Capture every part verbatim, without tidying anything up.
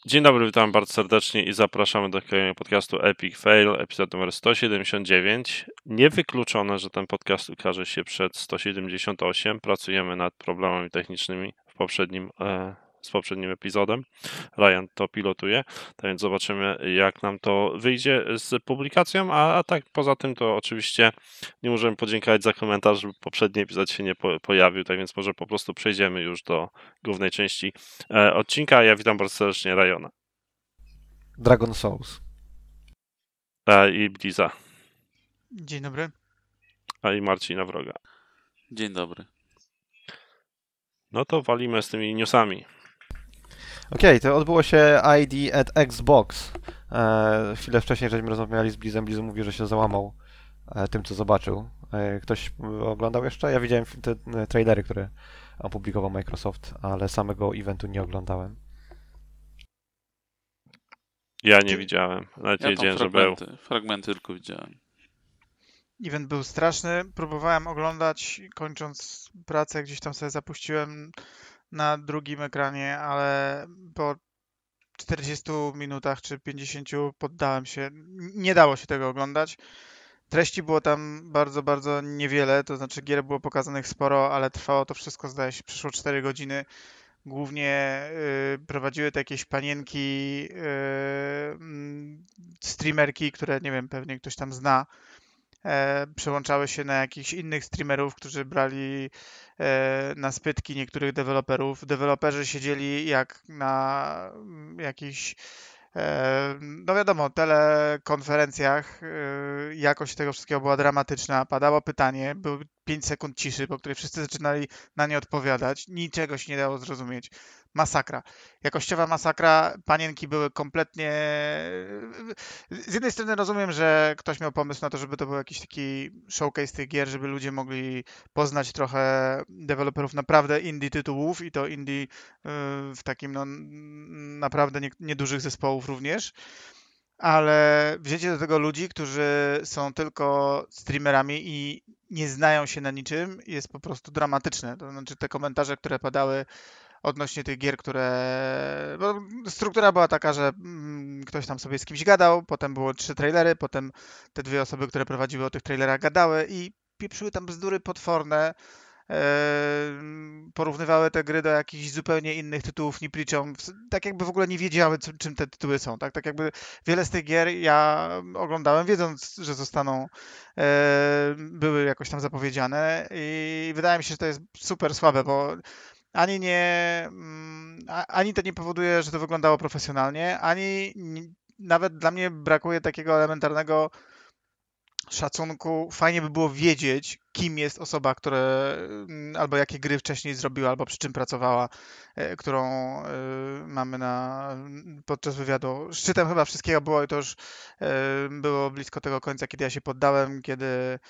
Dzień dobry, witam bardzo serdecznie i zapraszamy do kolejnego podcastu Epic Fail, epizod numer sto siedemdziesiąt dziewięć. Niewykluczone, że ten podcast ukaże się przed sto siedemdziesiąt osiem. Pracujemy nad problemami technicznymi w poprzednim, e, z poprzednim epizodem. Ryan to pilotuje, tak więc zobaczymy, jak nam to wyjdzie z publikacją, a, a tak poza tym to oczywiście nie możemy podziękować za komentarz, że poprzedni epizod się nie po, pojawił, tak więc może po prostu przejdziemy już do głównej części e, odcinka. Ja witam bardzo serdecznie Ryana. Dragon Souls. A i Bliza. Dzień dobry. A i Marcina Wroga. Dzień dobry. No to walimy z tymi newsami. Okej, okay, to odbyło się I D at Xbox. E, chwilę wcześniej żeśmy rozmawiali z Blizem. Bliz mówi, że się załamał e, tym, co zobaczył. E, ktoś oglądał jeszcze? Ja widziałem te e, trailery, które opublikował Microsoft, ale samego eventu nie oglądałem. Ja nie widziałem. Nawet ja nie wiedziałem, że był. Fragmenty tylko widziałem. Event był straszny. Próbowałem oglądać, kończąc pracę, gdzieś tam sobie zapuściłem na drugim ekranie, ale po czterdziestu minutach czy pięćdziesięciu poddałem się. Nie dało się tego oglądać. Treści było tam bardzo, bardzo niewiele, to znaczy gier było pokazanych sporo, ale trwało to wszystko, zdaje się, przeszło cztery godziny. Głównie y, prowadziły to jakieś panienki, y, streamerki, które nie wiem, pewnie ktoś tam zna. E, przełączały się na jakichś innych streamerów, którzy brali e, na spytki niektórych deweloperów. Deweloperzy siedzieli jak na jakichś, e, no wiadomo, telekonferencjach. E, jakość tego wszystkiego była dramatyczna. Padało pytanie, były pięć sekund ciszy, po której wszyscy zaczynali na nie odpowiadać. Niczego się nie dało zrozumieć. Masakra. Jakościowa masakra. Panienki były kompletnie... Z jednej strony rozumiem, że ktoś miał pomysł na to, żeby to był jakiś taki showcase tych gier, żeby ludzie mogli poznać trochę deweloperów naprawdę indie tytułów i to indie w takim no naprawdę nie, niedużych zespołów również. Ale wzięcie do tego ludzi, którzy są tylko streamerami i nie znają się na niczym, jest po prostu dramatyczne. To znaczy te komentarze, które padały odnośnie tych gier, które... Bo struktura była taka, że mm, ktoś tam sobie z kimś gadał, potem było trzy trailery, potem te dwie osoby, które prowadziły o tych trailerach gadały i pieprzyły tam bzdury potworne. Porównywały te gry do jakichś zupełnie innych tytułów, nie pliczą, tak jakby w ogóle nie wiedziały, czym te tytuły są, tak? Tak jakby wiele z tych gier ja oglądałem, wiedząc, że zostaną, były jakoś tam zapowiedziane i wydaje mi się, że to jest super słabe, bo ani nie, ani to nie powoduje, że to wyglądało profesjonalnie, ani nawet dla mnie brakuje takiego elementarnego szacunku. Fajnie by było wiedzieć, kim jest osoba, która albo jakie gry wcześniej zrobiła, albo przy czym pracowała, którą mamy na, podczas wywiadu. Szczytem chyba wszystkiego było i to już było blisko tego końca, kiedy ja się poddałem, kiedy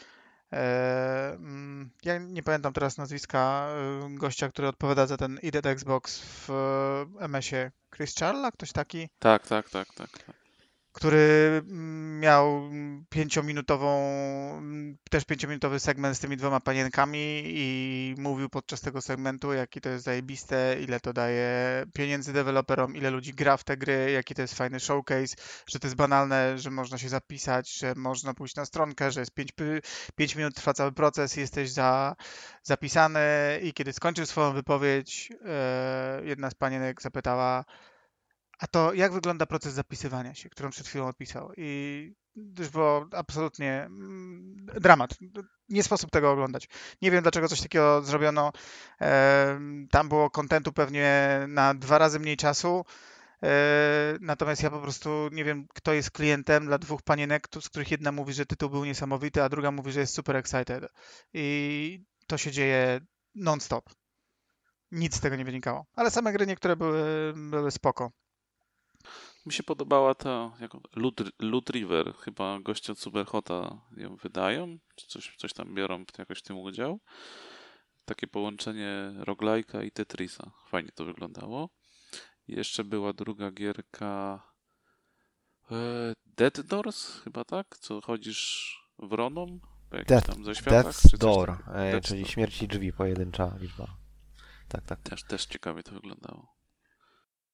ja nie pamiętam teraz nazwiska gościa, który odpowiada za ten I D at Xbox w M S-ie. Chris Charla? Ktoś taki? Tak, tak, tak, tak. Który miał pięciominutową, też pięciominutowy segment z tymi dwoma panienkami i mówił podczas tego segmentu, jaki to jest zajebiste, ile to daje pieniędzy deweloperom, ile ludzi gra w te gry, jaki to jest fajny showcase, że to jest banalne, że można się zapisać, że można pójść na stronkę, że jest pięć minut trwa cały proces, jesteś za, zapisany i kiedy skończył swoją wypowiedź, jedna z panienek zapytała: a to jak wygląda proces zapisywania się, którą przed chwilą opisał? I już było absolutnie dramat. Nie sposób tego oglądać. Nie wiem, dlaczego coś takiego zrobiono. Tam było kontentu pewnie na dwa razy mniej czasu. Natomiast ja po prostu nie wiem, kto jest klientem dla dwóch panienek, z których jedna mówi, że tytuł był niesamowity, a druga mówi, że jest super excited. I to się dzieje non-stop. Nic z tego nie wynikało. Ale same gry niektóre były, były spoko. Mi się podobała ta jako Loot, Loot River, chyba goście od Superhota ją wydają, czy coś, coś tam biorą jakoś w tym udział. Takie połączenie roguelike'a i Tetrisa. Fajnie to wyglądało. I jeszcze była druga gierka e, Dead Doors, chyba tak? Co chodzisz wroną po jakichś tam zaświatach? Death's czy Door, tak? e, Death's czyli Door. śmierci drzwi, pojedyncza liczba. Tak, tak. Też, też ciekawie to wyglądało.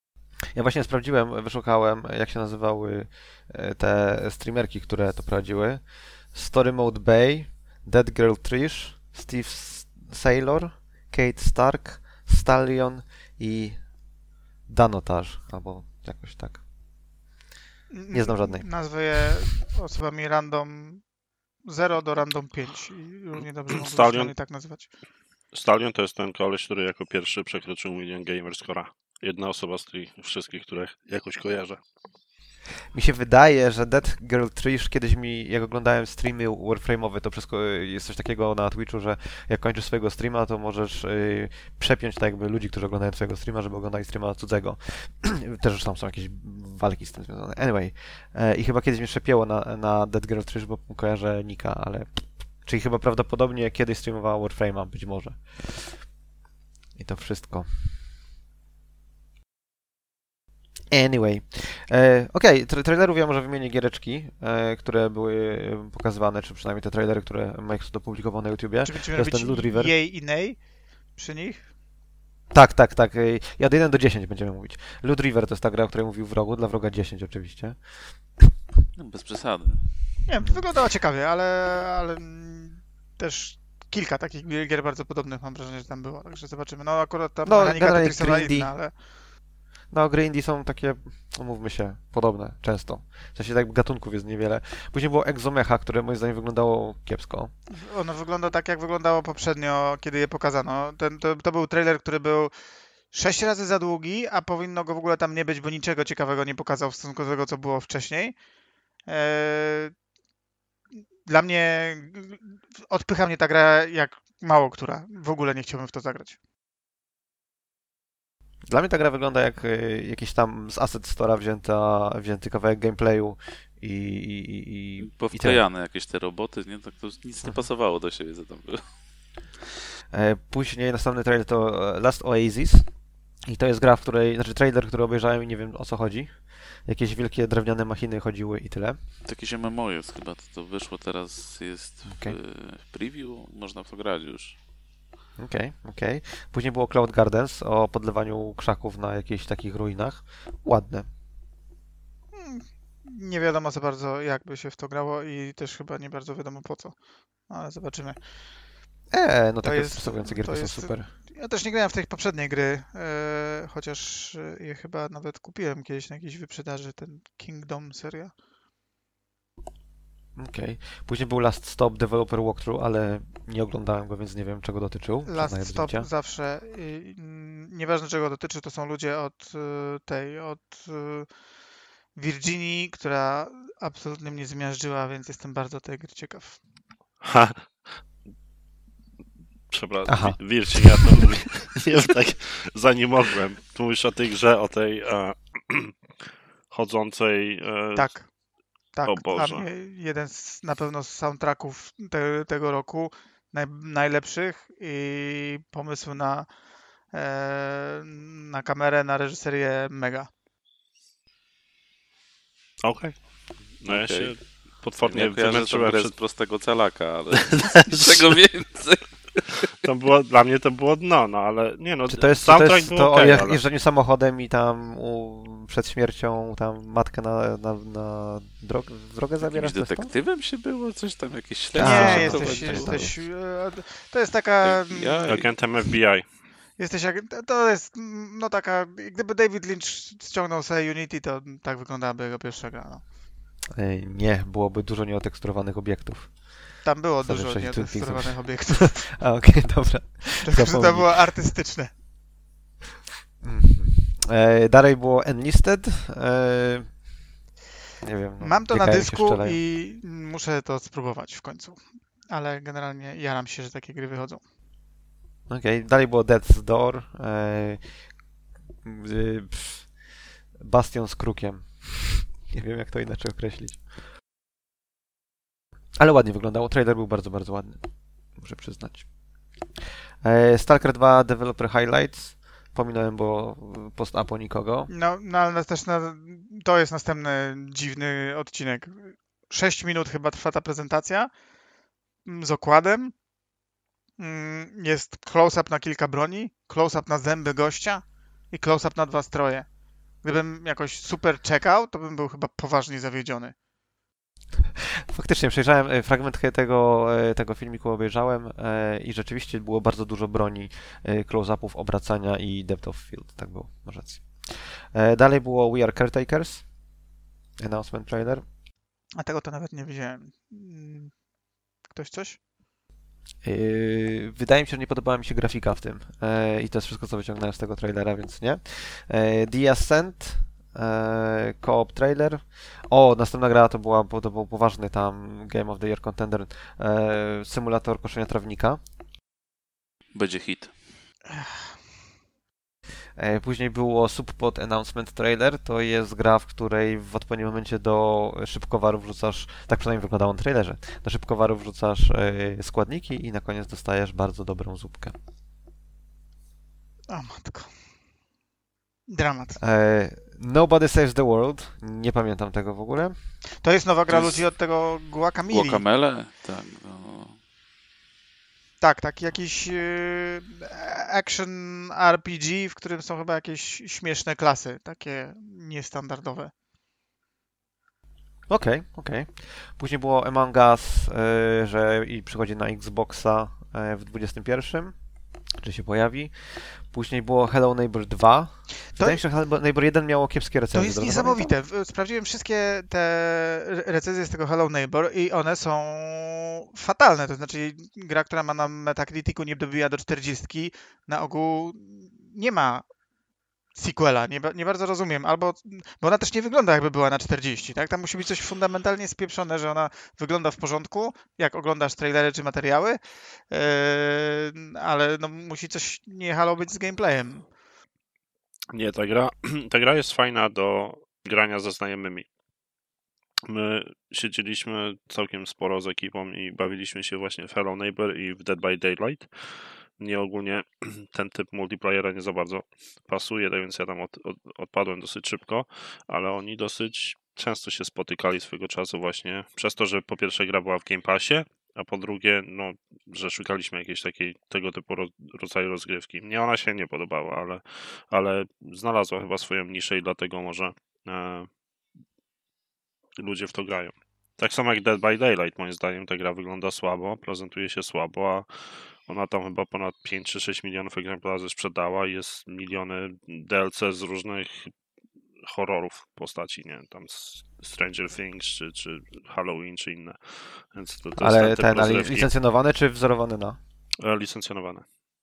Ja właśnie sprawdziłem, wyszukałem, jak się nazywały e, te streamerki, które to prowadziły. Story Mode Bay, Dead Girl Trish, Steve S- Saylor, Kate Stark, Stallion i Danotage, albo jakoś tak. Nie znam żadnej. Nazwę je osobami random zero do random pięć i równie dobrze mogą Stallion. przynajmniej tak nazywać. Stallion to jest ten koleś, który jako pierwszy przekroczył milion gamerscora. Jedna osoba z tych wszystkich, których jakoś kojarzę. Mi się wydaje, że Dead Girl Trish kiedyś mi, jak oglądałem streamy Warframe'owe, to wszystko jest coś takiego na Twitchu, że jak kończysz swojego streama, to możesz yy, przepiąć tak jakby ludzi, którzy oglądają twojego streama, żeby oglądali streama cudzego. Też już tam są jakieś walki z tym związane. Anyway, yy, i chyba kiedyś mnie przepięło na, na Dead Girl Trish, bo kojarzę Nika, ale... Czyli chyba prawdopodobnie kiedyś streamowała Warframe'a, być może. I to wszystko. Anyway. E, Okej, okay. trailerów ja może wymienię giereczki, e, które były pokazywane, czy przynajmniej te trailery, które Microsoft opublikował na YouTubie. Czy To będziemy jest ten robić Loot River. jej i nej przy nich? Tak, tak, tak. e, I od jeden do dziesięciu będziemy mówić. Loot River to jest ta gra, o której mówił Wrogu, dla Wroga dziesięć oczywiście. No, bez przesady. Nie wiem, to wyglądało ciekawie, ale, ale mm, też kilka takich gier bardzo podobnych mam wrażenie, że tam było, także zobaczymy. No akurat ta No, mechanika generalnie Tetrisowa grindy. inna, ale No, gry indie są takie, umówmy się, podobne często. W sensie tak gatunków jest niewiele. Później było Exomecha, które moim zdaniem wyglądało kiepsko. ono wygląda tak, jak wyglądało poprzednio, kiedy je pokazano. Ten, to, to był trailer, który był sześć razy za długi, a powinno go w ogóle tam nie być, bo niczego ciekawego nie pokazał w stosunku do tego, co było wcześniej. Eee, Dla mnie odpycha mnie ta gra jak mało która. W ogóle nie chciałbym w to zagrać. Dla mnie ta gra wygląda jak y, jakiś tam z Asset Store'a wzięta, wzięty kawałek gameplayu i... i, i, i Powklejane jakieś te roboty, nie? Tak to nic nie pasowało do siebie, co tam było. e, Później następny trailer to e, Last Oasis. I to jest gra, w której, znaczy trailer, który obejrzałem i nie wiem o co chodzi. Jakieś wielkie drewniane machiny chodziły i tyle. To jakieś M M O jest chyba, to, to wyszło teraz, jest w, Okej. w preview, można w to grać już. Okej, okej. Później było Cloud Gardens o podlewaniu krzaków na jakichś takich ruinach. Ładne. Hmm, Nie wiadomo za bardzo, jak by się w to grało i też chyba nie bardzo wiadomo po co. No, ale zobaczymy. Eee, no To takie jest- stresujące to gierki są jest- super. Ja też nie grałem w te poprzednie gry, e, chociaż e, je chyba nawet kupiłem kiedyś na jakiejś wyprzedaży, ten Kingdom seria. Okej. Później był Last Stop Developer Walkthrough, ale nie oglądałem go, więc nie wiem czego dotyczył. Last Przyznaję bez Stop bicia. zawsze, i, mm, nieważne czego dotyczy, to są ludzie od e, tej, od e, Virginii, która absolutnie mnie zmiażdżyła, więc jestem bardzo tej gry ciekaw. Ha. Przepraszam, Aha. Wi- Virginia to mówię. Nie wiem, tak za nie mogłem. Tu mówisz o tej grze, o tej e, chodzącej... E, Tak, tak. O Dla Boże. mnie jeden z, na pewno z soundtracków te, tego roku, naj, najlepszych i pomysł na, e, na kamerę, na reżyserię mega. Okej. No ja Okej. się potwornie Ja kojarzę tą wymęczyłem grę przed... z prostego calaka, ale czego więcej. To było, dla mnie to było dno, no ale nie no, Czy to jest, czy to, soundtrack jest był to o okej, je- ale... jeżdżeniu samochodem i tam u, przed śmiercią tam matkę na, na, na drog- w drogę zabierasz? Jakimś To jest to? detektywem się było? Coś tam, jakieś A, śledztwo Nie, się jesteś, prowadzi. tak, jesteś e, to jest taka, Ja- Agentem F B I. jesteś jak, to jest mm, no taka, gdyby David Lynch ściągnął sobie Unity, to tak wyglądałaby jego pierwsza gra. No. Ej, nie, byłoby dużo nieoteksturowanych obiektów. Tam było Sobie dużo przejść Twin Peaksów. nieodsterowanych obiektów, A, okej, dobra. tylko że to Zapomnij. było artystyczne. Mhm. E, dalej było Enlisted. E, nie wiem. no, Mam to na biegają się, dysku strzelają. i muszę to spróbować w końcu. Ale generalnie jaram się, że takie gry wychodzą. Okej, dalej było Death's Door. E, y, pff, Bastion z krukiem. Nie wiem, jak to inaczej określić. Ale ładnie wyglądało. Trailer był bardzo, bardzo ładny. Muszę przyznać. E, Stalker dwa Developer Highlights. Pominąłem, bo post-apo nikogo. No, no ale też na, to jest następny dziwny odcinek. sześć minut chyba trwa ta prezentacja mm, z okładem. Mm, Jest close-up na kilka broni, close-up na zęby gościa i close-up na dwa stroje. Gdybym jakoś super czekał, to bym był chyba poważnie zawiedziony. Faktycznie, przejrzałem e, fragment tego, e, tego filmiku, obejrzałem e, i rzeczywiście było bardzo dużo broni, e, close-upów, obracania i depth of field. Tak było, masz rację. E, Dalej było We Are Caretakers, announcement trailer. A tego to nawet nie widziałem. Mm, Ktoś coś? Yy, Wydaje mi się, że nie podobała mi się grafika w tym. Yy, I to jest wszystko, co wyciągnąłem z tego trailera, więc nie. Yy, The Ascent, yy, co-op trailer. O, następna gra to, była, to był poważny tam Game of the Year contender, yy, symulator koszenia trawnika. Będzie hit. Yy, Później było Subpod Announcement Trailer. To jest gra, w której w odpowiednim momencie do szybkowarów wrzucasz, tak przynajmniej wyglądało na trailerze, do szybkowarów wrzucasz yy, składniki i na koniec dostajesz bardzo dobrą zupkę. O matko. Dramat. E, Nobody Saves the World. Nie pamiętam tego w ogóle. To jest nowa gra To jest ludzi od tego Guacamole. Guacamele? Tak. No. Tak, taki jakiś yy, action R P G, w którym są chyba jakieś śmieszne klasy, takie niestandardowe. Okej, okej. Później było Among Us, e, że i przychodzi na Xboxa e, w dwudziestym pierwszym, czy się pojawi. Później było Hello Neighbor dwa. Wydaje mi się, że Hello Neighbor jeden miało kiepskie recenzje. To jest dobrze niesamowite. W- Sprawdziłem wszystkie te re- recenzje z tego Hello Neighbor i one są fatalne. To znaczy gra, która ma na Metacriticu nie dobiła do czterdziestki, na ogół nie ma sequela. Nie, ba- nie bardzo rozumiem. Albo, bo ona też nie wygląda jakby była na czterdzieści, tak? Tam musi być coś fundamentalnie spieprzone, że ona wygląda w porządku, jak oglądasz trailery czy materiały, yy, ale no, musi coś nie halo być z gameplayem. Nie, ta gra, ta gra jest fajna do grania ze znajomymi. My siedzieliśmy całkiem sporo z ekipą i bawiliśmy się właśnie w Hello Neighbor i w Dead by Daylight. Mnie ogólnie ten typ multiplayera nie za bardzo pasuje, tak więc ja tam od, od, odpadłem dosyć szybko, ale oni dosyć często się spotykali swego czasu właśnie przez to, że po pierwsze gra była w Game Passie, a po drugie, no, że szukaliśmy jakiejś takiej tego typu ro, rodzaju rozgrywki. Mnie ona się nie podobała, ale, ale znalazła chyba swoją niszę i dlatego może e, ludzie w to grają. Tak samo jak Dead by Daylight, moim zdaniem ta gra wygląda słabo, prezentuje się słabo, a ona tam chyba ponad pięć czy sześć milionów egzemplarzy sprzedała i jest miliony D L C z różnych horrorów postaci, nie wiem, tam Stranger Things, czy, czy Halloween, czy inne. Więc to, to Ale jest ten typ ten, ale rozrywki. licencjonowany czy wzorowany na? E, Licencjonowane.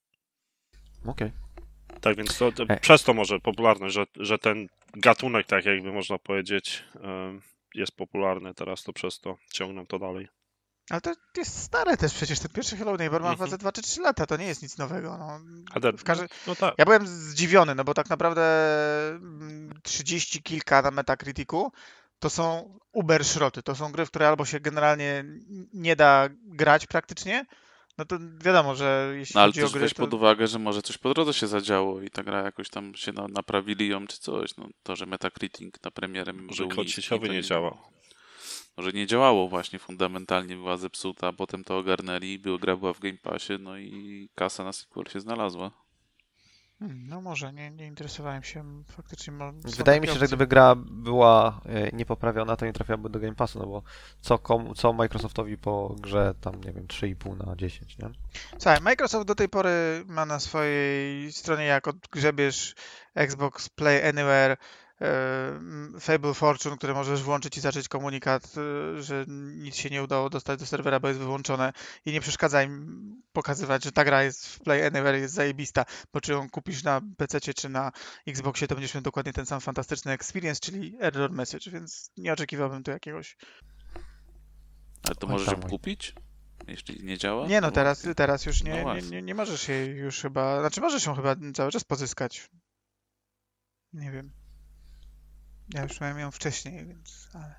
Okej. Tak więc to, to Ej. przez to może popularność, że, że ten gatunek, tak jakby można powiedzieć, e, jest popularny teraz, to przez to ciągną to dalej. Ale to jest stare też przecież, ten pierwszy Hello Neighbor ma Mhm. chyba ze dwa czy trzy lata, to nie jest nic nowego. No. A te, W każdym... no tak. Ja byłem zdziwiony, no bo tak naprawdę mm, trzydzieści kilka na Metacriticu to są uber szroty, to są gry, w które albo się generalnie nie da grać praktycznie, no to wiadomo, że jeśli No ale chodzi o też gry, weź to... pod uwagę, że może coś po drodze się zadziało i ta gra jakoś tam się na, naprawili ją czy coś. No, to, że Metacritic na premierę Może był kod niski, sieciowy to nie działał. Może nie działało właśnie fundamentalnie, była zepsuta, a potem to ogarnęli, była, gra była w Game Passie, no i kasa na sequel się znalazła. Hmm, No może, nie, nie interesowałem się faktycznie. mo- są Wydaje mi takie się, że opcje. gdyby gra była e, niepoprawiona, to nie trafiłaby do Game Passu, no bo co, komu, co Microsoftowi po grze tam, nie wiem, trzy i pół na dziesięć, nie? Słuchaj, Microsoft do tej pory ma na swojej stronie, jak odgrzebiesz Xbox Play Anywhere, e, Fable Fortune, które możesz włączyć i zacząć komunikat, e, że nic się nie udało dostać do serwera, bo jest wyłączone i nie przeszkadza im pokazywać, że ta gra jest w Play Anywhere, jest zajebista, bo czy ją kupisz na pececie czy na Xboxie, to będziesz miał dokładnie ten sam fantastyczny experience, czyli error message, więc nie oczekiwałbym tu jakiegoś... Ale to Oj, możesz tam, ją oj. kupić? Jeśli nie działa? Nie no, To- teraz, teraz już No nie, nie, właśnie. nie, nie możesz jej już chyba, znaczy możesz ją chyba cały czas pozyskać. Nie wiem. Ja już miałem ją wcześniej, więc... Ale...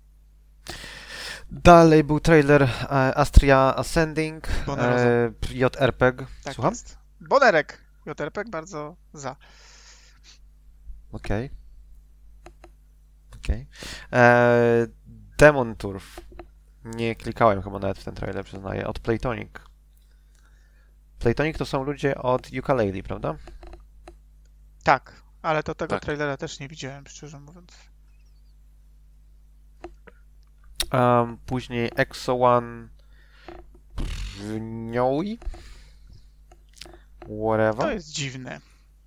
Dalej był trailer e, Astria Ascending, Boneroza. e, J R P G. Tak Słucham? jest. Bonerek. J R P G bardzo za. Okej. Okej. E, Demon Turf. Nie klikałem chyba nawet w ten trailer, przyznaję. Od Playtonic. Playtonic to są ludzie od Yooka-Laylee, prawda? Tak. Ale to tego Tak. trailera też nie widziałem, szczerze mówiąc. Um, później Exo One Wnoi? To Whatever. jest dziwne.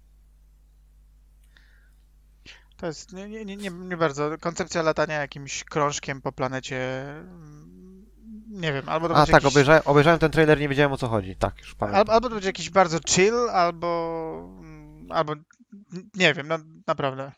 To jest nie, nie, nie, nie, nie bardzo. Koncepcja latania jakimś krążkiem po planecie. mm, Nie wiem, albo to A będzie tak, jakiś, obejrzałem, obejrzałem ten trailer, nie wiedziałem o co chodzi. Tak, już al, pamiętam. albo to będzie jakiś bardzo chill, albo mm, albo n- nie wiem, no naprawdę.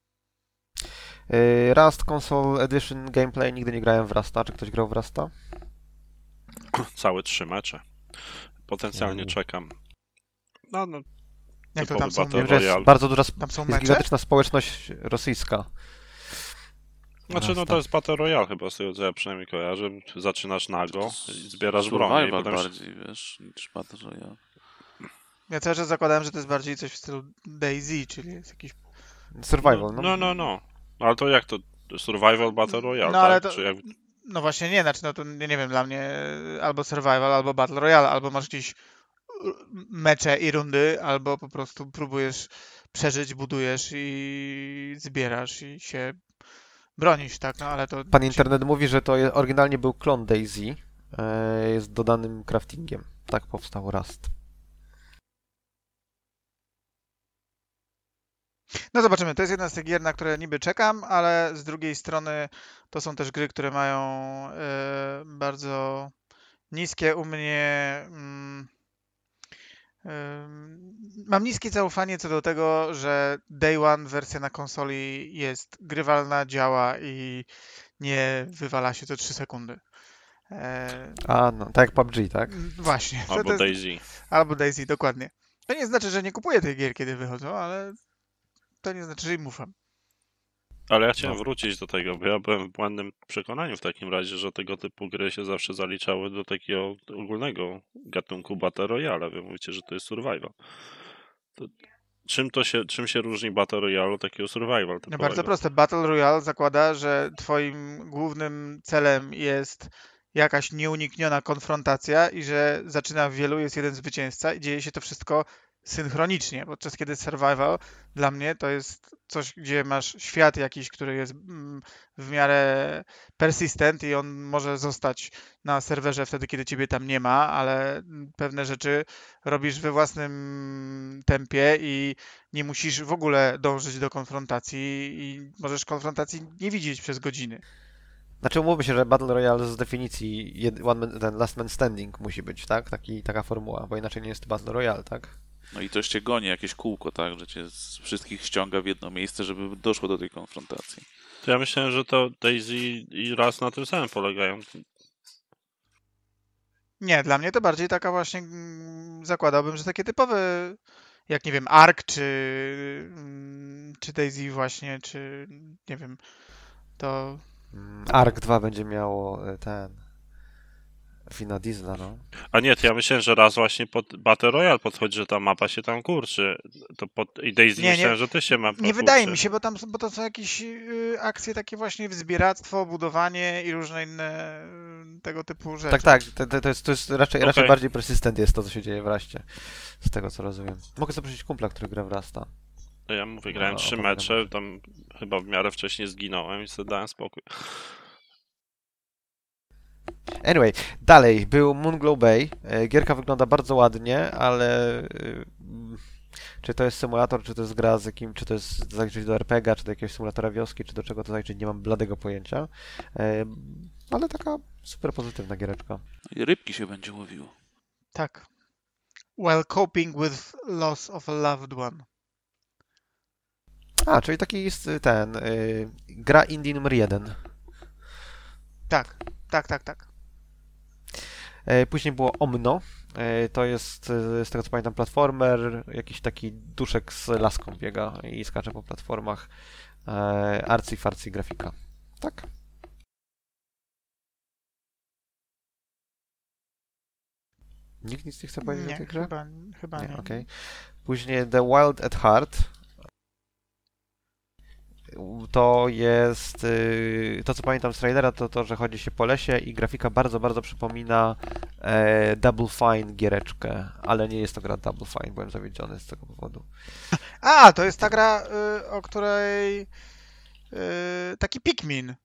Y, Rust Console Edition Gameplay, nigdy nie grałem w Rusta. Czy ktoś grał w Rusta? Całe trzy mecze. Potencjalnie Uuu. czekam. No, no, Jak to Typowy tam są, battle Wiem, że jest Royale. bardzo duża, sp- tam są jest mecze? gigantyczna społeczność rosyjska. Znaczy, no Rasta. to jest Battle Royale chyba, z tego co ja przynajmniej kojarzę. Zaczynasz nago i zbierasz broń. I Survival potem się... bardziej, wiesz, niż Battle Royale. Ja cały czas zakładałem, że to jest bardziej coś w stylu DayZ, czyli jest jakiś... Survival, no, no. no, no, no. Ale to jak to? Survival Battle Royale, No, tak? ale to- Czy jak... No właśnie nie, znaczy no to nie, nie wiem, dla mnie albo Survival, albo Battle Royale, albo masz jakieś y, mecze i rundy, albo po prostu próbujesz przeżyć, budujesz i zbierasz i się bronisz, tak? No ale to... Pan się- internet mówi, że to je- oryginalnie był klon DayZ. e, Jest dodanym craftingiem. Tak powstał Rust. No zobaczymy, to jest jedna z tych gier, na które niby czekam, ale z drugiej strony to są też gry, które mają e, bardzo niskie u mnie... Mm, Ym, Mam niskie zaufanie co do tego, że Day One wersja na konsoli jest grywalna, działa i nie wywala się co trzy sekundy. E, A, no, tak jak P U B G, tak? m, Właśnie. To, Albo to jest, DayZ. albo DayZ, dokładnie. To nie znaczy, że nie kupuję tych gier, kiedy wychodzą, ale to nie znaczy, że im ufam. Ale ja chciałem No. wrócić do tego, bo ja byłem w błędnym przekonaniu w takim razie, że tego typu gry się zawsze zaliczały do takiego ogólnego gatunku Battle Royale. Wy mówicie, że to jest survival. To czym to się, czym się różni Battle Royale od takiego survival No typowego? bardzo proste. Battle Royale zakłada, że twoim głównym celem jest jakaś nieunikniona konfrontacja i że zaczyna w wielu, jest jeden zwycięzca i dzieje się to wszystko synchronicznie, podczas kiedy survival dla mnie to jest coś, gdzie masz świat jakiś, który jest mm, w miarę persistent i on może zostać na serwerze wtedy, kiedy ciebie tam nie ma, ale mm, pewne rzeczy robisz we własnym tempie i nie musisz w ogóle dążyć do konfrontacji i możesz konfrontacji nie widzieć przez godziny. Znaczy umówmy się, że Battle Royale z definicji jed, one man, ten last man standing musi być, tak? Taki, taka formuła, bo inaczej nie jest to Battle Royale, tak? No i też cię goni jakieś kółko, tak, że cię z wszystkich ściąga w jedno miejsce, żeby doszło do tej konfrontacji. To ja myślałem, że to DayZ i Rust na tym samym polegają. Nie, dla mnie to bardziej taka właśnie, mm, zakładałbym, że takie typowe, jak nie wiem, Ark, czy, mm, czy DayZ właśnie, czy nie wiem, to... Mm, Ark dwa będzie miało e, ten... Vina Diesla, no. A nie, to ja myślałem, że raz właśnie pod Battle Royale podchodzi, że ta mapa się tam kurczy. To pod... I DayZ Nie, nie- myślałem, że też się mapa Nie kurczy. wydaje mi się, bo tam bo to są jakieś y, akcje takie właśnie wzbieractwo, budowanie i różne inne y, tego typu rzeczy. Tak, tak, to, to, to, jest, to jest raczej, raczej Okej. bardziej persistent jest to, co się dzieje w Raście. Z tego, co rozumiem. Mogę zaprosić kumpla, który gra w Rasta. To ja mówię, grałem No, trzy opowiadam. mecze, tam chyba w miarę wcześniej zginąłem i sobie dałem spokój. Anyway, dalej, był Moonglow Bay. E, Gierka wygląda bardzo ładnie, ale y, mm, czy to jest symulator, czy to jest gra z jakim, czy to jest zaliczyć do er pe gie a, czy do jakiegoś symulatora wioski, czy do czego to zaliczyć, nie mam bladego pojęcia. E, ale taka super pozytywna giereczka. I rybki się będzie łowiło. Tak. While coping with loss of a loved one. A, czyli taki jest y, ten, y, gra indie numer jeden. Tak, tak, tak, tak. E, Później było Omno. E, To jest, e, z tego co pamiętam, platformer. Jakiś taki duszek z laską biega i skacze po platformach. E, Arcy farcy grafika. Tak? Nikt nic nie chce powiedzieć o Nie, tej grze? chyba, chyba nie. Nie, okej. Później The Wild at Heart. to jest, y, to co pamiętam z trailera, to to, że chodzi się po lesie i grafika bardzo, bardzo przypomina e, Double Fine giereczkę, ale nie jest to gra Double Fine, byłem zawiedziony z tego powodu. A, to jest ta gra, y, o której y, taki Pikmin.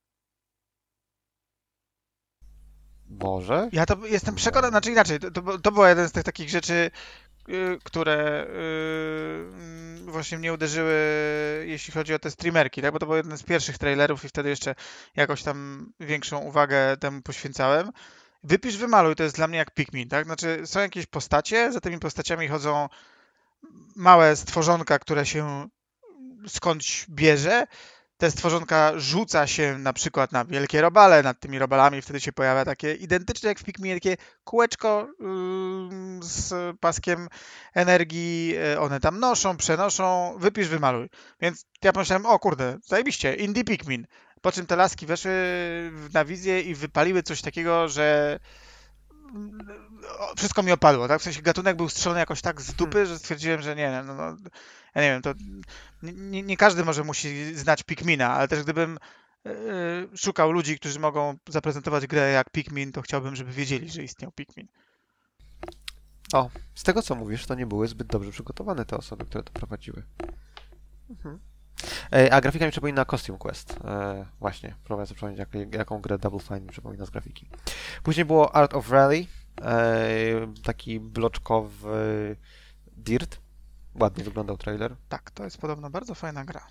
Może? Ja to jestem przekonany, znaczy inaczej, to, to, to była jeden z tych takich rzeczy, y, które y, właśnie mnie uderzyły, jeśli chodzi o te streamerki, tak? Bo to był jeden z pierwszych trailerów i wtedy jeszcze jakoś tam większą uwagę temu poświęcałem. Wypisz, wymaluj, to jest dla mnie jak Pikmin, tak? Znaczy są jakieś postacie, za tymi postaciami chodzą małe stworzonka, które się skądś bierze. Te stworzonka rzuca się na przykład na wielkie robale, nad tymi robalami wtedy się pojawia takie identyczne jak w Pikminie, takie kółeczko yy, z paskiem energii, yy, one tam noszą, przenoszą, wypisz, wymaluj. Więc ja pomyślałem, o kurde, zajebiście, Indie Pikmin. Po czym te laski weszły na wizję i wypaliły coś takiego, że wszystko mi opadło, tak? W sensie gatunek był strzelony jakoś tak z dupy, że stwierdziłem, że nie, no, no ja nie wiem, to nie, nie każdy może musi znać Pikmina, ale też gdybym yy, szukał ludzi, którzy mogą zaprezentować grę jak Pikmin, to chciałbym, żeby wiedzieli, że istniał Pikmin. O, z tego co mówisz, to nie były zbyt dobrze przygotowane te osoby, które to prowadziły. Mhm. E, a grafika mi przypomina Costume Quest. E, właśnie, próbuję sobie przypomnieć, jak, jaką grę Double Fine mi przypomina z grafiki. Później było Art of Rally, e, taki bloczkowy dirt. Ładnie wyglądał trailer. Tak, to jest podobno bardzo fajna gra.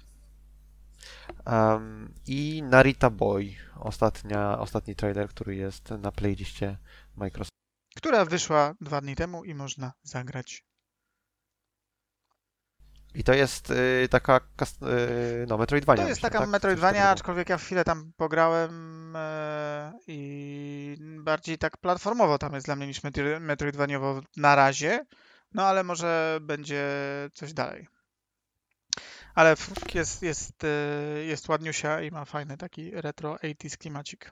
Um, I Narita Boy, ostatnia, ostatni trailer, który jest na playliście Microsoft. Która wyszła dwa dni temu i można zagrać. I to jest y, taka kas- y, no, Metroidvania. To jest myślę, taka tak? Metroidvania, Coś takiego. aczkolwiek ja w chwilę tam pograłem e, i bardziej tak platformowo tam jest dla mnie niż metro- Metroidvaniowo na razie, no ale może będzie coś dalej. Ale f- jest, jest, e, jest ładniusia i ma fajny taki retro osiemdziesiątych klimacik.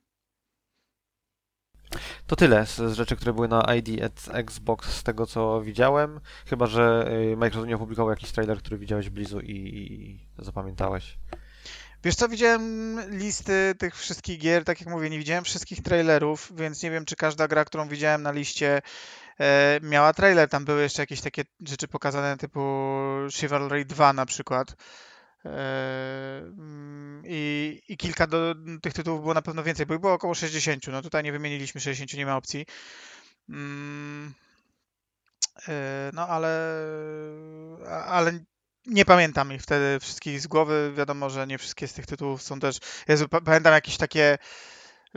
To tyle z, z rzeczy, które były na I D at Xbox z tego, co widziałem. Chyba że y, Microsoft nie opublikował jakiś trailer, który widziałeś blizu i, i zapamiętałeś. Wiesz co, widziałem listy tych wszystkich gier, tak jak mówię, nie widziałem wszystkich trailerów, więc nie wiem, czy każda gra, którą widziałem na liście e, miała trailer. Tam były jeszcze jakieś takie rzeczy pokazane typu Chivalry dwa na przykład. E, mm, I, I kilka do tych tytułów było na pewno więcej, bo ich było około sześćdziesiąt. No tutaj nie wymieniliśmy sześćdziesiąt, nie ma opcji. Mm, e, no ale, a- ale nie pamiętam ich wtedy wszystkich z głowy. Wiadomo, że nie wszystkie z tych tytułów są też. Jezu, pa- pamiętam jakieś takie y,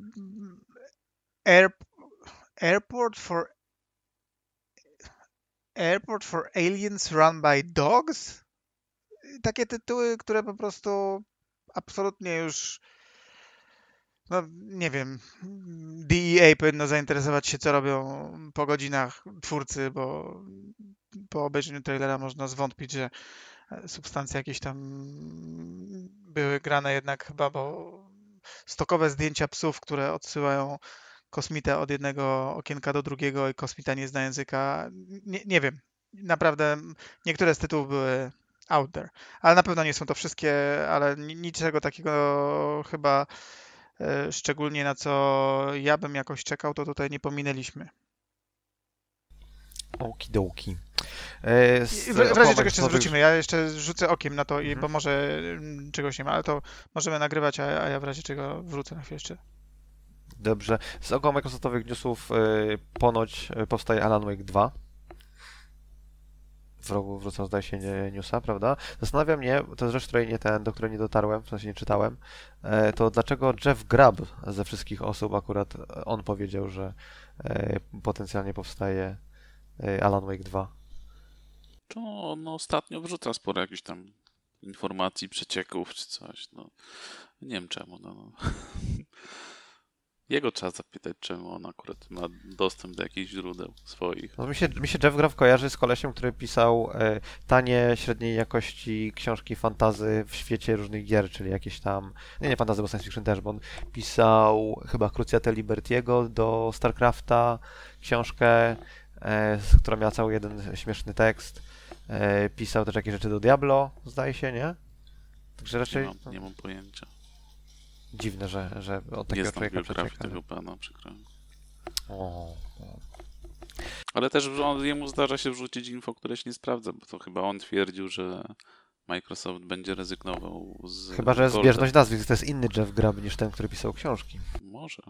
air, Airport for Airport for Aliens Run by Dogs? Takie tytuły, które po prostu absolutnie już, no nie wiem, D E A powinno zainteresować się, co robią po godzinach twórcy, bo po obejrzeniu trailera można zwątpić, że substancje jakieś tam były grane jednak chyba, bo stokowe zdjęcia psów, które odsyłają kosmitę od jednego okienka do drugiego i kosmita nie zna języka. Nie, nie wiem. Naprawdę niektóre z tytułów były out there. Ale na pewno nie są to wszystkie, ale ni- niczego takiego chyba e, szczególnie na co ja bym jakoś czekał, to tutaj nie pominęliśmy. Okidoki. E, z- I w, w razie około czego jeszcze Microsoftowych- zwrócimy. Ja jeszcze rzucę okiem na to, i, Mhm. bo może mm, czegoś nie ma, ale to możemy nagrywać, a, a ja w razie czego wrócę na chwilę jeszcze. Dobrze. Z około Microsoftowych newsów y, ponoć y, powstaje Alan Wake dwa. W rogu wrócą, zdaje się, nie, newsa, prawda? Zastanawia mnie, to jest rzecz, której nie ten, do której nie dotarłem, w sensie nie czytałem, e, to dlaczego Jeff Grubb ze wszystkich osób, akurat on powiedział, że e, potencjalnie powstaje e, Alan Wake dwa. To on ostatnio wrzuca sporo jakichś tam informacji, przecieków czy coś. No, nie wiem czemu. No. no. Jego trzeba zapytać, czemu on akurat ma dostęp do jakichś źródeł swoich. No, mi, się, mi się Jeff Grubb kojarzy z kolesiem, który pisał e, tanie, średniej jakości książki fantasy w świecie różnych gier, czyli jakieś tam, nie, nie fantasy, bo science fiction też, bo on pisał chyba Cruciate Libertiego do StarCrafta, książkę, e, z- która miała cały jeden śmieszny tekst. E, pisał też jakieś rzeczy do Diablo, zdaje się, nie? Także Nie raczej mam, nie mam pojęcia. dziwne, że, że od Nie takiego znam człowieka biografii przeczekamy. tego pana, przykro. O, o. Ale też on, jemu zdarza się wrzucić info, które się nie sprawdza, bo to chyba on twierdził, że Microsoft będzie rezygnował z Chyba, że Worda. zbieżność nazwisk to jest inny Jeff Grubb niż ten, który pisał książki. Może.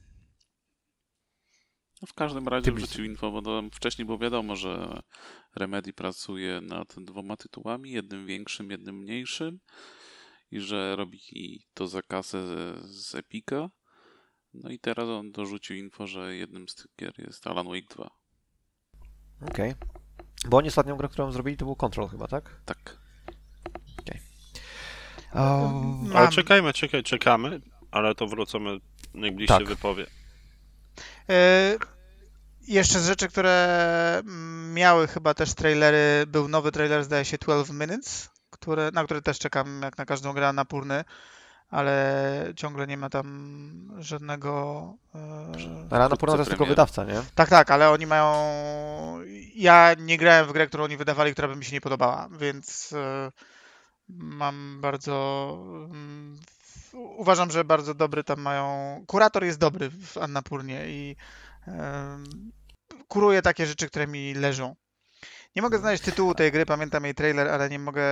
No w każdym razie Ty wrzucił info, bo to wcześniej było wiadomo, że Remedy pracuje nad dwoma tytułami, jednym większym, jednym mniejszym i że robi to za kasę z, z Epica. No i teraz on dorzucił info, że jednym z tych gier jest Alan Wake dwa. Okej. Okay. Bo oni ostatnią grę, którą zrobili, to był Control chyba, tak? Tak. Okej. Okay. Mam. Ale czekajmy, czekaj, czekamy, ale to wrócimy, jak bliżej Tak. wypowie. E, jeszcze z rzeczy, które miały chyba też trailery, był nowy trailer, zdaje się twelve minutes, które, na który też czekam jak na każdą grę napórny, ale ciągle nie ma tam żadnego... E... Ale na pewno to jest tylko wydawca, nie? Tak, tak, ale oni mają... Ja nie grałem w grę, którą oni wydawali, która by mi się nie podobała, więc e, mam bardzo... Mm, uważam, że bardzo dobry tam mają... Kurator jest dobry w Annapurnie i e, kuruje takie rzeczy, które mi leżą. Nie mogę znaleźć tytułu tej gry, pamiętam jej trailer, ale nie mogę...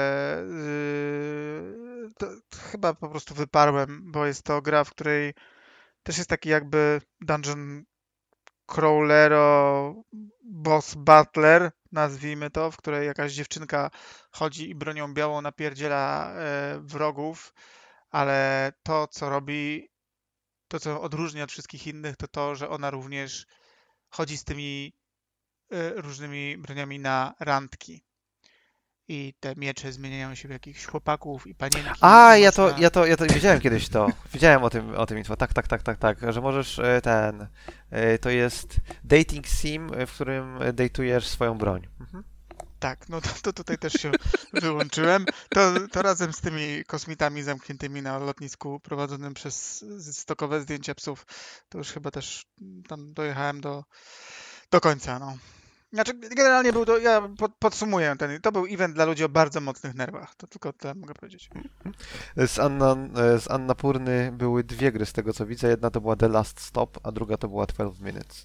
Yy, to chyba po prostu wyparłem, bo jest to gra, w której też jest taki jakby dungeon crawlero, boss battler, nazwijmy to, w której jakaś dziewczynka chodzi i bronią białą napierdziela e, wrogów, ale to, co robi, to, co odróżnia od wszystkich innych, to to, że ona również chodzi z tymi różnymi broniami na randki. I te miecze zmieniają się w jakichś chłopaków i panienki. A, i ja można... to, ja to, ja to widziałem kiedyś to. Widziałem o tym, o tym info. Tak, tak, tak, tak, tak. Że możesz ten, to jest dating sim, w którym dejtujesz swoją broń. Mhm. Tak, no to, to tutaj też się wyłączyłem. To, to razem z tymi kosmitami zamkniętymi na lotnisku prowadzonym przez stokowe zdjęcia psów, to już chyba też tam dojechałem do, do końca, no. Znaczy, generalnie był to, ja podsumuję ten, to był event dla ludzi o bardzo mocnych nerwach, to tylko tyle mogę powiedzieć. Z, Anna, z Annapurny były dwie gry z tego co widzę, jedna to była The Last Stop, a druga to była twelve minutes.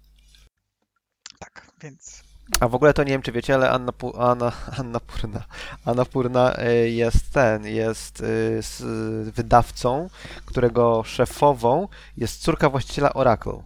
Tak, więc... A w ogóle to nie wiem czy wiecie, ale Annapu, Anna, Annapurna, Annapurna jest ten, jest z wydawcą, którego szefową jest córka właściciela Oracle.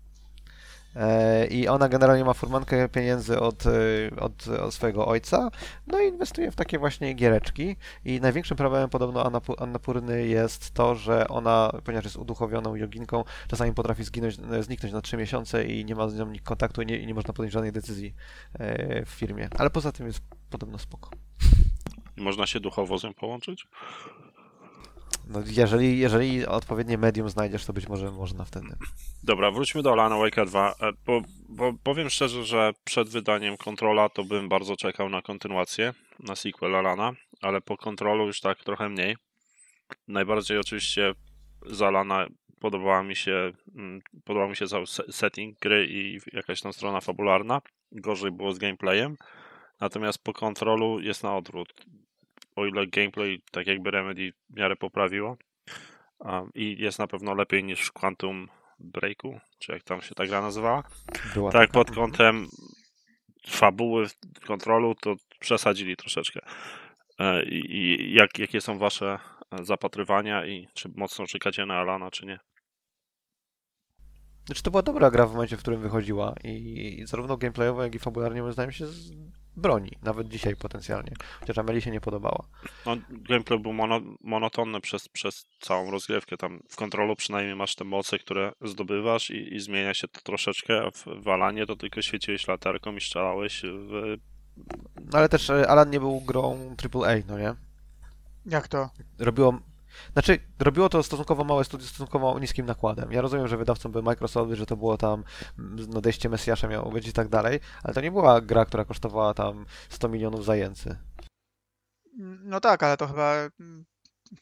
I ona generalnie ma furmankę pieniędzy od, od, od swojego ojca, no i inwestuje w takie właśnie giereczki. I największym problemem podobno Annapurny jest to, że ona, ponieważ jest uduchowioną joginką, czasami potrafi zginąć, zniknąć na trzy miesiące i nie ma z nią nikt kontaktu i nie, i nie można podjąć żadnej decyzji w firmie. Ale poza tym jest podobno spoko. I można się duchowo z nią połączyć? No, jeżeli, jeżeli odpowiednie medium znajdziesz, to być może można wtedy. Dobra, wróćmy do Alana Wake'a dwa, bo, bo powiem szczerze, że przed wydaniem Controla to bym bardzo czekał na kontynuację, na sequel Alana, ale po Controlu już tak trochę mniej. Najbardziej oczywiście z Alana podobała mi się, podobał mi się cały setting gry i jakaś tam strona fabularna. Gorzej było z gameplayem. Natomiast po Controlu jest na odwrót. O ile gameplay tak jakby Remedy w miarę poprawiło um, i jest na pewno lepiej niż w Quantum Breaku, czy jak tam się ta gra nazywała. Była tak taka. pod kątem fabuły Controlu to przesadzili troszeczkę. E, I jak, jakie są wasze zapatrywania i czy mocno czekacie na Alana, czy nie? Znaczy to była dobra gra w momencie, w którym wychodziła i zarówno gameplayowo, jak i fabularnie moim zdaniem się z... broni, nawet dzisiaj potencjalnie, chociaż Ameli się nie podobała. No, gameplay był mono, monotonny przez, przez całą rozgrywkę. Tam w Controlu przynajmniej masz te moce, które zdobywasz i, i zmienia się to troszeczkę, a w, w Alanie to tylko świeciłeś latarką i strzelałeś w... No ale też Alan nie był grą triple A, no nie? Jak to? Robiło... Znaczy, robiło to stosunkowo małe studio, stosunkowo niskim nakładem. Ja rozumiem, że wydawcą był Microsoft, że to było tam, no dejście Mesjasza miało być i tak dalej, ale to nie była gra, która kosztowała tam sto milionów zajęcy. No tak, ale to chyba...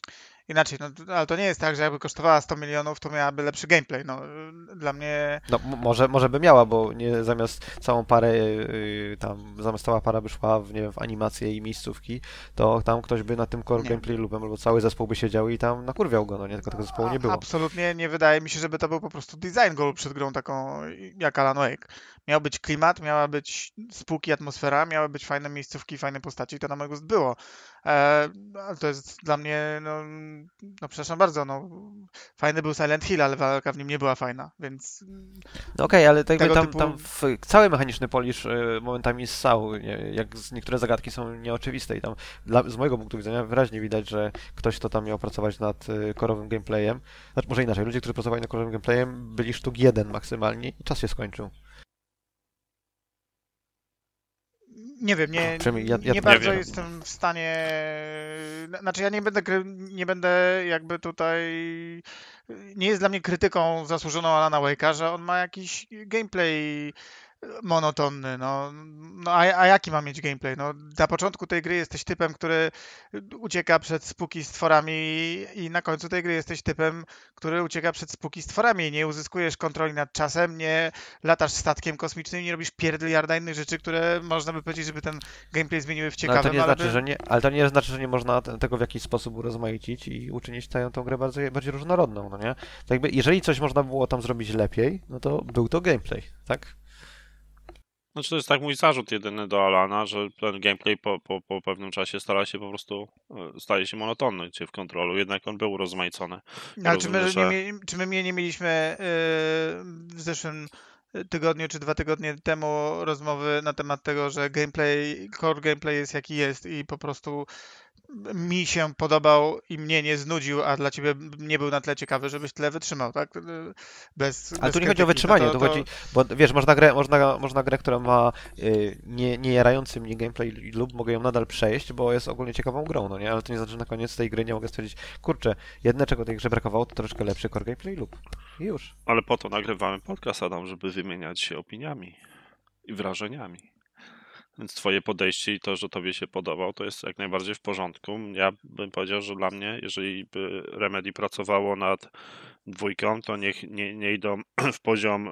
inaczej, no, ale to nie jest tak, że jakby kosztowała sto milionów, to miałaby lepszy gameplay. No, dla mnie... No m- może, może by miała, bo nie zamiast całą parę yy, tam, zamiast cała para by szła w, nie wiem, w animacje i miejscówki, to tam ktoś by na tym core Nie. gameplay lubem, albo cały zespół by siedział i tam nakurwiał go, no nie, tylko tego zespołu nie A- było. Absolutnie nie wydaje mi się, żeby to był po prostu design goal przed grą taką jak Alan Wake. Miał być klimat, miała być spółki, atmosfera, miały być fajne miejscówki, fajne postaci i to na mój gust było. E, ale to jest dla mnie, no, no przepraszam bardzo, no, fajny był Silent Hill, ale walka w nim nie była fajna, więc No okej, ale to jakby Tego tam, typu- tam w, cały mechaniczny polisz y, momentami ssał, nie, jak z, niektóre zagadki są nieoczywiste i tam dla, z mojego punktu widzenia wyraźnie widać, że ktoś, kto tam miał pracować nad y, korowym gameplayem, znaczy może inaczej, ludzie, którzy pracowali nad korowym gameplayem byli sztuk jeden maksymalnie i czas się skończył. nie wiem, nie, Przynajmniej ja- ja nie to bardzo wiem. jestem w stanie. Znaczy, ja nie będę, kry- nie będę jakby tutaj. Nie jest dla mnie krytyką zasłużoną Alana Wake'a, że on ma jakiś gameplay monotonny. No, no a, a jaki ma mieć gameplay? No, na początku tej gry jesteś typem, który ucieka przed spooky stworami, i na końcu tej gry jesteś typem, który ucieka przed spooky stworami. Nie uzyskujesz kontroli nad czasem, nie latasz statkiem kosmicznym, nie robisz pierdyliarda innych rzeczy, które można by powiedzieć, żeby ten gameplay zmieniły w No, ciekawym. ale to nie ale znaczy, by- że nie, ale to nie znaczy, że nie można te- tego w jakiś sposób urozmaicić i uczynić tę, tą grę bardziej, bardziej różnorodną, no nie? To jakby, jeżeli coś można było tam zrobić lepiej, no to był to gameplay, tak? Znaczy to jest tak mój zarzut jedyny do Alana, że ten gameplay po, po, po pewnym czasie stara się po prostu, e, staje się monotonny, gdzie w kontrolu, jednak on był urozmaicony. No, ale czy my, rozumiem, nie, mie- czy my mnie nie mieliśmy yy, w zeszłym tygodniu czy dwa tygodnie temu rozmowy na temat tego, że gameplay, core gameplay jest jaki jest i po prostu mi się podobał i mnie nie znudził, a dla ciebie nie był na tyle ciekawy, żebyś tyle wytrzymał, tak? Yy, Bez, Ale bez tu nie chodzi o krytyki. wytrzymanie, No tu to, chodzi, bo wiesz, można grę, można, można grę, która ma y, nie, nie jarający mnie gameplay lub mogę ją nadal przejść, bo jest ogólnie ciekawą grą, no nie? Ale to nie znaczy, że na koniec tej gry nie mogę stwierdzić, kurczę, jedne czego tej grze brakowało, to troszkę lepszy core gameplay lub i już. Ale po to nagrywamy podcast, Adam, żeby wymieniać się opiniami i wrażeniami. Więc twoje podejście i to, że tobie się podobał, to jest jak najbardziej w porządku. Ja bym powiedział, że dla mnie, jeżeli by Remedy pracowało nad dwójką, to niech nie, nie idą w poziom e,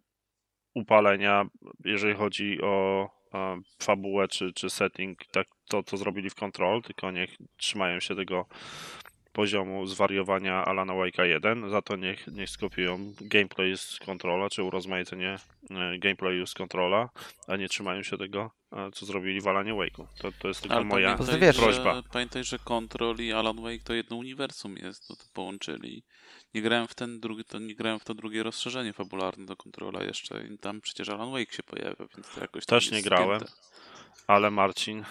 upalenia, jeżeli chodzi o e, fabułę czy, czy setting, tak to, co zrobili w Control, tylko niech trzymają się tego poziomu zwariowania Alana Wake'a jeden, za to niech, niech skopiują gameplay z Controla, czy urozmaicenie e, gameplayu z Controla, a nie trzymają się tego, e, co zrobili w Alanie Wake'u. To, to jest tylko Ale moja pamiętaj, pamiętaj, wiesz- prośba. że, pamiętaj, że Control i Alan Wake to jedno uniwersum jest, to, to połączyli. Nie grałem w ten drugi, to nie grałem w to drugie rozszerzenie fabularne do Controla jeszcze i tam przecież Alan Wake się pojawia, więc to jakoś tam Też jest nie grałem. spięte. Ale Marcin,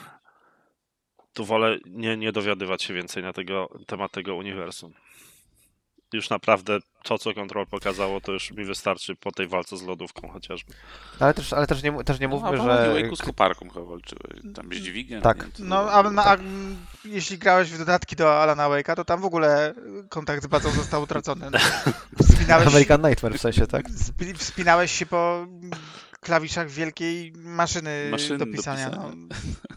tu wolę nie, nie dowiadywać się więcej na tego, temat tego uniwersum. Już naprawdę to, co Control pokazało, to już mi wystarczy po tej walce z lodówką chociażby. Ale też, ale też nie, też nie mówmy, no, a w że... Alan Wake'u z koparką chyba walczyły. Tam jest dźwigiem. Tak. nie wiem, co No, to a, było. na, a mm, jeśli grałeś w dodatki do Alana Wake'a, to tam w ogóle kontakt z bazą został utracony. No. Wspinałeś, American Nightmare w sensie, tak? spi- wspinałeś się po klawiszach wielkiej maszyny, Maszyny do do pisania. pisania. No.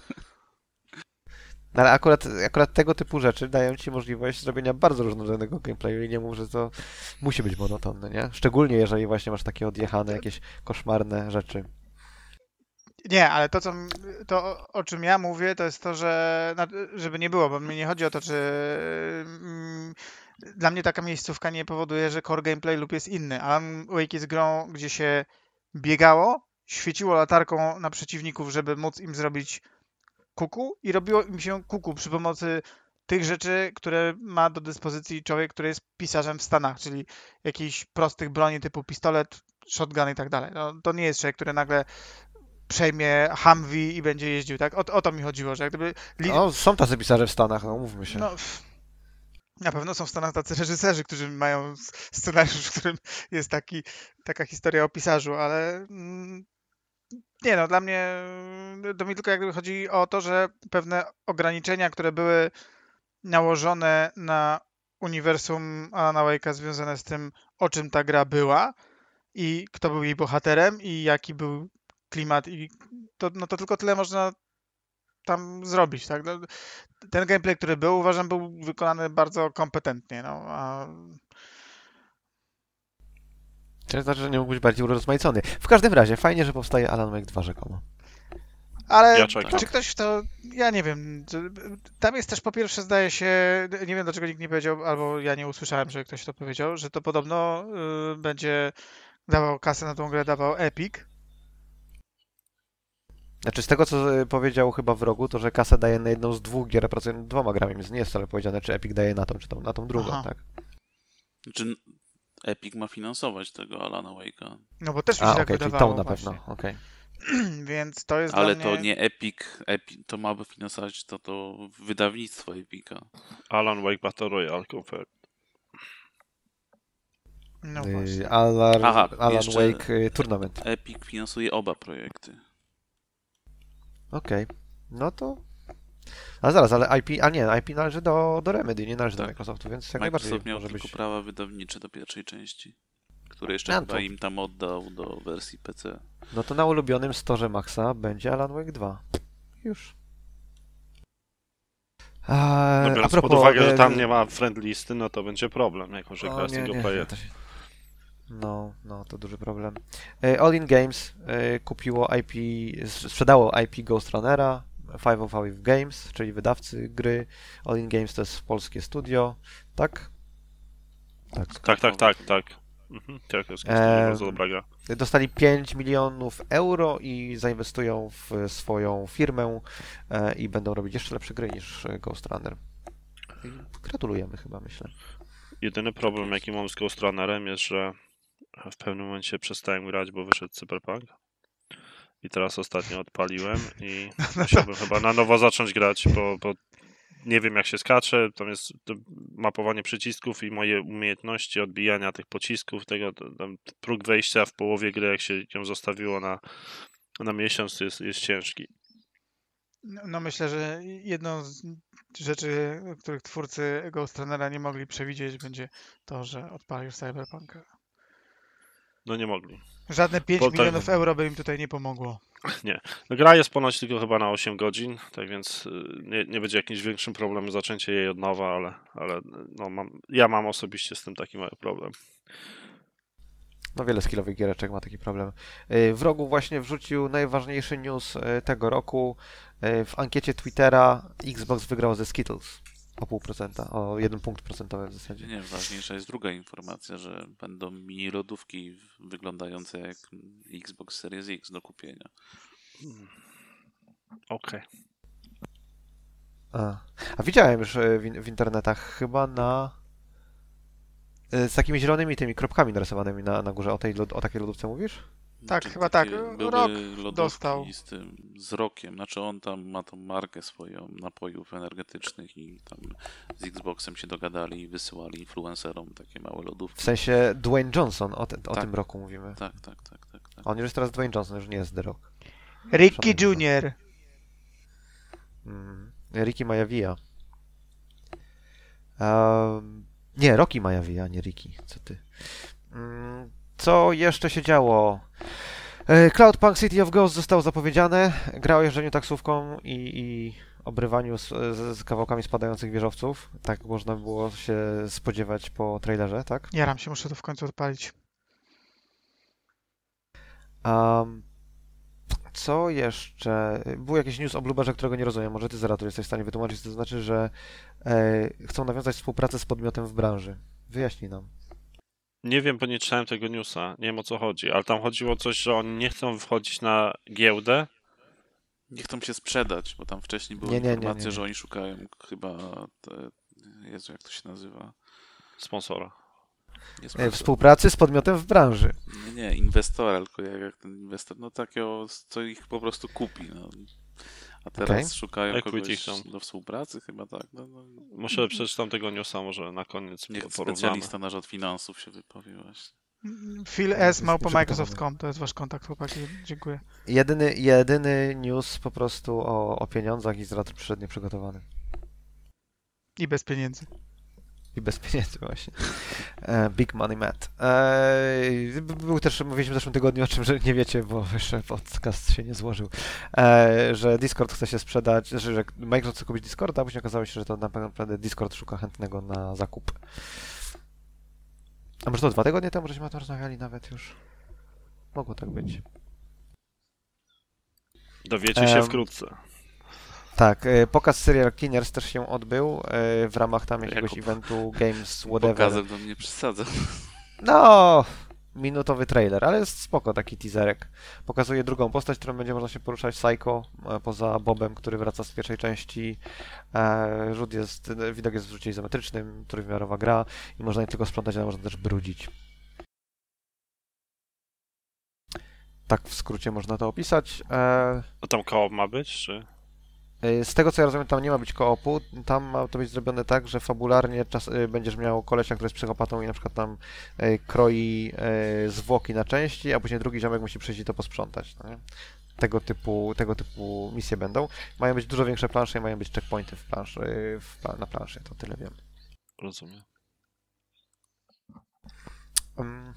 No, ale akurat, akurat tego typu rzeczy dają ci możliwość zrobienia bardzo różnorodnego gameplayu i nie mów, że to musi być monotonne, nie? Szczególnie jeżeli właśnie masz takie odjechane, jakieś koszmarne rzeczy. Nie, ale to, co, m- to, o- o czym ja mówię, to jest to, że na- żeby nie było, bo mnie nie chodzi o to, czy mm, dla mnie taka miejscówka nie powoduje, że core gameplay lub jest inny. Alan Wake jest grą, gdzie się biegało, świeciło latarką na przeciwników, żeby móc im zrobić kuku i robiło im się kuku przy pomocy tych rzeczy, które ma do dyspozycji człowiek, który jest pisarzem w Stanach, czyli jakichś prostych broni typu pistolet, shotgun i tak dalej. No, to nie jest człowiek, który nagle przejmie Humvee i będzie jeździł, tak? O, o to mi chodziło, że jak gdyby... Li... No, są tacy pisarze w Stanach, no mówmy się. No, pff, na pewno są w Stanach tacy reżyserzy, którzy mają s- scenariusz, w którym jest taki, taka historia o pisarzu, ale mm, nie no, dla mnie to mi tylko jakby chodzi o to, że pewne ograniczenia, które były nałożone na uniwersum Alana Wake'a związane z tym, o czym ta gra była i kto był jej bohaterem i jaki był klimat i to, no to tylko tyle można tam zrobić, tak? No, ten gameplay, który był, uważam, był wykonany bardzo kompetentnie, no, a To znaczy, że nie mógł być bardziej urozmaicony. W każdym razie, fajnie, że powstaje Alan Wake dwa rzekomo. ale Ja czekam. czy ktoś w to, ja nie wiem, czy- tam jest też po pierwsze, zdaje się, nie wiem dlaczego nikt nie powiedział, albo ja nie usłyszałem, że ktoś to powiedział, że to podobno y, będzie dawał kasę na tą grę, dawał Epic. Znaczy, z tego, co y, powiedział chyba w rogu, to że kasę daje na jedną z dwóch gier, a pracuje nad dwoma grami, więc nie jest wcale powiedziane, czy Epic daje na tą, czy tą, na tą drugą, Aha. tak? Czy Epic ma finansować tego Alana Wake'a? No bo też mi A, się okej, tak czyli wydawało tą na właśnie. pewno, okej. Więc to jest Ale dla to mnie... nie Epic, Epic, to ma by finansować to, to wydawnictwo Epica. Alan Wake Battle Royale confirmed. No Y, właśnie. Alan, Aha, Alan jeszcze- Wake y, Tournament. Epic finansuje oba projekty. Okej, no to... Ale zaraz, ale I P, a nie, I P należy do, do Remedy, nie należy do Tak. Microsoftu, więc jak najbardziej Microsoft miał może tylko być... prawa wydawnicze do pierwszej części, które jeszcze A, chyba to- im tam oddał do wersji P C. No to na ulubionym storze Maxa będzie Alan Wake dwa. Już. A, No a biorąc propos... pod uwagę, że e, tam nie ma friend listy, no to będzie problem, jako że o, gra single player. to się- No, no, to duży problem. E, All In Games e, kupiło I P, s- sprzedało I P Ghost Runnera, pięć oh five Games, czyli wydawcy gry. All In Games to jest polskie studio, tak? Tak. Tak, tak, tak, tak. Mhm. Tak, jest Em, bardzo dobra gra. Dostali pięć milionów euro i zainwestują w swoją firmę e, i będą robić jeszcze lepsze gry niż e, Ghost Runner. I gratulujemy chyba, myślę. Jedyny problem, jaki mam z Ghost Runnerem, jest, że w pewnym momencie przestałem grać, bo wyszedł Cyberpunk. I teraz ostatnio odpaliłem i musiałbym chyba na nowo zacząć grać, bo, bo nie wiem jak się skacze, tam jest to mapowanie przycisków i moje umiejętności odbijania tych pocisków, tego to, tam próg wejścia w połowie gry, jak się ją zostawiło na, na miesiąc, jest, jest ciężki. No, no myślę, że jedną z rzeczy, których twórcy Ghost Runnera nie mogli przewidzieć, będzie to, że odpalisz Cyberpunka. No nie mogli. Żadne pięć Bo tak- milionów euro by im tutaj nie pomogło. No, gra jest ponoć tylko chyba na osiem godzin, tak więc y, nie, nie będzie jakimś większym problemem zaczęcie jej od nowa, ale, ale no, mam, ja mam osobiście z tym taki mały problem. No wiele skillowych giereczek ma taki problem. E, W rogu właśnie wrzucił najważniejszy news e, tego roku. E, W ankiecie Twittera Xbox wygrał ze Skittles o pół procenta, o jeden punkt procentowy w zasadzie. Nie, ważniejsza jest druga informacja, że będą mini lodówki wyglądające jak Xbox Series X do kupienia. Okej. A, A widziałem już e, w, in- w internetach chyba na... e, z takimi zielonymi tymi kropkami narysowanymi na, na górze. O, tej, lod- o takiej lodówce mówisz? Tak, Czy chyba takie tak. Były Rok lodówki dostał. z tym, z rokiem. Znaczy on tam ma tą markę swoją napojów energetycznych i tam z Xboxem się dogadali i wysyłali influencerom takie małe lodówki. W sensie Dwayne Johnson, o, te, o Tak. tym roku mówimy. Tak, tak, tak, tak, tak. On już jest teraz Dwayne Johnson, już nie jest The Rock. Ricky Szanowni Junior Mm. Ricky Majawija. Um, nie, Rocky Majawija, nie Ricky. Co ty? Mm, co jeszcze się działo? E, Cloudpunk City of Ghosts zostało zapowiedziane. Gra o jeżdżeniu taksówką i, i obrywaniu z, z, z kawałkami spadających wieżowców. Tak można było się spodziewać po trailerze, tak? Jaram się, muszę to w końcu odpalić. Um, co jeszcze? Był jakiś news o Blueberze, którego nie rozumiem. Może ty, Zerator, jesteś w stanie wytłumaczyć, co to znaczy, że e, chcą nawiązać współpracę z podmiotem w branży. Wyjaśnij nam. Nie wiem, bo nie czytałem tego newsa, nie wiem o co chodzi, ale tam chodziło o coś, że oni nie chcą wchodzić na giełdę. Nie chcą się sprzedać, bo tam wcześniej były Nie, nie, nie, informacje, nie, nie. że oni szukają chyba, te, Jezu, jak to się nazywa? Sponsora. Nie, E, sponsor. współpracy z podmiotem w branży. nie, nie, inwestora, tylko jak, jak ten inwestor, no takiego, co ich po prostu kupi, no. A teraz Okej. szukają Equity kogoś chcą. do współpracy chyba, tak? No, no, Muszę przeczytam tego newsa, może na koniec niech porównamy. specjalista na rzecz finansów się wypowie właśnie. Phil S. jest małpa przygotowany. Microsoft kropka com, to jest wasz kontakt, chłopaki. Dziękuję. Jedyny, jedyny news po prostu o, o pieniądzach i Zerator przyszedł nieprzygotowany. I bez pieniędzy. I bez pieniędzy właśnie. E, Big Money Matt. E, Był też, mówiliśmy w zeszłym tygodniu o czym, że nie wiecie, bo jeszcze podcast się nie złożył, e, że Discord chce się sprzedać, że, że Microsoft chce kupić Discorda, a później okazało się, że to naprawdę Discord szuka chętnego na zakup. A może to dwa tygodnie temu, żeśmy o tym rozmawiali nawet już? Mogło tak być. Dowiecie się Em, wkrótce. Tak, e, pokaz Serial Killers też się odbył e, w ramach tam jakiegoś Jakub. eventu Games Whatever. Pokazem do mnie przesadza. No, minutowy trailer, ale jest spoko taki teaserek. Pokazuje drugą postać, którą będzie można się poruszać, Psycho, e, poza Bobem, który wraca z pierwszej części. E, rzut jest, e, widok jest w rzucie izometrycznym, trójwymiarowa gra i można nie tylko sprzątać, ale można też brudzić. Tak w skrócie można to opisać. E, A tam koop ma być, czy? e, z tego co ja rozumiem, tam nie ma być koopu, tam ma to być zrobione tak, że fabularnie czas, e, będziesz miał kolesia, który jest psychopatą i na przykład tam e, kroi e, zwłoki na części, a później drugi ziomek musi przyjść i to posprzątać. No nie? Tego typu, tego typu misje będą. Mają być dużo większe plansze i mają być checkpointy w planszy, w, pla- na planszy, to tyle wiem. Rozumiem. Um,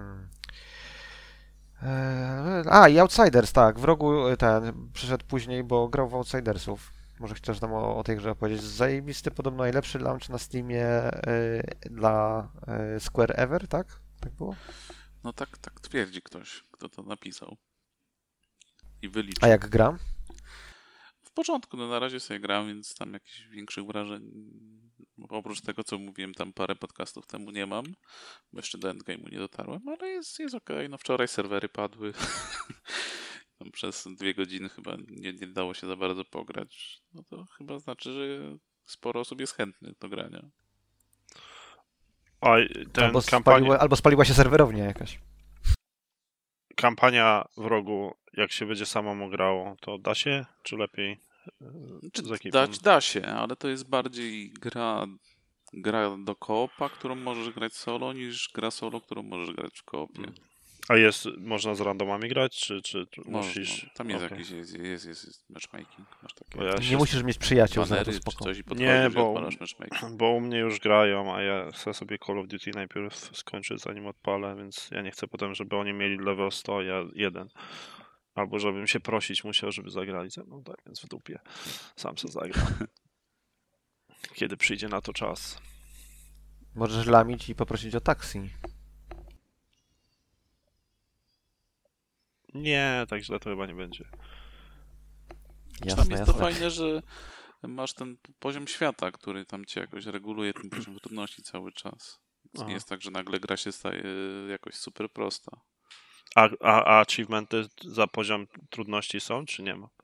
Eee, A, i Outsiders, tak. W rogu e, ten przyszedł później, bo grał w Outsidersów. Może chcesz tam o, o tej grze opowiedzieć. Zajebisty, podobno najlepszy launch na Steamie e, dla e, Square Ever, tak? Tak było? No tak, tak twierdzi ktoś, kto to napisał. I A wyliczył. jak gra? W porządku, no na razie sobie gram, więc tam jakichś większych wrażeń, oprócz tego, co mówiłem tam parę podcastów temu, nie mam, bo jeszcze do endgame'u nie dotarłem, ale jest, jest okej. No wczoraj serwery padły. Tam przez dwie godziny chyba nie, nie dało się za bardzo pograć. No to chyba znaczy, że sporo osób jest chętnych do grania. A ten Albo, kampania, spaliła, albo spaliła się serwerownia jakaś. kampania w rogu, jak się będzie samemu grało, to da się, czy lepiej e, Czy z ekipą? dać da się, ale to jest bardziej gra, gra do koopa, którą możesz grać solo, niż gra solo, którą możesz grać w koopie. Mm. A jest, można z randomami grać, czy, czy czy Można. musisz... Tam jest Okej. jakiś, jest, jest, jest, jest matchmaking. Masz takie Bo ja Nie się... musisz mieć przyjaciół, za to banery czy spoko. coś i podchodzisz Nie, i bo, odpalasz matchmaking. bo u mnie już grają, a ja chcę sobie Call of Duty najpierw skończyć, zanim odpalę, więc ja nie chcę potem, żeby oni mieli level sto, ja jeden. Albo żebym się prosić musiał, żeby zagrali ze mną, tak więc w dupie. Sam se zagram. Kiedy przyjdzie na to czas. Możesz lamić i poprosić o taksi. Nie, tak źle to chyba nie będzie. Tam Jasne, jest to jasne. fajne, że masz ten poziom świata, który tam ci jakoś reguluje ten poziom trudności cały czas. Więc Aha. nie jest tak, że nagle gra się staje jakoś super prosta. A, a, a achievementy za poziom trudności są, czy nie ma?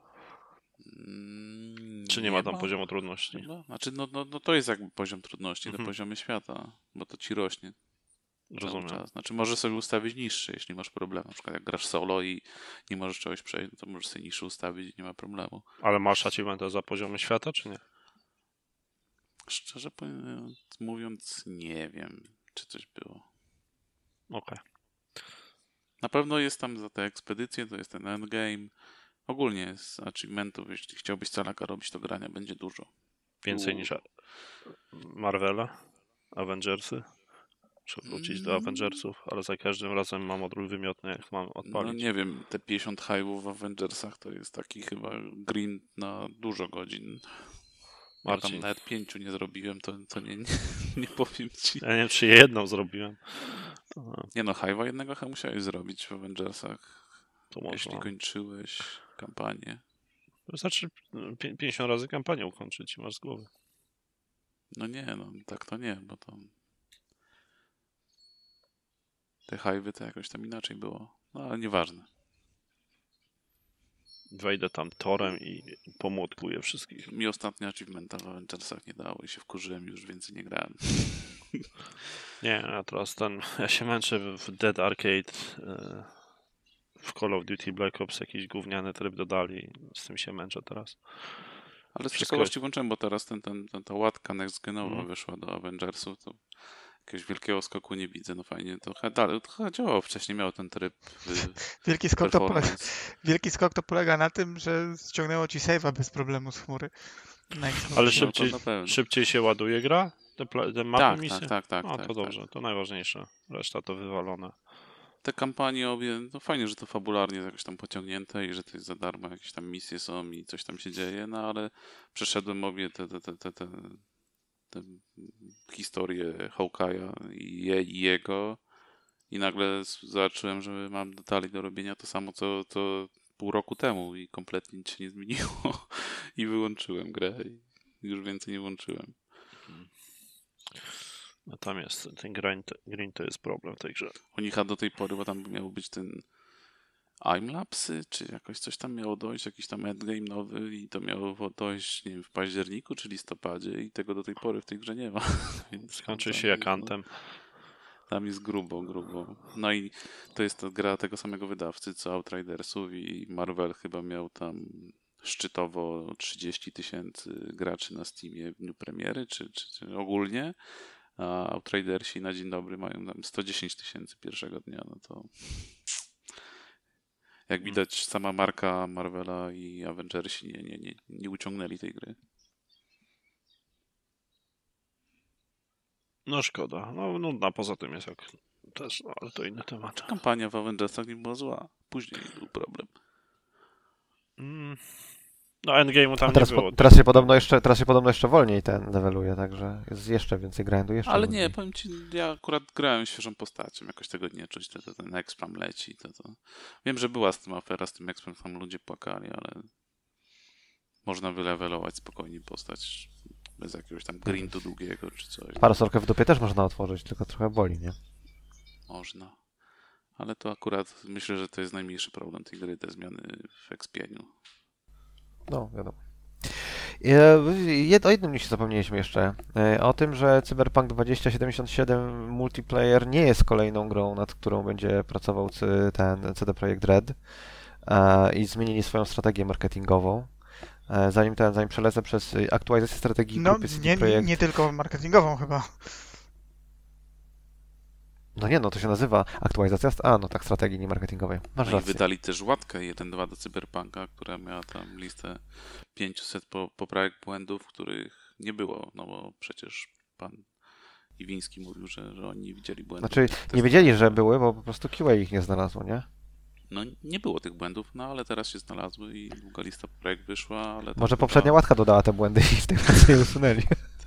Mm, Czy nie, ma tam poziomu trudności? Chyba. Znaczy, no, no, no to jest jakby poziom trudności, Mhm. to poziomy świata, bo to ci rośnie cały Rozumiem. czas. Znaczy, możesz sobie ustawić niższy, jeśli masz problem. Na przykład jak grasz solo i nie możesz czegoś przejść, no to możesz sobie niższy ustawić i nie ma problemu. Ale masz achievementa za poziomy świata, czy nie? Szczerze powiem- mówiąc, nie wiem, czy coś było. Okej. Na pewno jest tam za te ekspedycje, to jest ten endgame. Ogólnie z achievementów, jeśli chciałbyś calaka robić, to grania będzie dużo. Więcej niż Dużo. Marvela, Avengersy. Muszę wrócić do Mm. Avengersów, ale za każdym razem mam odruch wymiotny, jak mam No odpalić. nie wiem, te pięćdziesiąt hive'ów w Avengersach to jest taki chyba grind na dużo godzin. Ja Marcin, tam nawet pięciu nie zrobiłem, to, to nie, nie, nie powiem ci. ja nie wiem, czy jedną zrobiłem. Aha, Nie no, hive'a jednego chyba musiałeś zrobić w Avengersach, to jeśli można. kończyłeś kampanię. Wystarczy pię- pięćdziesiąt razy kampanię ukończyć i masz z głowy. No nie, no tak to nie, bo to te hive'y to jakoś tam inaczej było. No ale nieważne. Wejdę tam torem i pomłotkuję wszystkich. Mi ostatnio achievementa w Avengersach nie dało i się wkurzyłem i już więcej nie grałem. Nie, a teraz ten, ja się męczę w Dead Arcade, e, w Call of Duty Black Ops jakiś gówniany tryb dodali, z tym się męczę teraz. Ale z Wszystko ciekawości włączyłem, bo teraz ten, ten, ten, ta łatka next genowa Mhm. wyszła do Avengersów, to jakiegoś wielkiego skoku nie widzę, no fajnie. To chyba dalej, to chyba działało wcześniej, miał ten tryb y, Wielki skok, to polega, performance. wielki skok to polega na tym, że ściągnęło ci save'a bez problemu z chmury. Na Xboxie. Ale No szybciej, to na pewno. szybciej się ładuje gra? Te, pla- te mapy Tak, misje? tak, tak, tak. No tak, to tak. dobrze, to najważniejsze. Reszta to wywalone. te kampanie obie, no fajnie, że to fabularnie jest jakoś tam pociągnięte i że to jest za darmo, jakieś tam misje są i coś tam się dzieje, no ale przeszedłem obie te, te, te, te, te, te historie Hawkeye'a i, je, i jego i nagle s- zobaczyłem, że mam dalej do robienia to samo, co, co pół roku temu i kompletnie nic się nie zmieniło i wyłączyłem grę i już więcej nie włączyłem. No tam jest ten grind, grind to jest problem w tej grze. U nich a do tej pory, bo tam miał być ten timelapsy, czy jakoś coś tam miało dojść, jakiś tam endgame nowy i to miało wo- dojść, nie wiem, w październiku czy listopadzie i tego do tej pory w tej grze nie ma. Więc Skończy tam się jak jest, no, Anthem. tam jest grubo, grubo. No i to jest ta gra tego samego wydawcy, co Outridersów i Marvel chyba miał tam szczytowo trzydzieści tysięcy graczy na Steamie w dniu premiery, czy, czy, czy ogólnie, a Outridersi na dzień dobry mają tam sto dziesięć tysięcy pierwszego dnia, no to jak widać sama marka Marvela i Avengersi nie, nie, nie, nie uciągnęli tej gry. No szkoda. No nudna poza tym jest jak też, no ale to inny temat. Kampania w Avengersach nie była zła. Później był problem. Mm. No endgame'u tam A teraz, nie było. po, teraz, się podobno jeszcze, teraz się podobno jeszcze wolniej ten leveluje, także jest jeszcze więcej grindu, jeszcze Ale wolniej. nie, powiem ci, ja akurat grałem świeżą postacią, jakoś tego nie czuć, to, to ten Expam leci, to, to... Wiem, że była z tym afera, z tym Expam, tam ludzie płakali, ale można wylewelować spokojnie postać bez jakiegoś tam grindu długiego czy coś. Parasolkę w dupie też można otworzyć, tylko trochę boli, nie? Można. Ale to akurat myślę, że to jest najmniejszy problem tej gry, te zmiany w expieniu. No, wiadomo. E, jed- O jednym nie się zapomnieliśmy jeszcze. E, O tym, że Cyberpunk dwadzieścia siedemdziesiąt siedem Multiplayer nie jest kolejną grą, nad którą będzie pracował cy- ten C D Projekt Red e, i zmienili swoją strategię marketingową. E, Zanim ten, zanim przelecę przez y, aktualizację strategii No, grupy C D nie, Projekt. nie tylko marketingową chyba. No nie, no to się nazywa aktualizacja. st- A, no tak, strategii nie marketingowej. Masz No i rację. wydali też łatkę jeden dwa do Cyberpunka, która miała tam listę pięćset po, poprawek błędów, których nie było, no bo przecież pan Iwiński mówił, że, że oni nie widzieli błędów. Znaczy, nie wiedzieli, że były, bo po prostu Q A ich nie znalazło, nie? No nie było tych błędów, no ale teraz się znalazły i długa lista poprawek wyszła, ale tam Może chyba, poprzednia łatka dodała te błędy i w tej pracy je usunęli.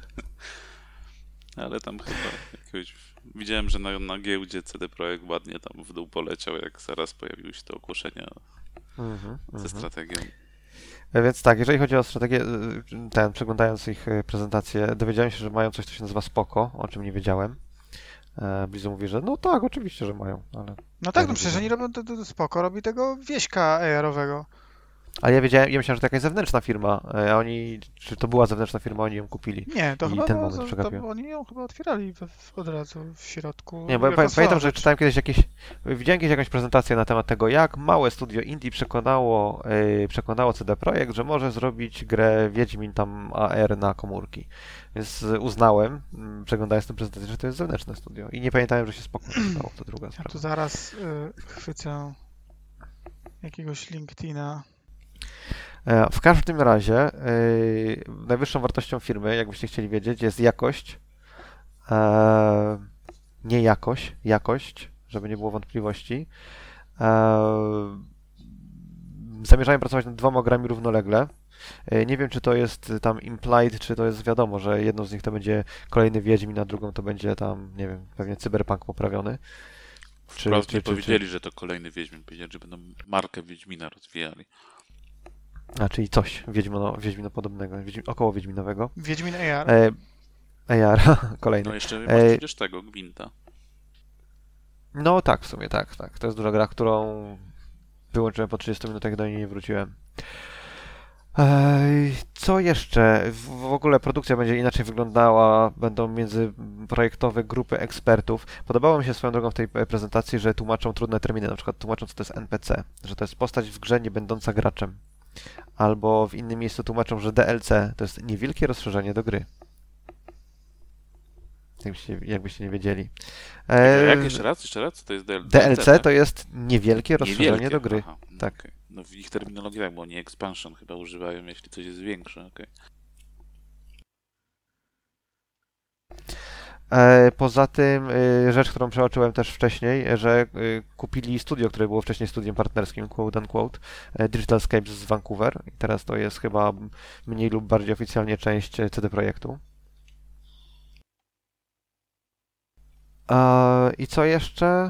ale tam chyba jakiegoś... Widziałem, że na, na giełdzie C D Projekt ładnie tam w dół poleciał, jak zaraz pojawiły się te ogłoszenia Mhm, ze mhm. strategią. E, Więc tak, jeżeli chodzi o strategię, y, ten, przeglądając ich y, prezentację, dowiedziałem się, że mają coś, co się nazywa Spoko, o czym nie wiedziałem. E, Blizu mówi, że no tak, oczywiście, że mają, ale... No tak, Ja no nie przecież oni wiedziałem. robią to, to, to spoko, robi tego wieśka A R-owego. Ale ja wiedziałem, ja myślałem, że to jakaś zewnętrzna firma, e, a oni, czy to była zewnętrzna firma, oni ją kupili. Nie, to I chyba ten było, moment to, przegapiłem. to, oni ją chyba otwierali w, w, od razu w środku. Nie, bo ja jako pa- swoją pamiętam, że rzecz. czytałem kiedyś jakieś, widziałem kiedyś jakąś prezentację na temat tego, jak małe studio indie przekonało, yy, przekonało C D Projekt, że może zrobić grę Wiedźmin tam A R na komórki. Więc uznałem, mm, przeglądając tę prezentację, że to jest zewnętrzne studio. I nie pamiętałem, że się spoko nazywało, to druga Ja sprawa. tu zaraz y, chwycę jakiegoś LinkedIna. E, W każdym razie yy, najwyższą wartością firmy, jakbyście chcieli wiedzieć, jest jakość, e, nie jakość, jakość, żeby nie było wątpliwości. E, Zamierzają pracować nad dwoma grami równolegle. E, Nie wiem, czy to jest tam implied, czy to jest wiadomo, że jedną z nich to będzie kolejny Wiedźmin, a drugą to będzie tam, nie wiem, pewnie Cyberpunk poprawiony. Czy, Wprost czy, nie czy, powiedzieli, czy, że to kolejny Wiedźmin, powiedzieli, że będą markę Wiedźmina rozwijali. a, czyli coś Wiedźmino, Wiedźminopodobnego, Wiedźmin, około Wiedźminowego. Wiedźmin A R. E, A R, kolejny. No jeszcze masz Ej. przecież tego, Gwinta. No tak, w sumie tak, tak. To jest duża gra, którą wyłączyłem po trzydziestu minutach i do niej nie wróciłem. Ej, co jeszcze? W w ogóle produkcja będzie inaczej wyglądała, będą międzyprojektowe grupy ekspertów. Podobało mi się swoją drogą w tej e, prezentacji, że tłumaczą trudne terminy, na przykład tłumaczą, co to jest N P C, że to jest postać w grze nie będąca graczem. Albo w innym miejscu tłumaczą, że D L C to jest niewielkie rozszerzenie do gry. Jakbyście, jakbyście nie wiedzieli. E, Jak jeszcze raz, jeszcze raz, co to jest D L C? D L C to jest niewielkie rozszerzenie Niewielkie. do gry. Aha, no Tak. okej. No w ich terminologii tak, bo oni expansion chyba używają, jeśli coś jest większe, okej. E, Poza tym y, rzecz, którą przeoczyłem też wcześniej, że y, kupili studio, które było wcześniej studiem partnerskim, quote unquote, e, Digitalscapes z Vancouver i teraz to jest chyba mniej lub bardziej oficjalnie część C D Projektu. E, I co jeszcze?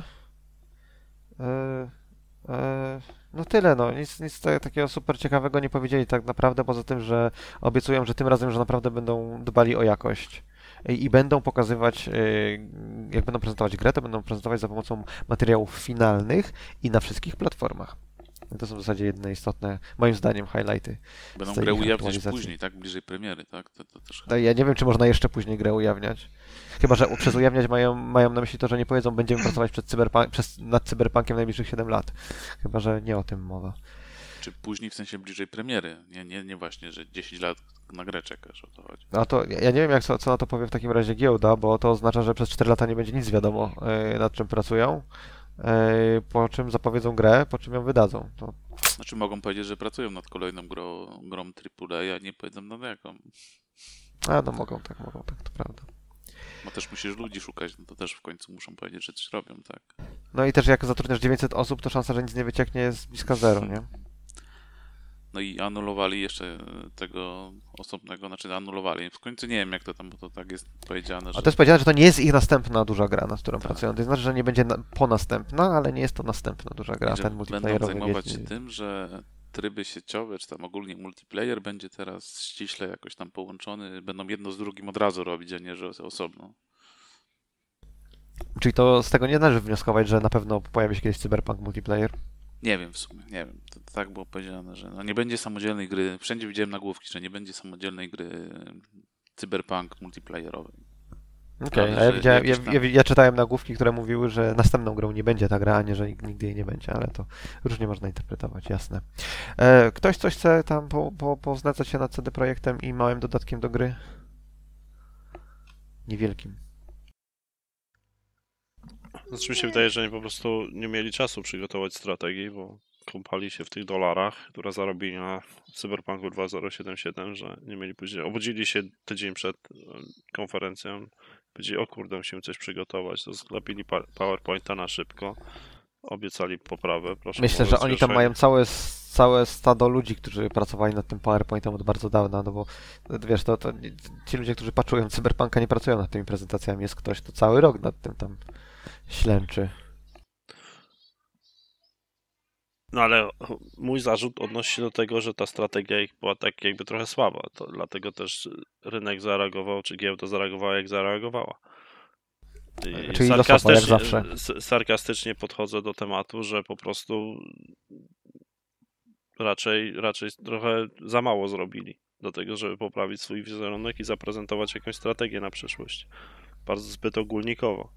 E, e, No tyle, no. Nic, nic ta- takiego super ciekawego nie powiedzieli tak naprawdę, poza tym, że obiecują, że tym razem, że naprawdę będą dbali o jakość. I, i będą pokazywać, y, jak będą prezentować grę, to będą prezentować za pomocą materiałów finalnych i na wszystkich platformach. To są w zasadzie jedyne istotne, moim zdaniem, highlighty. Będą z tej grę ich ujawniać aktualizacji. później, tak? Bliżej premiery, tak? To, to też... No, ja nie wiem, czy można jeszcze później grę ujawniać. Chyba że przez ujawniać mają, mają na myśli to, że nie powiedzą, będziemy pracować przed cyberpunk, przez, nad cyberpunkiem najbliższych siedem lat. Chyba że nie o tym mowa. Czy później w sensie bliżej premiery? Nie, nie, nie właśnie, że dziesięć lat na grę czekasz, o to chodzi. No to ja ja nie wiem, jak co, co na to powie w takim razie giełda, bo to oznacza, że przez cztery lata nie będzie nic wiadomo, yy, nad czym pracują, yy, po czym zapowiedzą grę, po czym ją wydadzą. To, Znaczy mogą powiedzieć, że pracują nad kolejną grą, grą triple A, a nie powiedzą nad jaką. a no mogą tak, mogą tak, to prawda. Bo też musisz ludzi szukać, no to też w końcu muszą powiedzieć, że coś robią, tak? No i też jak zatrudniasz dziewięćset osób, to szansa, że nic nie wycieknie jest bliska zero, nie? No i anulowali jeszcze tego osobnego, znaczy anulowali. W końcu nie wiem jak to tam, bo to tak jest powiedziane, że... A to jest powiedziane, że to nie jest ich następna duża gra, nad którą Tak. pracują. To znaczy, że nie będzie na, ponastępna, ale nie jest to następna duża gra, że ten będą multiplayerowy zajmować wiecie. się tym, że tryby sieciowe, czy tam ogólnie multiplayer będzie teraz ściśle jakoś tam połączony, będą jedno z drugim od razu robić, a nie, że osobno. Czyli to z tego nie należy wnioskować, że na pewno pojawi się kiedyś Cyberpunk multiplayer? Nie wiem w sumie, nie wiem. To, to tak było powiedziane, że no nie będzie samodzielnej gry. Wszędzie widziałem nagłówki, że nie będzie samodzielnej gry Cyberpunk multiplayerowej. Okej, Prawda, a ja, że widziałem, ja, jakiś tam- ja, ja czytałem nagłówki, które mówiły, że następną grą nie będzie ta gra, a nie, że nig- nigdy jej nie będzie, ale to różnie można interpretować, jasne. E, ktoś coś chce tam po, po, poznacać się nad C D Projektem i małym dodatkiem do gry? Niewielkim. Znaczy mi się wydaje, że oni po prostu nie mieli czasu przygotować strategii, bo kąpali się w tych dolarach, które zarobili na Cyberpunku dwa zero siedem siedem, że nie mieli później. Obudzili się tydzień przed e, konferencją, powiedzieli, o kurde, musimy coś przygotować. To sklepili pa- PowerPointa na szybko, obiecali poprawę. Proszę Myślę, o że oni tam rozgłoszenie. mają całe, s- całe stado ludzi, którzy pracowali nad tym PowerPointem od bardzo dawna, no bo e, wiesz, to, to nie- ci ludzie, którzy patrzują Cyberpunka, nie pracują nad tymi prezentacjami, jest ktoś, kto cały rok nad tym tam ślęczy. No ale mój zarzut odnosi się do tego, że ta strategia ich była tak jakby trochę słaba. To dlatego też rynek zareagował, czy giełda zareagowała jak zareagowała. I Czyli losowo, jak zawsze. s- sarkastycznie podchodzę do tematu, że po prostu raczej, raczej trochę za mało zrobili do tego, żeby poprawić swój wizerunek i zaprezentować jakąś strategię na przyszłość. Bardzo zbyt ogólnikowo.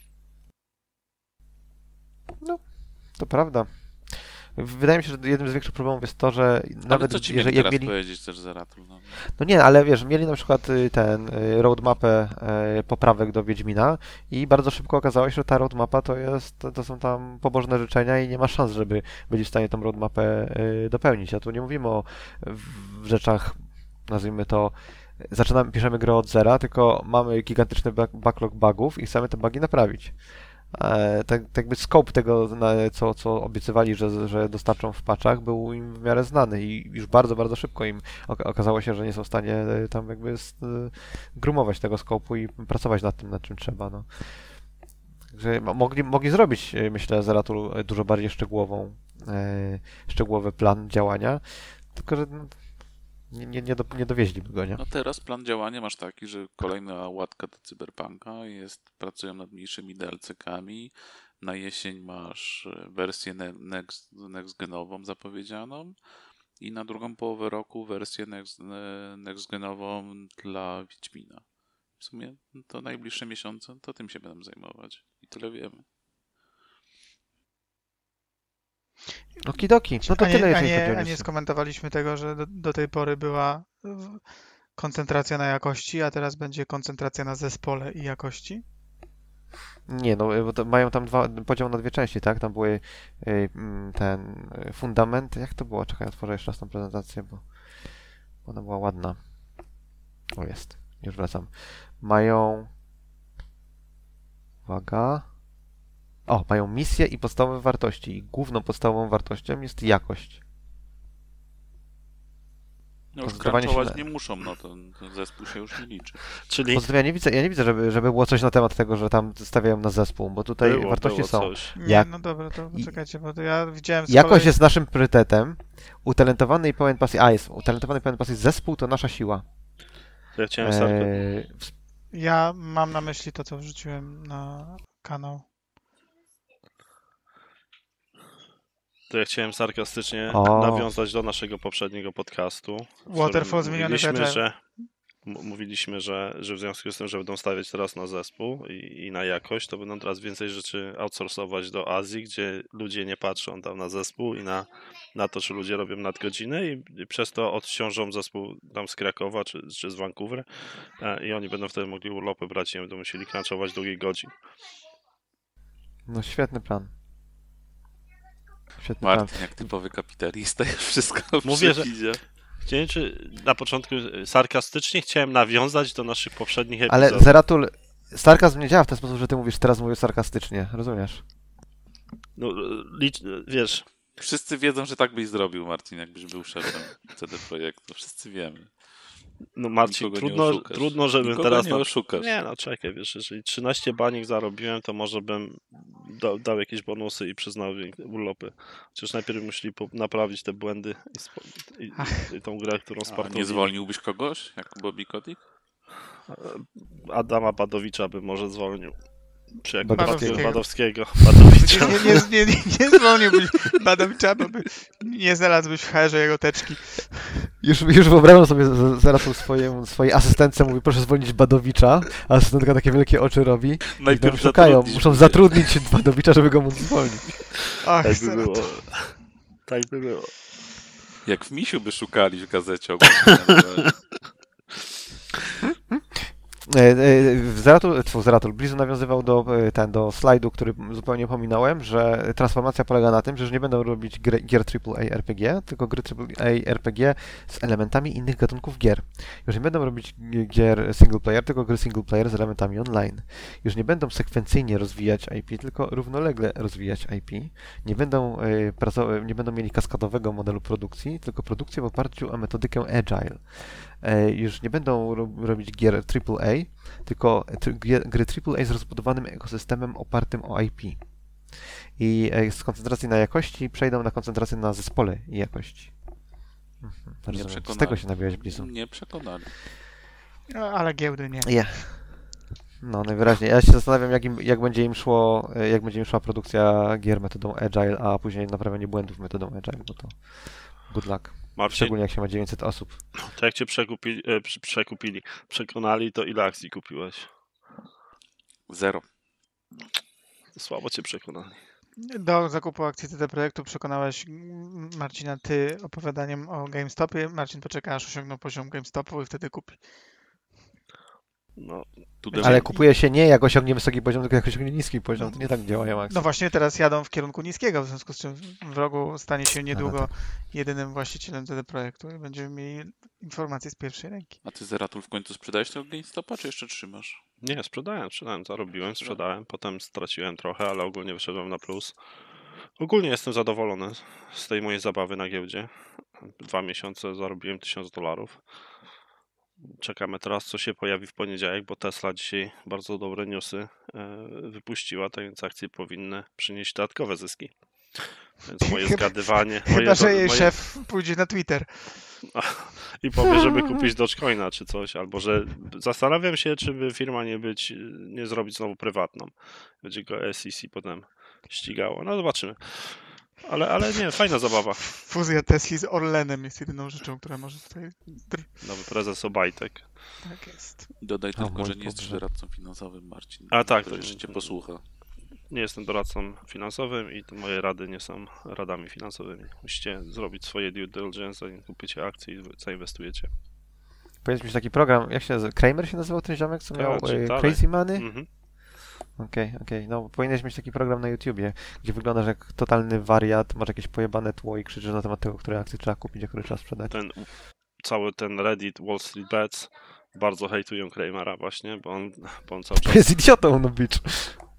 To prawda. Wydaje mi się, że jednym z większych problemów jest to, że Ale nawet co ci jeżeli mieli jak teraz mieli... powiedzieć też Zeratul? No. No nie, ale wiesz, mieli na przykład y, ten y, roadmapę y, poprawek do Wiedźmina i bardzo szybko okazało się, że ta roadmapa to jest, to, to są tam pobożne życzenia i nie ma szans, żeby byli w stanie tą roadmapę y, dopełnić. A tu nie mówimy o w, w rzeczach, nazwijmy to, zaczynamy, piszemy grę od zera, tylko mamy gigantyczny back- backlog bugów i chcemy te bugi naprawić. E, tak, tak jakby scope tego, na, co, co obiecywali, że, że dostarczą w patchach, był im w miarę znany i już bardzo, bardzo szybko im ok- okazało się, że nie są w stanie e, tam jakby s- e, grumować tego scope'u i pracować nad tym, nad czym trzeba. No. Także mo- mogli, mogli zrobić, e, myślę, Zeratul e, dużo bardziej szczegółową, e, szczegółowy plan działania, tylko że no, nie, nie, nie, do, nie dowieźliby go, nie? No teraz plan działania masz taki, że kolejna łatka do Cyberpunka jest, pracują nad mniejszymi D L C-kami. Na jesień masz e, wersję ne- next, next-genową zapowiedzianą i na drugą połowę roku wersję next, e, next-genową dla Wiedźmina. W sumie to najbliższe miesiące to tym się będą zajmować i tyle wiemy. Okidoki, no to a nie, tyle, a jeżeli chodzi nie, o a nie newsy. skomentowaliśmy tego, że do, do tej pory była w- koncentracja na jakości, a teraz będzie koncentracja na zespole i jakości? Nie, no bo to mają tam dwa, podział na dwie części, tak? Tam były y, mm, ten y, fundament, jak to było? Czekaj, otworzę jeszcze raz tą prezentację, bo ona była ładna. O, jest, już wracam. Mają Uwaga. O, mają misję i podstawowe wartości. I główną podstawową wartością jest jakość. No już Pozycjonowanie się crunchować na- nie muszą, no ten, ten zespół się już nie liczy. Czyli Poza tym ja nie widzę, ja nie widzę, żeby, żeby było coś na temat tego, że tam stawiają na zespół, bo tutaj było, wartości było są. coś. Nie, Jak- no dobra, to i- poczekajcie, bo to ja widziałem z Jakość kolei... jest naszym priorytetem. Utalentowany i pełen pasji. A, jest utalentowany i pełen pasji. Zespół to nasza siła. Ja chciałem sarka... Eee, w- Ja mam na myśli to, co wrzuciłem na kanał. To ja chciałem sarkastycznie O. nawiązać do naszego poprzedniego podcastu. w Waterfall którym zmieniony w mówiliśmy, Agile. że m- Mówiliśmy, że, że w związku z tym, że będą stawiać teraz na zespół i, i na jakość, to będą teraz więcej rzeczy outsourcować do Azji, gdzie ludzie nie patrzą tam na zespół i na, na to, czy ludzie robią nadgodziny i, i przez to odciążą zespół tam z Krakowa czy, czy z Vancouver e, i oni będą wtedy mogli urlopy brać i nie będą musieli crunchować długich godzin. no świetny plan. Świetny plan. Martin, jak typowy kapitalista, już wszystko Mówię, że- przewidział. Chciałem, czy na początku sarkastycznie chciałem nawiązać do naszych poprzednich Ale epizodów. Zeratul, sarkazm nie działa w ten sposób, że ty mówisz, teraz mówię sarkastycznie. Rozumiesz? No, licz, wiesz, Wszyscy wiedzą, że tak byś zrobił, Martin, jakbyś był szefem C D Projektu. Wszyscy wiemy. no Marcin, Nikogo nie trudno, oszukasz. trudno, żebym Nikogo teraz... nie na- oszukasz. Nie, no czekaj, wiesz, jeżeli trzynaście baniek zarobiłem, to może bym dał, dał jakieś bonusy i przyznał urlopy. Chociaż najpierw musieli po- naprawić te błędy i, spo, i, i, i tą grę, którą A spartolili. nie zwolniłbyś kogoś, jak Bobby Kotick? Adama Badowicza bym może zwolnił. Czy jak Badowskiego. Badowskiego. Badowicza. Nie, nie, nie, nie, nie zwolniłbyś Badowicza, bo by nie znalazłbyś w herze jego teczki. Już, już wyobrażam sobie z- Zeratul swojemu, swojej asystentce, mówi, proszę zwolnić Badowicza, a asystentka takie wielkie oczy robi i tam szukają, zatrudnisz muszą mnie. zatrudnić Badowicza, żeby go móc zwolnić. Ach, Tak by Zeratul. było. Tak by było. Jak w Misiu by szukali w gazecie ogólnie. E, e, Zeratul, tfu, Zeratul, Blizu nawiązywał do, e, ten, do slajdu, który zupełnie pominąłem, że transformacja polega na tym, że już nie będą robić gry, gier triple A R P G, tylko gry triple A R P G z elementami innych gatunków gier. Już nie będą robić gi- gier single player, tylko gry single player z elementami online. Już nie będą sekwencyjnie rozwijać I P, tylko równolegle rozwijać I P. Nie będą, e, pracowa- nie będą mieli kaskadowego modelu produkcji, tylko produkcję w oparciu o metodykę Agile. E, już nie będą ro- robić gier triple A, tylko tr- gier- gry triple A z rozbudowanym ekosystemem opartym o I P. I e, z koncentracji na jakości przejdą na koncentrację na zespole i jakości. Mhm, rozumiem. Z przekonali. tego się nabiłeś, Blizu. Nie przekonali. No, ale giełdy nie. Nie. No, najwyraźniej. Ja się zastanawiam, jak, im, jak, będzie im szło, e, jak będzie im szła produkcja gier metodą Agile, a później naprawianie błędów metodą Agile, bo to good luck. Marcin, Szczególnie jak się ma dziewięćset osób. to jak cię przekupili, e, prze- przekupili, przekonali, to ile akcji kupiłeś? Zero. Słabo cię przekonali. Do zakupu akcji C D Projektu przekonałeś mm, Marcina ty opowiadaniem o GameStopie. Marcin poczeka, aż osiągną poziom GameStopu i wtedy kupi. No, Tu Ale kupuje się nie jak osiągnie wysoki poziom, tylko jak osiągnie niski poziom. To nie tak działają akcje. No właśnie teraz jadą w kierunku niskiego, w związku z czym w rogu stanie się niedługo tak. jedynym właścicielem C D Projektu i będziemy mieli informacje z pierwszej ręki. A ty, Zeratul, w końcu sprzedałeś tego GameStopa, czy jeszcze trzymasz? nie, sprzedałem, sprzedałem, zarobiłem, sprzedałem, potem straciłem trochę, ale ogólnie wyszedłem na plus. Ogólnie jestem zadowolony z tej mojej zabawy na giełdzie. Dwa miesiące zarobiłem tysiąc dolarów. Czekamy teraz, co się pojawi w poniedziałek, bo Tesla dzisiaj bardzo dobre newsy e, wypuściła, tak więc akcje powinny przynieść dodatkowe zyski. Więc moje Chyba- zgadywanie... Chyba, moje, że jej moje, szef pójdzie na Twitter. I powie, żeby kupić Dogecoina czy coś, albo że zastanawiam się, czy by firma nie być, nie zrobić znowu prywatną. Będzie go S E C potem ścigało. No zobaczymy. Ale, ale nie, fajna zabawa. Fuzja Tesli z Orlenem jest jedyną rzeczą, która może tutaj... Nowy prezes Obajtek. Tak jest. Dodaj O tylko, mój że nie jesteś Boże. doradcą finansowym, Marcin. A tak, Który to- jeszcze cię posłucha. Nie jestem doradcą finansowym i to moje rady nie są radami finansowymi. Musicie zrobić swoje due diligence, zanim kupicie akcje i zainwestujecie. Powiedz mi, taki program, jak się nazywa? Kramer się nazywał ten ziomek, co Tak, miał czy e, dalej. Crazy Money? Mhm. Okej, okej. No, powinieneś mieć taki program na YouTubie, gdzie wyglądasz jak totalny wariat, masz jakieś pojebane tło i krzyczysz na temat tego, które akcje trzeba kupić, a które trzeba sprzedać. Ten, cały ten Reddit Wall Street Bets bardzo hejtują Kramera właśnie, bo on, bo on cały czas Jest idiotą, no bitch.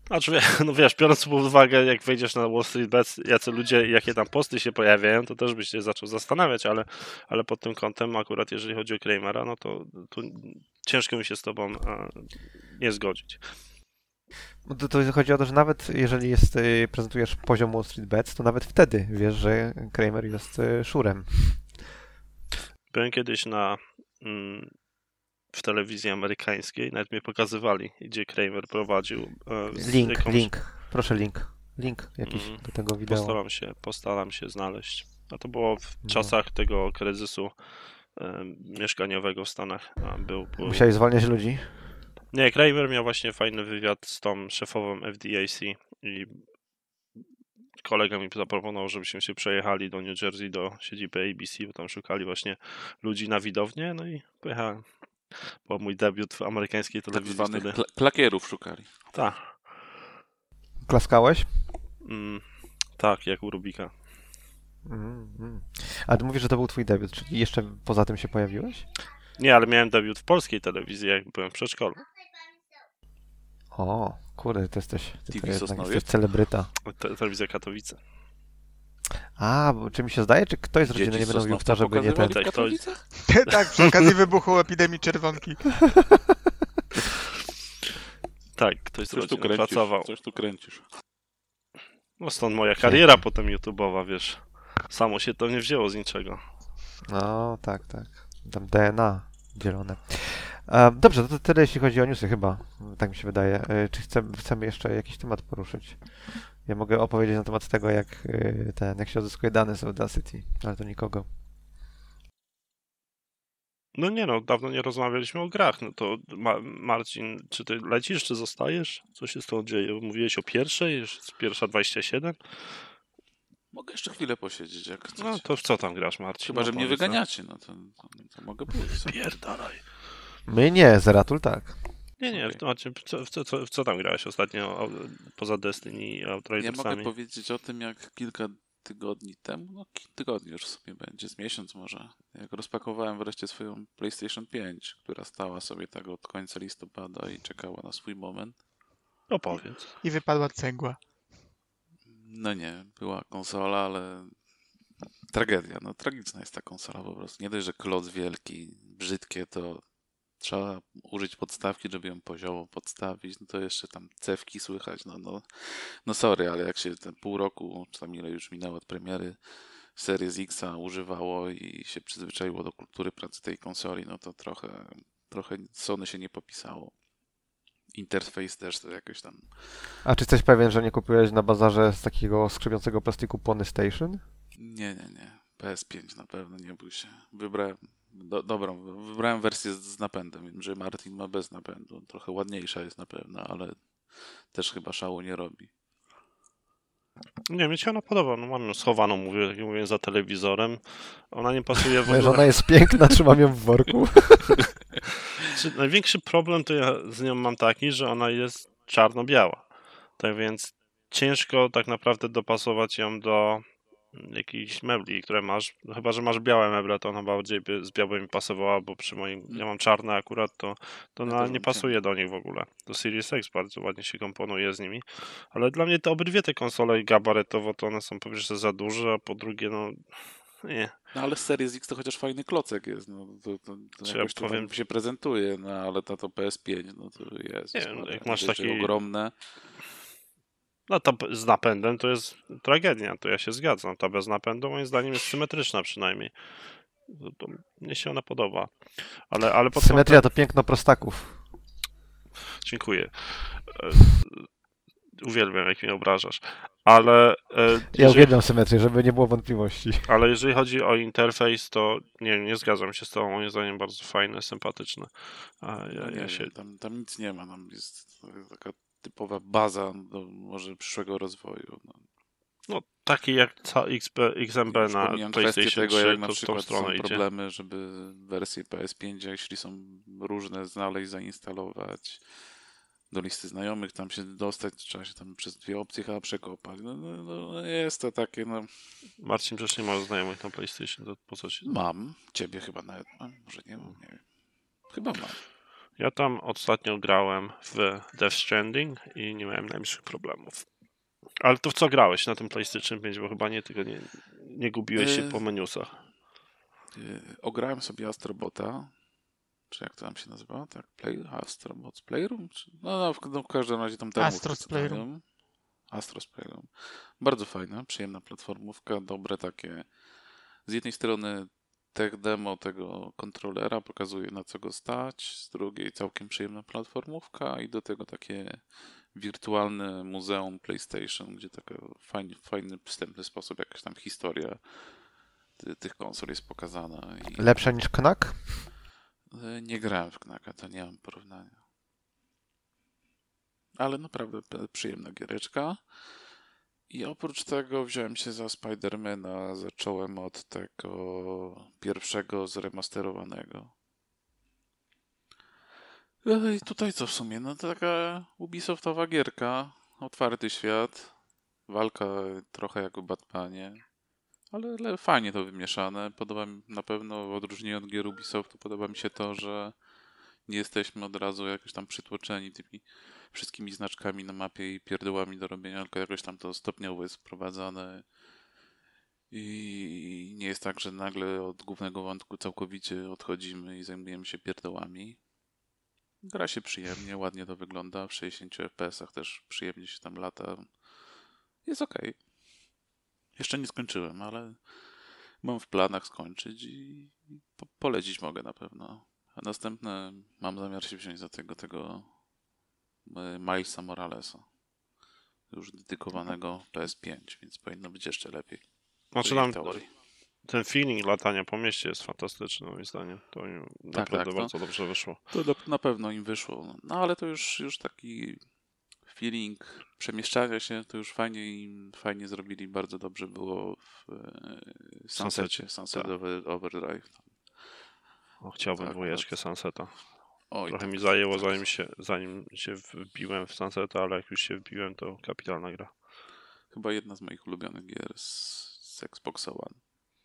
Znaczy, no wiesz, biorąc pod uwagę, jak wejdziesz na Wall Street Bets, jacy ludzie, jakie tam posty się pojawiają, to też byś się zaczął zastanawiać, ale, ale pod tym kątem akurat jeżeli chodzi o Kramera, no to, to ciężko mi się z tobą e, nie zgodzić. No To, to chodzi o to, że nawet jeżeli jest, y, prezentujesz poziom Wall Street Bets, to nawet wtedy wiesz, że Kramer jest y, szurem. Byłem kiedyś na mm, w telewizji amerykańskiej, nawet mnie pokazywali, gdzie Kramer prowadził. e, z Link, jakąś- link. Proszę link. Link jakiś Mm, do tego wideo. Postaram się, postaram się znaleźć. A to było w No. czasach tego kryzysu e, mieszkaniowego w Stanach. A był, był... Musiałeś zwalniać ludzi? Nie, Kramer miał właśnie fajny wywiad z tą szefową F D A C i kolega mi zaproponował, żebyśmy się przejechali do New Jersey, do siedziby A B C, bo tam szukali właśnie ludzi na widownię, no i pojechałem. Był mój debiut w amerykańskiej Tak telewizji zwanych wtedy. kla- klakierów szukali. Tak, Klaskałeś? mm, tak, jak u Rubika. Mm, mm. A ty mówisz, że to był twój debiut, czyli jeszcze poza tym się pojawiłeś? Nie, ale miałem debiut w polskiej telewizji, jak byłem w przedszkolu. O, kurde, ty jesteś, ty T V to jednak Sosnowiec? jesteś celebryta. Te, telewizja Katowice. A, bo czy mi się zdaje, czy ktoś z rodziny Dzieci nie z będą mówił w Sosnowca to, żeby nie ten... pokazywali w Tak, to- Katowicach? Tak, przy okazji wybuchu epidemii czerwonki. Tak, ktoś z Coś tu rodziny kręcisz, pracował. coś tu kręcisz. No stąd moja kariera potem YouTube'owa, wiesz. Samo się to nie wzięło z niczego. No, tak, tak. Tam D N A dzielone. E, dobrze, to tyle jeśli chodzi o newsy chyba, tak mi się wydaje. E, czy chcemy, chcemy jeszcze jakiś temat poruszyć? Ja mogę opowiedzieć na temat tego, jak e, ten, jak się odzyskuje dane z Audacity, ale to nikogo. No nie no, dawno nie rozmawialiśmy o grach. No to Ma- Marcin, czy ty lecisz, czy zostajesz? Co się z tą dzieje? Mówiłeś o pierwszej, już jest pierwsza dwadzieścia siedem? Mogę jeszcze chwilę posiedzieć, jak chcecie. No to w co tam grasz, Marcin? Chyba, No że mnie powiedz, no. wyganiacie, no to, to, to mogę pójść. Pierdalaj. My nie, Zeratul tak. Nie, nie, Okej. to znaczy, w co, w, co, co, w co tam grałeś ostatnio o, poza Destiny i Ja mogę Outridersami? powiedzieć o tym, jak kilka tygodni temu, no kilka tygodni już w sumie będzie, z miesiąc może, jak rozpakowałem wreszcie swoją PlayStation pięć, która stała sobie tak od końca listopada i czekała na swój moment. Opowiedz. I wypadła cegła. No nie, była konsola, ale tragedia, no tragiczna jest ta konsola po prostu. Nie dość, że kloc wielki, brzydkie, to trzeba użyć podstawki, żeby ją poziomo podstawić, no to jeszcze tam cewki słychać, no, no, no sorry, ale jak się ten pół roku, czy tam ile już minęło od premiery Series X-a używało i się przyzwyczaiło do kultury pracy tej konsoli, no to trochę, trochę Sony się nie popisało. Interfejs też to jakoś tam... A czy jesteś pewien, że nie kupiłeś na bazarze z takiego skrzypiącego plastiku Pony Station? Nie, nie, nie. P S pięć na pewno, nie bój się. Wybrałem do, dobrą, wybrałem wersję z, z napędem. Wiem, że Martin ma bez napędu. Trochę ładniejsza jest na pewno, ale też chyba szału nie robi. Nie, mi się ona podoba. No, mam ją schowaną, mówię, tak jak mówię, za telewizorem. Ona nie pasuje w Moja ogóle. żona jest piękna, trzymam ją w worku. Czy największy problem to ja z nią mam taki, że ona jest czarno-biała. Tak więc ciężko tak naprawdę dopasować ją do jakichś mebli, które masz. No, chyba że masz białe meble, to ona bardziej by z białymi pasowała, bo przy moim, ja mam czarne akurat, to, to Ja ona też nie mam pasuje do nich w ogóle. Do Series X bardzo ładnie się komponuje z nimi. Ale dla mnie to obydwie te konsole gabarytowo to one są po pierwsze za duże, a po drugie no nie. No ale z Series X to chociaż fajny klocek jest. No, to, to, to Czy ja jakoś to powiem- tam się prezentuje, no ale to, to P S pięć, no to jest. Nie, składa. jak masz Widać, że taki- ogromne. No ta p- z napędem to jest tragedia, to ja się zgadzam. Ta bez napędu moim zdaniem jest symetryczna przynajmniej. To, to mnie się ona podoba. Ale, ale pod Symetria to piękno prostaków. Dziękuję. E, Uwielbiam, jak mnie obrażasz. Ale, e, Ja jeżeli, uwielbiam symetrię, żeby nie było wątpliwości. ale jeżeli chodzi o interfejs, to nie, nie zgadzam się z tobą. Moim zdaniem bardzo fajny, sympatyczny. A ja, No nie ja wiem, się... tam, tam nic nie ma, tam jest taka typowa baza do może przyszłego rozwoju. No. No, taki jak ca- X P, X M B Już na pomijam kwestię PlayStation tego, trzy, jak na to w tą przykład są stronę idzie. problemy, żeby wersje P S pięć, jeśli są różne, znaleźć, zainstalować. Do listy znajomych tam się dostać, trzeba się tam przez dwie opcje chyba przekopać. No, no, no jest to takie, no Marcin przecież nie ma znajomych na PlayStation, to po co ci... mam, ciebie chyba nawet mam, może nie mam, nie wiem. Chyba mam. Ja tam ostatnio grałem w Death Stranding i nie miałem najmniejszych problemów. Ale to w co grałeś na tym PlayStation pięć, bo chyba nie, tylko nie, nie gubiłeś się Yy, po menusach. Yy, ograłem sobie Astrobota, czy jak to tam się nazywa? Tak, Play, Astrobots Playroom? Czy, no, no, w, no w każdym razie tam termów Astros Playroom. Astros Playroom. Bardzo fajna, przyjemna platformówka, dobre takie. Z jednej strony tech demo tego kontrolera pokazuje na co go stać, z drugiej całkiem przyjemna platformówka i do tego takie wirtualne muzeum PlayStation, gdzie taki fajny, fajny, wstępny sposób, jakaś tam historia ty, tych konsol jest pokazana. I Lepsza niż Knack? e, nie grałem w Knacka, to nie mam porównania. Ale naprawdę p- przyjemna giereczka. I oprócz tego wziąłem się za Spidermana, zacząłem od tego pierwszego zremasterowanego. I tutaj co w sumie? No to taka Ubisoftowa gierka, otwarty świat, walka trochę jak w Batmanie, ale, ale fajnie to wymieszane. Podoba mi na pewno, w odróżnieniu od gier Ubisoftu, podoba mi się to, że nie jesteśmy od razu jakoś tam przytłoczeni tymi wszystkimi znaczkami na mapie i pierdołami do robienia, tylko jakoś tam to stopniowo jest wprowadzane i nie jest tak, że nagle od głównego wątku całkowicie odchodzimy i zajmujemy się pierdołami. Gra się przyjemnie, ładnie to wygląda, w sześćdziesięciu F P S-ach też przyjemnie się tam lata. Jest okej. Jeszcze nie skończyłem, ale mam w planach skończyć i po- polecić mogę na pewno. A następne mam zamiar się wziąć za tego, tego e, Milesa Moralesa. Już dedykowanego P S pięć, więc powinno być jeszcze lepiej. Znaczy Przynajmniej tam w teorii. ten feeling latania po mieście jest fantastyczny moim zdaniem. To im naprawdę tak, to- bardzo dobrze wyszło. To na, na pewno im wyszło. No ale to już, już taki feeling przemieszczania się, to już fajnie im fajnie zrobili. Bardzo dobrze było w e, Sunsecie, Sunset tak. Over- Overdrive. O, chciałbym Tak, dwójeczkę tak. Sunseta. Oj, Trochę tak, mi zajęło, tak. zanim się, zanim się wbiłem w Sunseta, ale jak już się wbiłem, to kapitalna gra. Chyba jedna z moich ulubionych gier z, z Xboxa One.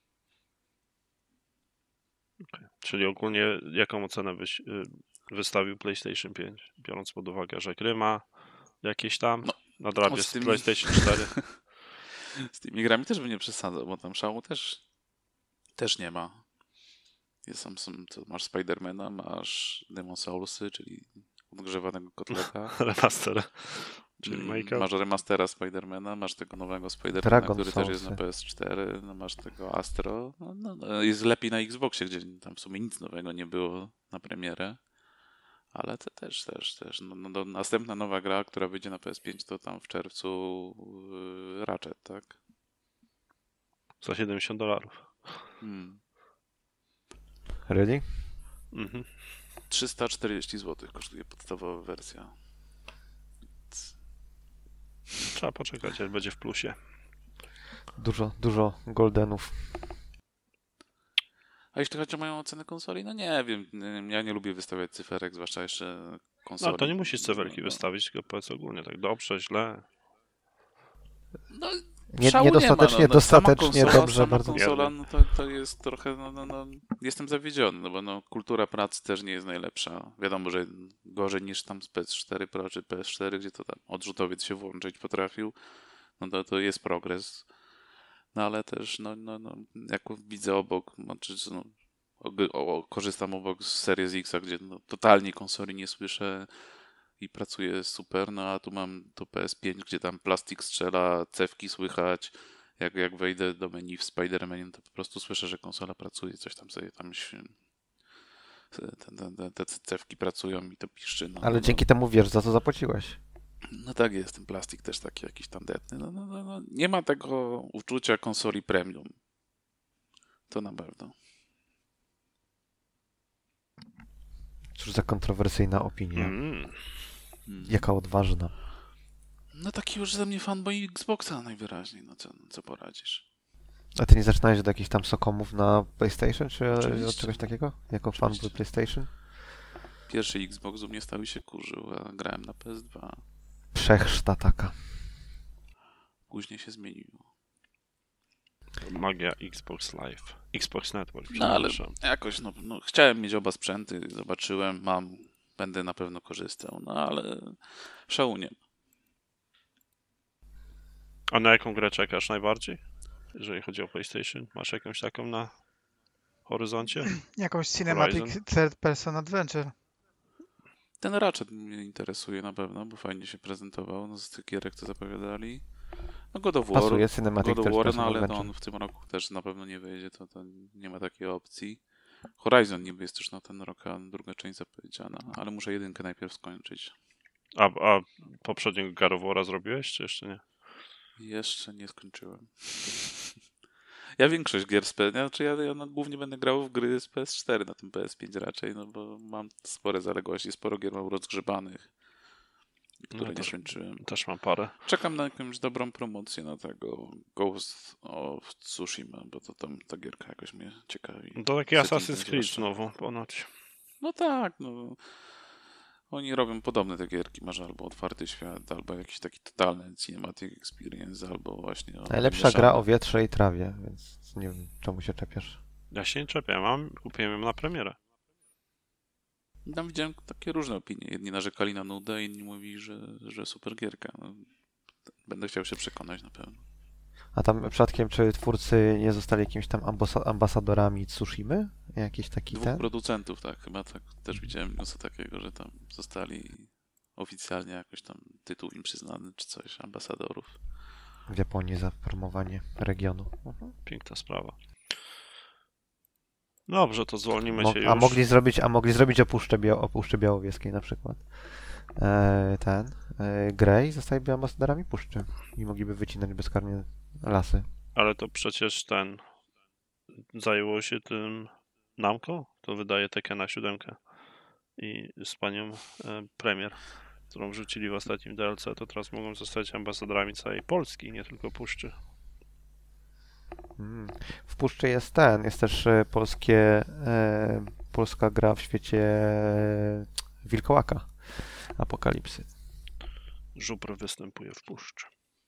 Czyli ogólnie jaką ocenę byś y, wystawił PlayStation pięć? Biorąc pod uwagę, że gry ma jakieś tam No, nadrabia no z z tymi- PlayStation cztery. Z tymi grami też bym nie przesadzał, bo tam szału też, też nie ma. Jest sam, sam, to masz Spidermana, masz Demon Soulsy, czyli odgrzewanego kotleta. Remaster. Czyli Mm, make-up. Masz remastera Spidermana, masz tego nowego Spidermana, Dragon który też jest na Soulsy. P S cztery, no masz tego Astro. No, no, no, jest lepiej na Xboxie, gdzie tam w sumie nic nowego nie było na premierę. Ale to też, też, też. No, no, no, następna nowa gra, która wyjdzie na P S pięć, to tam w czerwcu yy, Ratchet, tak? Za siedemdziesiąt dolarów. Hmm. Ready? Mhm. trzysta czterdzieści złotych kosztuje podstawowa wersja. Trzeba poczekać, aż będzie w plusie. Dużo, dużo goldenów. A jeśli chodzi o moją ocenę konsoli, no nie wiem, nie- ja nie lubię wystawiać cyferek, zwłaszcza jeszcze konsoli. No to nie musisz cyferki No, no. wystawić, tylko powiedz ogólnie tak dobrze, źle. No, Nie, szału niedostatecznie, nie ma, no, no, sama dostatecznie, konsola, dobrze, sama bardzo. konsola, no to, to jest trochę, no, no, no, jestem zawiedziony, no bo no, kultura pracy też nie jest najlepsza. Wiadomo, że gorzej niż tam z P S cztery Pro czy P S cztery, gdzie to tam odrzutowiec się włączyć potrafił, no to, to jest progres. No ale też, no, no, no jak widzę obok, znaczy, no, o, o, korzystam obok z Series X, gdzie no, totalnie konsoli nie słyszę i pracuje super, no a tu mam to P S pięć, gdzie tam plastik strzela, cewki słychać. Jak, jak wejdę do menu w Spider-Manie, to po prostu słyszę, że konsola pracuje, coś tam sobie tam się, te, te, te, te cewki pracują i to piszczy. No, Ale no, dzięki temu wiesz, za co zapłaciłeś. no tak jest, ten plastik też taki jakiś tandetny. No, no, no, no. Nie ma tego uczucia konsoli premium. To na pewno. Cóż za kontrowersyjna opinia. Mm. Hmm. Jaka odważna. No taki już ze mnie fanboy Xboxa najwyraźniej, no co, co poradzisz. A ty nie zaczynałeś od jakichś tam sokomów na PlayStation, czy Oczywiście. od czegoś takiego? Jako Oczywiście. fanboy PlayStation? Pierwszy Xbox u mnie stał i się kurzył, a grałem na P S dwa. Wszechszta taka. Później się zmieniło. Magia Xbox Live. Xbox Network. No ale przepraszam. jakoś, no, no chciałem mieć oba sprzęty, zobaczyłem, mam będę na pewno korzystał, no ale szału nie ma. A na jaką grę czekasz najbardziej? Jeżeli chodzi o PlayStation? Masz jakąś taką na horyzoncie? Jakąś Cinematic Horizon? Third Person Adventure. Ten Ratchet mnie interesuje na pewno, bo fajnie się prezentował no, z tych gierek, co zapowiadali. No God of War, Pasuje Cinematic God of Third War, Person no, ale to Adventure. on w tym roku też na pewno nie wyjdzie, to, to nie ma takiej opcji. Horizon niby jest też na ten rok, a druga część zapowiedziana, ale muszę jedynkę najpierw skończyć. A, a poprzedniego God of War'a zrobiłeś, czy jeszcze nie? Jeszcze nie skończyłem. Ja większość gier z P S, znaczy ja, ja no, głównie będę grał w gry z P S cztery na tym P S pięć raczej, no bo mam spore zaległości, sporo gier mam rozgrzebanych, które No nie też- skończyłem. Też mam parę. Czekam na jakąś dobrą promocję na tego Ghost of Tsushima, bo to tam ta gierka jakoś mnie ciekawi. To taki Setting Assassin's ten Creed zwłaszcza. znowu, ponoć. No tak, no. Oni robią podobne te gierki, masz albo otwarty świat, albo jakiś taki totalny cinematic experience, albo właśnie... Najlepsza mieszane. gra o wietrze i trawie, więc nie wiem, czemu się czepiasz. Ja się nie czepiam, mam, kupiłem ją na premierę. Tam widziałem takie różne opinie. Jedni narzekali na nudę, inni mówili, że, że super gierka. No, będę chciał się przekonać na pewno. A tam przypadkiem, czy twórcy nie zostali jakimiś tam ambasa- ambasadorami Tsushimy? Jakiś taki Dwóch ten? producentów, tak, chyba tak. Też widziałem newsa takiego, że tam zostali oficjalnie jakoś tam tytuł im przyznany, czy coś, ambasadorów. W Japonii za promowanie regionu. Mhm. Piękna sprawa. Dobrze, to zwolnimy Mo- się już. a mogli zrobić, a mogli zrobić o Puszczy, Bia- o Puszczy Białowieskiej na przykład. E, ten e, Grey zostaliby ambasadorami Puszczy i mogliby wycinać bezkarnie lasy. Ale to przecież ten zajęło się tym Namco, to wydaje Tekkena siódemkę i z panią e, premier, którą wrzucili w ostatnim D L C, to teraz mogą zostać ambasadorami całej Polski, nie tylko Puszczy. Mm. W Puszczy jest ten, jest też e, polskie, e, polska gra w świecie e, Wilkołaka, Apokalipsy. Żubr występuje w Puszczy.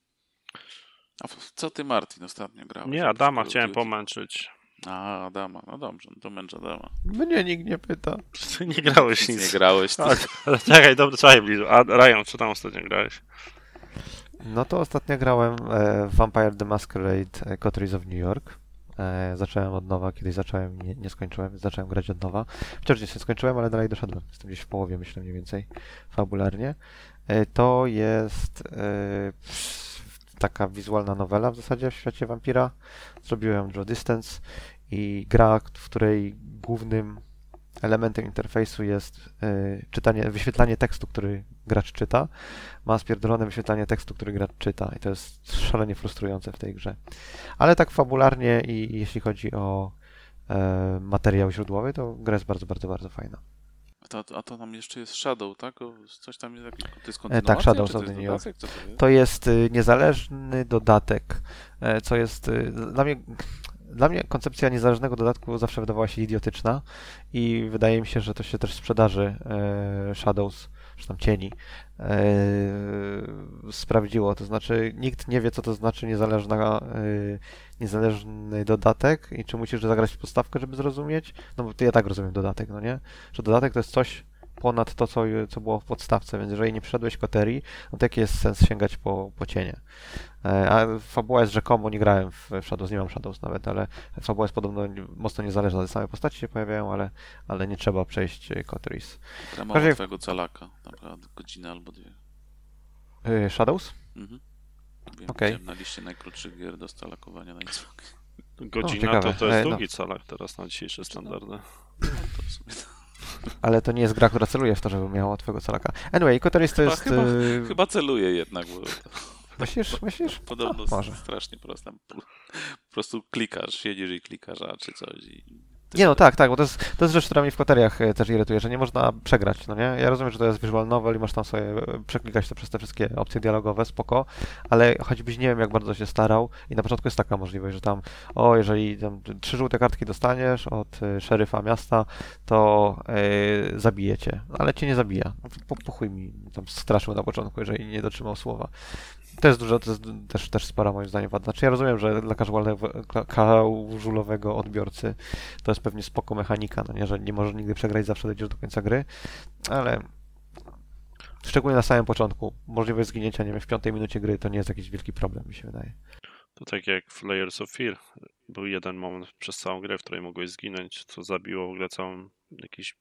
A w- co ty, Martin, ostatnio grałeś? Nie, Oprócz Adama Call of chciałem Duty? pomęczyć. A, Adama, no dobrze, no to męcz Adama. Mnie nikt nie pyta. Ty nie grałeś Nic nic. nie grałeś, ty. A, czekaj, dobra, czekaj bliżej. A Ryan, co tam ostatnio grałeś? No to ostatnio grałem e, w Vampire the Masquerade e, Coteries of New York. E, zacząłem od nowa, kiedyś zacząłem, nie, nie skończyłem, więc zacząłem grać od nowa. Wciąż nie skończyłem, ale dalej doszedłem. Jestem gdzieś w połowie, myślę mniej więcej, fabularnie. E, to jest e, taka wizualna nowela w zasadzie w świecie wampira. Zrobiłem ją Draw Distance i gra, w której głównym elementem interfejsu jest y, czytanie, wyświetlanie tekstu, który gracz czyta. Ma spierdolone wyświetlanie tekstu, który gracz czyta i to jest szalenie frustrujące w tej grze. Ale tak fabularnie i, i jeśli chodzi o e, materiał źródłowy, to gra jest bardzo, bardzo, bardzo fajna. A to, a to tam jeszcze jest Shadow, tak? O, coś tam jest jakiś, to jest tak, kontynuacja, Shadows czy to of jest the New York. dodatek? Co to jest? To jest y, niezależny dodatek, e, co jest y, dla mnie, dla mnie koncepcja niezależnego dodatku zawsze wydawała się idiotyczna i wydaje mi się, że to się też w sprzedaży e, Shadows, czy tam cieni, e, sprawdziło. To znaczy nikt nie wie, co to znaczy niezależna, e, niezależny dodatek i czy musisz zagrać w podstawkę, żeby zrozumieć. No bo ja tak rozumiem dodatek, no nie? Że dodatek to jest coś ponad to, co, co było w podstawce, więc jeżeli nie przeszedłeś koterii, no to jaki jest sens sięgać po, po cienie? E, A fabuła jest rzekomo, nie grałem w Shadows, nie mam Shadows nawet, ale fabuła jest podobno mocno niezależna. Te same postaci się pojawiają, ale, ale nie trzeba przejść Coteries. Gra Każdy- twojego calaka, tam godzinę albo dwie. E, Shadows? Mhm. Wiem, Okej. widziałem na liście najkrótszych gier do stalakowania na Xbox. Godzina ciekawe. to, to jest E, no. długi calak teraz na dzisiejsze standardy. No, to w sumie Ale to nie jest gra, która celuje w to, żeby miała twojego calaka. Anyway, Coteries to Chyba- jest... chyba- e, chyba celuję jednak, bo to Myślisz? myślisz? podobno A, może. strasznie prosto. Po prostu klikasz, siedzisz i klikasz, a czy coś i... Nie no, tak, tak, bo to jest, to jest rzecz, która mnie w koteriach e, też irytuje, że nie można przegrać, no nie? Ja rozumiem, że to jest visual novel i masz tam sobie e, przeklikać to przez te wszystkie opcje dialogowe, spoko, ale choćbyś nie wiem, jak bardzo się starał i na początku jest taka możliwość, że tam, o, jeżeli tam trzy żółte kartki dostaniesz od e, szeryfa miasta, to e, zabije cię, ale cię nie zabija. No, to po, po chuj mi tam straszył na początku, jeżeli nie dotrzymał słowa. To jest dużo, to jest też, też spora moim zdaniem wada. Znaczy ja rozumiem, że dla casualowego, casualowego odbiorcy to jest pewnie spoko mechanika, no nie, że nie możesz nigdy przegrać, zawsze dojdziesz do końca gry, ale szczególnie na samym początku, możliwość zginięcia, nie wiem, w piątej minucie gry to nie jest jakiś wielki problem, mi się wydaje. To tak jak w Layers of Fear. Był jeden moment przez całą grę, w której mogłeś zginąć, co zabiło w ogóle całą jakiś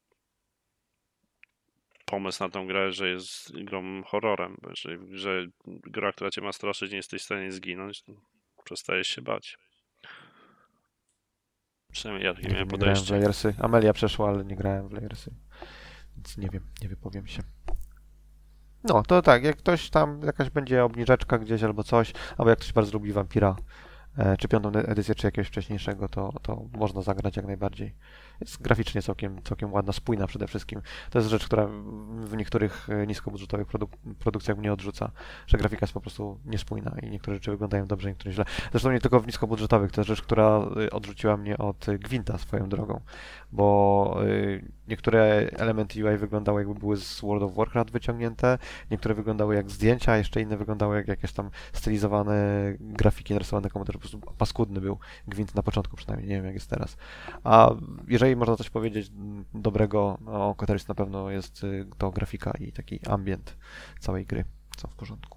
pomysł na tą grę, że jest grą horrorem. Bo jeżeli, że gra, która cię ma straszyć, nie jesteś w stanie zginąć, to przestajesz się bać. Przynajmniej ja takie Nie miałem wiem, nie grałem w podejście. Layersy. Amelia przeszła, ale nie grałem w Layersy. Więc nie wiem, nie wypowiem się. No, to tak, jak ktoś tam, jakaś będzie obniżeczka gdzieś albo coś, albo jak ktoś bardzo lubi Vampira, e, czy piątą edycję, czy jakiegoś wcześniejszego, to, to można zagrać jak najbardziej. Jest graficznie całkiem, całkiem ładna, spójna przede wszystkim. To jest rzecz, która w niektórych e, niskobudżetowych produk- produkcjach mnie odrzuca, że grafika jest po prostu niespójna i niektóre rzeczy wyglądają dobrze, niektóre źle. Zresztą nie tylko w niskobudżetowych, to jest rzecz, która e, odrzuciła mnie od e, Gwinta swoją drogą, bo e, niektóre elementy U I wyglądały jakby były z World of Warcraft wyciągnięte, niektóre wyglądały jak zdjęcia, a jeszcze inne wyglądały jak jakieś tam stylizowane grafiki narysowane komputer. Po prostu paskudny był Gwint na początku przynajmniej, nie wiem jak jest teraz. A jeżeli można coś powiedzieć dobrego o Kotaris, na pewno jest y, to grafika i taki ambient całej gry, co w porządku.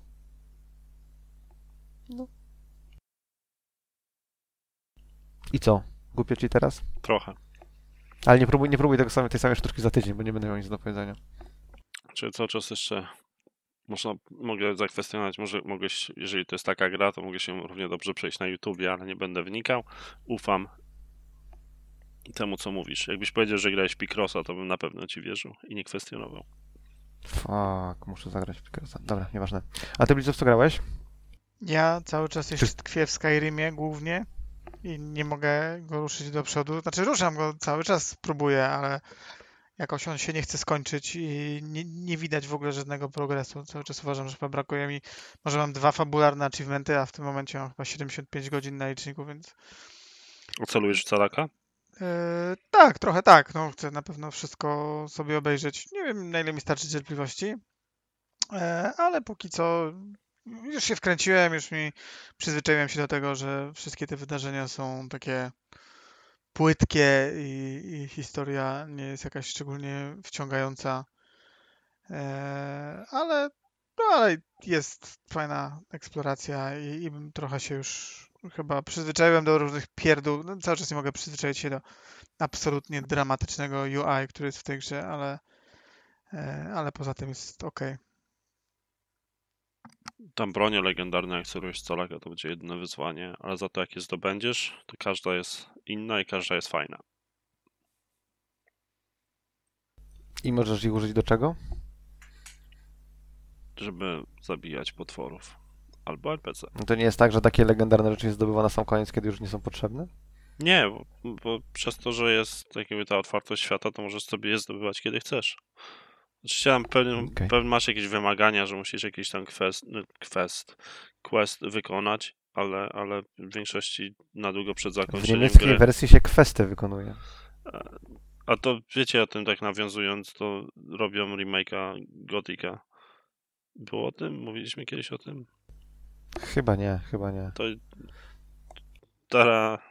No. I co? Głupio ci teraz? Trochę. Ale nie próbuj, nie próbuj tego samej, tej samej sztuczki za tydzień, bo nie będę miał nic do powiedzenia. Czy cały czas jeszcze można, mogę zakwestionować, może mogłeś, jeżeli to jest taka gra, to mogę się równie dobrze przejść na YouTubie, ale nie będę wnikał. Ufam temu, co mówisz. Jakbyś powiedział, że grałeś Picrossa, to bym na pewno ci wierzył i nie kwestionował. Fuck, muszę zagrać w Picrossa. Dobra, nieważne. A ty, Blizzard, w co grałeś? Ja cały czas jeszcze Czy- tkwię w Skyrimie głównie i nie mogę go ruszyć do przodu. Znaczy ruszam go cały czas, próbuję, ale jakoś on się nie chce skończyć i nie, nie widać w ogóle żadnego progresu. Cały czas uważam, że chyba brakuje mi, może mam dwa fabularne achievementy, a w tym momencie mam chyba siedemdziesiąt pięć godzin na liczniku, więc Ocelujesz w Calaka? Yy, tak, trochę tak. No, chcę na pewno wszystko sobie obejrzeć. Nie wiem, na ile mi starczy cierpliwości, e, ale póki co już się wkręciłem, już mi przyzwyczaiłem się do tego, że wszystkie te wydarzenia są takie płytkie i, i historia nie jest jakaś szczególnie wciągająca. E, ale, no, ale jest fajna eksploracja i, i bym trochę się już chyba przyzwyczaiłem do różnych pierdół. No, cały czas nie mogę przyzwyczaić się do absolutnie dramatycznego U I, który jest w tej grze, ale, e, ale poza tym jest ok. Tam bronie legendarne, jak celujesz w Calaka, to będzie jedyne wyzwanie, ale za to jak je zdobędziesz, to każda jest inna i każda jest fajna. I możesz ich użyć do czego? Żeby zabijać potworów. Albo N P C. No to nie jest tak, że takie legendarne rzeczy się zdobywa na sam koniec, kiedy już nie są potrzebne? Nie, bo, bo przez to, że jest jakby ta otwartość świata, to możesz sobie je zdobywać kiedy chcesz. Oczywiście tam pewien, Okej. pewien masz jakieś wymagania, że musisz jakiś tam quest, no, quest, quest wykonać, ale, ale w większości na długo przed W zakończeniem niemieckiej gry. wersji się kwesty wykonuje. A to wiecie o tym tak nawiązując, to robią remake'a Gothica. Było o tym? Mówiliśmy kiedyś o tym? Chyba nie, chyba nie. To Tara...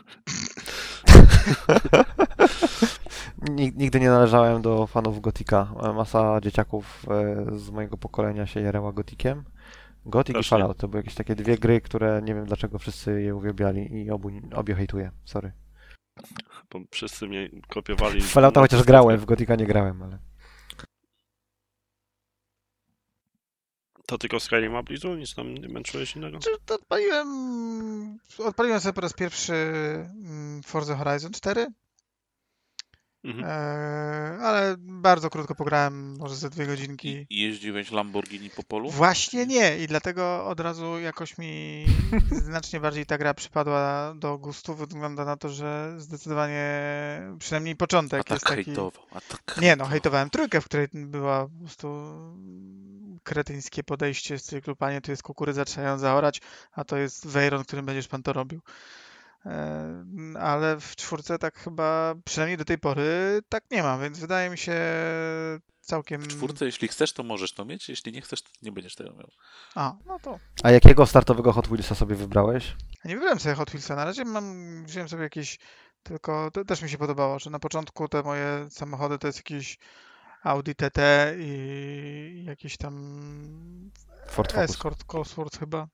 Nig- Nigdy nie należałem do fanów Gotika. Masa dzieciaków e, z mojego pokolenia się jarała Gotikiem. Gothic i Też nie. Fallout to były jakieś takie dwie gry, które nie wiem dlaczego wszyscy je uwielbiali i obu, obie hejtuję. Sorry. Bo wszyscy mnie kopiowali. W Fallouta na chociaż pustce. grałem, w Gotika nie grałem, ale... To tylko Skyrim Blizu? Nic tam nie męczyłeś innego? Czy to odpaliłem, odpaliłem sobie po raz pierwszy mm, Forza Horizon cztery, Mhm. e, ale bardzo krótko pograłem, może ze dwie godzinki. I jeździłeś Lamborghini po polu? Właśnie nie i dlatego od razu jakoś mi znacznie bardziej ta gra przypadła do gustu. Wygląda na to, że zdecydowanie, przynajmniej A początek tak jest taki... hejtował. A tak Nie no, hejtowałem trójkę, w której była po prostu kretyńskie podejście z cyklu, panie, tu jest kukurydza, trzeba ją zaorać, a to jest Veyron, którym będziesz pan to robił. E, Ale w czwórce tak chyba, przynajmniej do tej pory, tak nie ma, więc wydaje mi się całkiem... W czwórce, jeśli chcesz, to możesz to mieć, jeśli nie chcesz, to nie będziesz tego miał. A, no to... A jakiego startowego Hot Wheelsa sobie wybrałeś? Ja nie wybrałem sobie Hot Wheelsa, na razie mam, wziąłem sobie jakieś, tylko to też mi się podobało, że na początku te moje samochody to jest jakieś Audi T T i jakieś tam Ford Focus. Escort Cosworth chyba.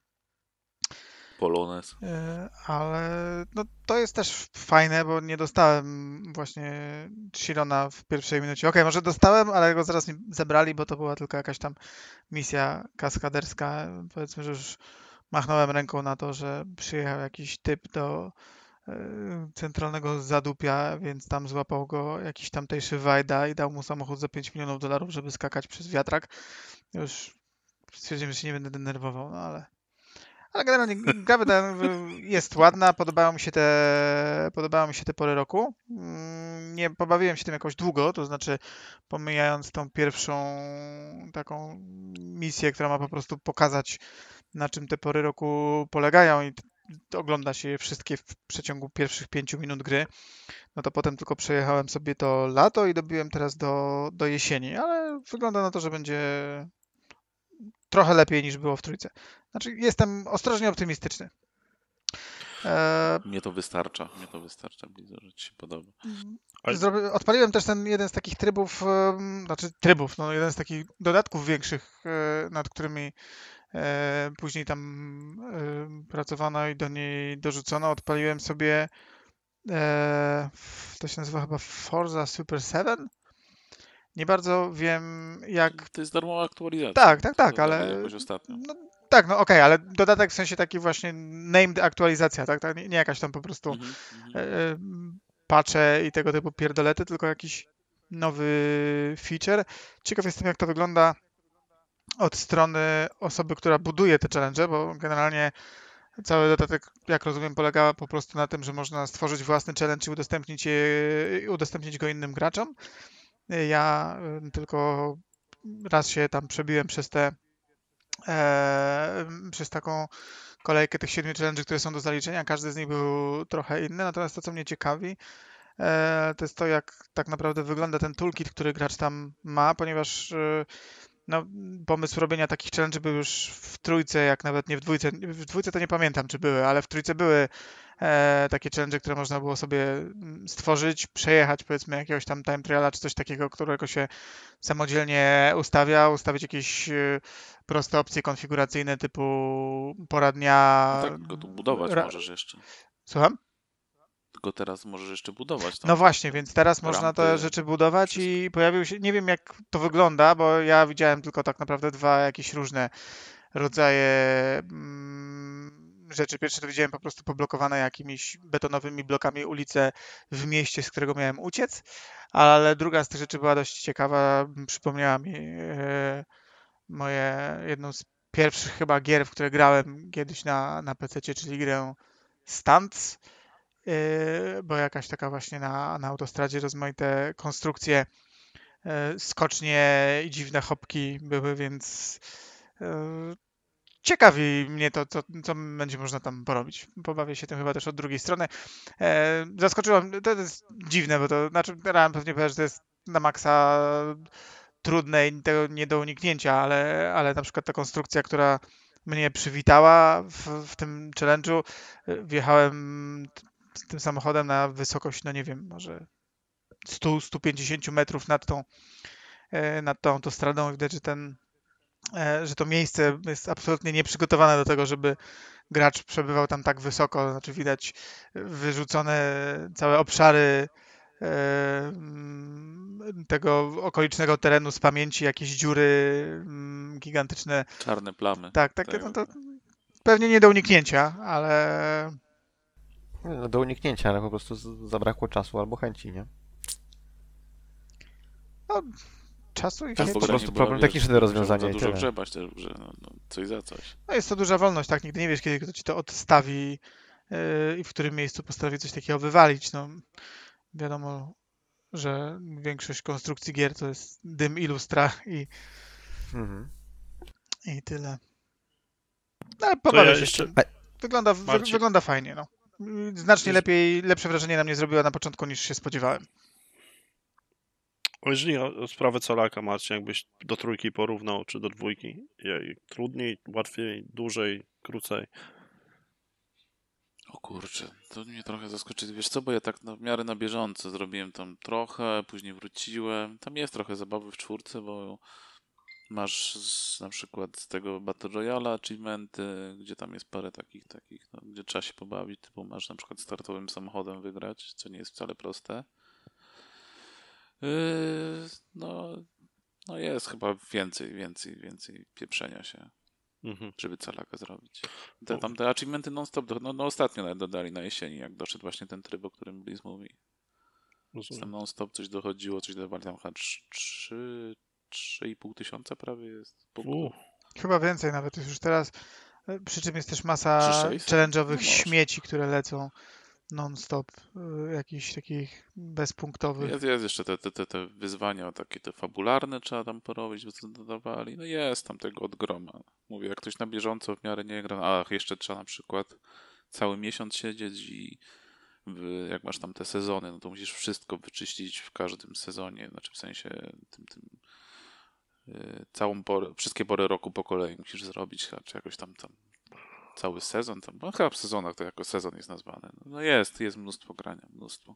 Polones. E, ale no, to jest też fajne, bo nie dostałem właśnie Chirona w pierwszej minucie. Okej, może dostałem, ale go zaraz mi zebrali, bo to była tylko jakaś tam misja kaskaderska. Powiedzmy, że już machnąłem ręką na to, że przyjechał jakiś typ do e, centralnego zadupia, więc tam złapał go jakiś tamtejszy Wajda i dał mu samochód za pięć milionów dolarów, żeby skakać przez wiatrak. Już stwierdziłem, że się nie będę denerwował, no ale ale generalnie gra wyda- jest ładna, podobały mi się te, podobały mi się te pory roku. Mm, Nie pobawiłem się tym jakoś długo, to znaczy pomijając tą pierwszą taką misję, która ma po prostu pokazać, na czym te pory roku polegają i t- ogląda się je wszystkie w przeciągu pierwszych pięciu minut gry, no to potem tylko przejechałem sobie to lato i dobiłem teraz do, do jesieni, ale wygląda na to, że będzie trochę lepiej niż było w trójce. Znaczy, jestem ostrożnie optymistyczny. Eee, Mnie to wystarcza, mnie to wystarcza, Blizzard, że ci się podoba. Ale- zrobi- odpaliłem też ten jeden z takich trybów, em, znaczy trybów, no jeden z takich dodatków większych, e, nad którymi e, później tam e, pracowano i do niej dorzucono. Odpaliłem sobie, e, f- to się nazywa chyba Forza Super siedem. Nie bardzo wiem, jak To jest darmowa aktualizacja. Tak, tak, tak, Dodali ale... jakoś ostatnio. No, tak, no okej, ale dodatek w sensie taki właśnie named aktualizacja, tak? tak? Nie, nie jakaś tam po prostu Mhm, mhm. e, e, patche i tego typu pierdolety, tylko jakiś nowy feature. Ciekaw jestem, jak to wygląda od strony osoby, która buduje te challenge, bo generalnie cały dodatek, jak rozumiem, polega po prostu na tym, że można stworzyć własny challenge i udostępnić, je, udostępnić go innym graczom. Ja y, tylko raz się tam przebiłem przez te e, przez taką kolejkę tych siedmiu challenge, które są do zaliczenia. Każdy z nich był trochę inny, natomiast to, co mnie ciekawi, e, to jest to, jak tak naprawdę wygląda ten toolkit, który gracz tam ma, ponieważ e, no, pomysł robienia takich challenge był już w trójce, jak nawet nie w dwójce. W dwójce to nie pamiętam, czy były, ale w trójce były e, takie challenge, które można było sobie mm, stworzyć, przejechać powiedzmy jakiegoś tam time triala, czy coś takiego, którego się samodzielnie ustawia, ustawić jakieś e, proste opcje konfiguracyjne typu pora dnia. No tak, go tu budować ra- możesz jeszcze. Słucham? Tylko teraz możesz jeszcze budować. Tam No właśnie, więc teraz można te rampy, rzeczy budować wszystko. i pojawił się, nie wiem jak to wygląda, bo ja widziałem tylko tak naprawdę dwa jakieś różne rodzaje mm, rzeczy. Pierwsze to widziałem po prostu poblokowane jakimiś betonowymi blokami ulice w mieście, z którego miałem uciec, ale druga z tych rzeczy była dość ciekawa, przypomniała mi e, moje, jedną z pierwszych chyba gier, w które grałem kiedyś na, na pececie, czyli grę Stunts, yy, bo jakaś taka właśnie na, na autostradzie rozmaite konstrukcje, yy, skocznie i dziwne hopki były, więc yy, ciekawi mnie to, co, co będzie można tam porobić. Pobawię się tym chyba też od drugiej strony. E, zaskoczyłam, to jest dziwne, bo to, znaczy, Ram pewnie powie, że to jest na maksa trudne i tego nie do uniknięcia, ale, ale na przykład ta konstrukcja, która mnie przywitała w, w tym challenge'u, y, wjechałem t- tym samochodem na wysokość, no nie wiem, może sto do stu pięćdziesięciu metrów nad tą, e, nad tą autostradą i widać, że ten, e, że to miejsce jest absolutnie nieprzygotowane do tego, żeby gracz przebywał tam tak wysoko, znaczy widać wyrzucone całe obszary e, mm, tego okolicznego terenu z pamięci, jakieś dziury mm, gigantyczne. Czarne plamy. Tak, takie, Tak. no to pewnie nie do uniknięcia, ale No, do uniknięcia, ale po prostu z- zabrakło czasu albo chęci, nie? czasu i To jest chęci. po prostu nie problem wiesz, techniczny do rozwiązania Za i dużo tyle. grzebać też, że no, no, coś za coś. No jest to duża wolność, tak? Nigdy nie wiesz, kiedy ktoś ci to odstawi yy, i w którym miejscu postanowi coś takiego wywalić. No, wiadomo, że większość konstrukcji gier to jest dym i lustra i, Mhm. i tyle. No, ale To pobawię ja się jeszcze... z tym. Wygląda, wy, Marcin. wygląda fajnie, no. Znacznie Wiesz- lepiej, lepsze wrażenie na mnie zrobiła na początku niż się spodziewałem. O, jeżeli o, o sprawę Calaka, Marcin, jakbyś do trójki porównał, czy do dwójki? Jej, trudniej, łatwiej, dłużej, krócej? O kurczę, to mnie trochę zaskoczyło. Wiesz co, bo ja tak na, w miarę na bieżąco zrobiłem tam trochę, później wróciłem. Tam jest trochę zabawy w czwórce, bo masz z, na przykład z tego Battle Royale achievementy, gdzie tam jest parę takich, takich, no, gdzie trzeba się pobawić, typu masz na przykład startowym samochodem wygrać, co nie jest wcale proste. Yy, no, no jest chyba więcej, więcej, więcej pieprzenia się, Mhm. żeby Calaka zrobić. Te, tam te achievementy non-stop, do, no, no ostatnio nawet dodali na jesieni, jak doszedł właśnie ten tryb, o którym Blizz mówi. Rozumiem. Tam non-stop coś dochodziło, coś dawali, tam chyba trzy i pół tysiąca prawie jest punktów. U, Chyba więcej nawet jest już teraz. e, Przy czym jest też masa Czy sześćset? challenge'owych No może. śmieci, które lecą non-stop, e, jakichś takich bezpunktowych. Jest, jest jeszcze te, te, te, te wyzwania takie te fabularne trzeba tam porobić, bo co dodawali. No jest tam tego od groma. Mówię, jak ktoś na bieżąco w miarę nie gra, ach, jeszcze trzeba na przykład cały miesiąc siedzieć i w, jak masz tam te sezony, no to musisz wszystko wyczyścić w każdym sezonie, znaczy w sensie tym, tym yy, całą porę, wszystkie pory roku po kolei musisz zrobić, czy jakoś tam, tam cały sezon, tam, no chyba w sezonach to jako sezon jest nazwane. No jest, jest mnóstwo grania, mnóstwo.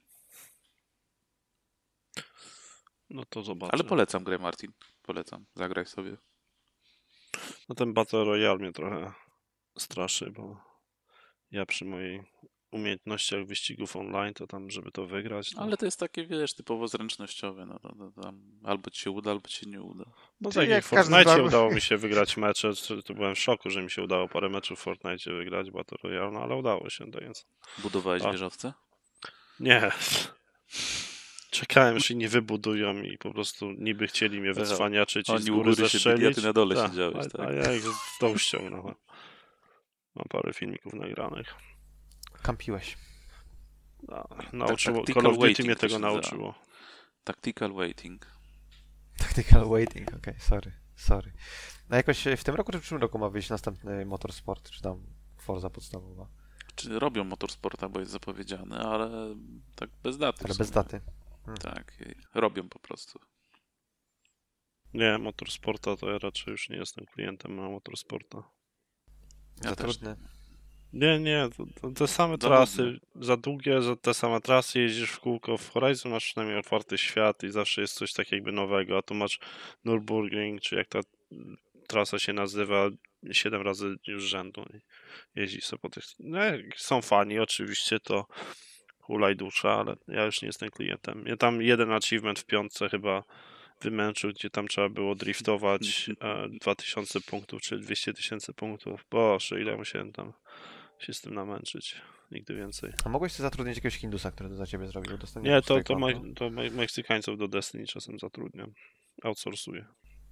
no to zobaczę. Ale polecam grę, Martin. Polecam. Zagraj sobie. No ten Battle Royale mnie trochę straszy, bo ja przy mojej umiejętnościach wyścigów online, to tam, żeby to wygrać, to... Ale to jest takie, wiesz, typowo zręcznościowe. No, to, to, tam albo ci się uda, albo ci się nie uda. No Czyli tak jak jak w w każdym Fortnite bagu- udało mi się wygrać mecze, to, to byłem w szoku, że mi się udało parę meczów w Fortnite wygrać, Battle Royale, no ale udało się, to więc... Budowałeś A. wieżowce? Nie. Czekałem, aż się nie wybudują i po prostu niby chcieli mnie Aha. wycwaniaczyć i Oni z u góry góry się zestrzelić. byli, a ty na dole Tak, siedziałeś, a, tak? a ja ich z dołu ściągnąłem. Mam parę filmików nagranych. Kampiłeś. No, nauczyło, tactical Call of Duty waiting mnie to tego się nazywa. nauczyło. Tactical waiting. Tactical waiting, okej, sorry, sorry. No jakoś w tym roku czy w przyszłym roku ma wyjść następny Motorsport, czy tam Forza podstawowa? Czy robią motorsporta, bo jest zapowiedziany, ale tak bez daty. w Ale sumie. bez daty. Tak, robią po prostu. Nie, Motorsporta to ja raczej już nie jestem klientem na Motorsporta. Ja Za też trudny. Nie, nie, to, to te same Za trasy, nudne. za długie, za te same trasy jeździsz w kółko. W Horizon masz przynajmniej otwarty świat i zawsze jest coś takiego jakby nowego, a tu masz Nürburgring, czy jak ta mm, trasa się nazywa, siedem razy już rzędu i jeździsz sobie po tych... No, jak są fani, oczywiście to hulaj dusza, ale ja już nie jestem klientem. Mnie tam jeden achievement w piątce chyba wymęczył, gdzie tam trzeba było driftować e, dwa tysiące punktów, czy dwieście tysięcy punktów. Boże, ile musiałem tam się z tym namęczyć. Nigdy więcej. A mogłeś sobie zatrudnić jakiegoś Hindusa, który to za ciebie zrobił? Udostępnił Nie, to, swoje to, konto? me, to me, Meksykańców do Destiny czasem zatrudniam. Outsourcuję.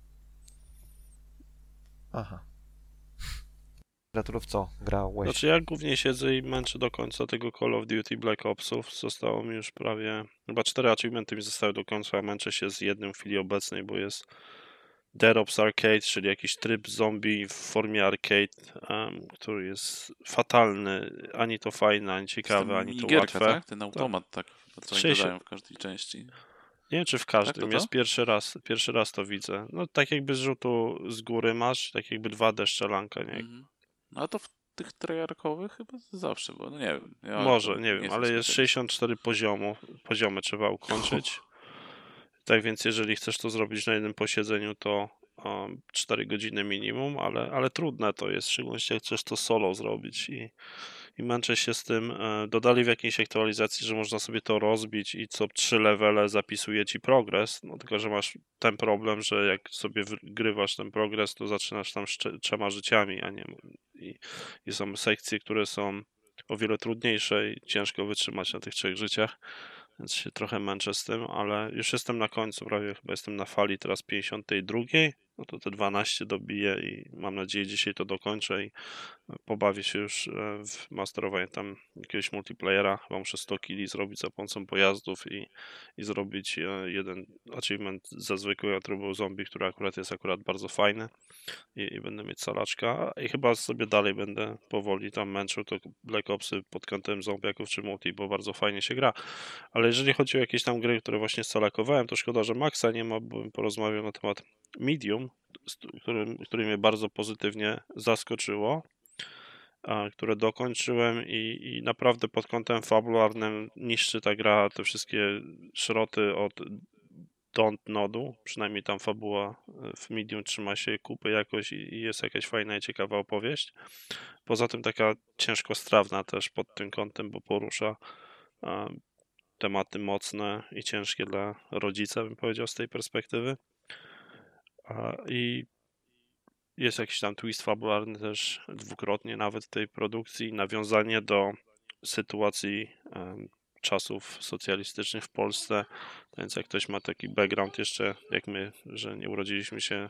Aha. Gratulów co? Grałeś? Znaczy ja głównie siedzę i męczę do końca tego Call of Duty Black Opsów. Zostało mi już prawie... Chyba cztery achievementy mi zostały do końca, a męczę się z jednym w chwili obecnej, bo jest Dead Ops Arcade, czyli jakiś tryb zombie w formie arcade, um, który jest fatalny. Ani to fajne, ani ciekawe, ani to Minigierka, łatwe. tak? Ten automat, tak? Co oni sześćdziesiąt dodają w każdej części. Nie wiem, czy w Tak, każdym. to to? Jest pierwszy raz, pierwszy raz to widzę. No tak jakby z rzutu z góry masz, tak jakby dwa D strzelanka, nie? Mhm. No a to w tych tryjarkowych chyba zawsze, bo no nie wiem. Ja Może, to nie wiem, jestem ale jest specjalistą. sześćdziesiąt cztery poziomu, poziomy trzeba ukończyć. Tak więc jeżeli chcesz to zrobić na jednym posiedzeniu, to um, cztery godziny minimum, ale, ale trudne to jest, szczególnie jak chcesz to solo zrobić i, i męczę się z tym. E, Dodali w jakiejś aktualizacji, że można sobie to rozbić i co trzy levele zapisuje ci progres, no tylko, że masz ten problem, że jak sobie wygrywasz ten progres, to zaczynasz tam z trze- trzema życiami, a nie... I, i są sekcje, które są o wiele trudniejsze i ciężko wytrzymać na tych trzech życiach, więc się trochę męczę z tym, ale już jestem na końcu, prawie chyba jestem na fali teraz pięćdziesiątej drugiej. no to te dwanaście dobiję i mam nadzieję dzisiaj to dokończę i pobawię się już e, w masterowanie tam jakiegoś multiplayera. Chyba muszę sto killi zrobić za pomocą pojazdów i, i zrobić e, jeden achievement ze zwykłego trybu zombie, który akurat jest akurat bardzo fajny i, i będę mieć salaczka i chyba sobie dalej będę powoli tam męczył to Black Opsy pod kątem zombiaków czy multi, bo bardzo fajnie się gra. Ale jeżeli chodzi o jakieś tam gry, które właśnie salakowałem, to szkoda, że Maxa nie ma, bo bym porozmawiał na temat Medium, który, który mnie bardzo pozytywnie zaskoczyło, a, które dokończyłem i, i naprawdę pod kątem fabularnym niszczy ta gra te wszystkie szroty od Don't Nodu, przynajmniej tam fabuła w Medium trzyma się kupy jakoś i, i jest jakaś fajna i ciekawa opowieść. Poza tym taka ciężko strawna też pod tym kątem, bo porusza a, tematy mocne i ciężkie dla rodzica, bym powiedział, z tej perspektywy. A, I jest jakiś tam twist fabularny też dwukrotnie nawet w tej produkcji, nawiązanie do sytuacji em, czasów socjalistycznych w Polsce. Więc jak ktoś ma taki background jeszcze, jak my, że nie urodziliśmy się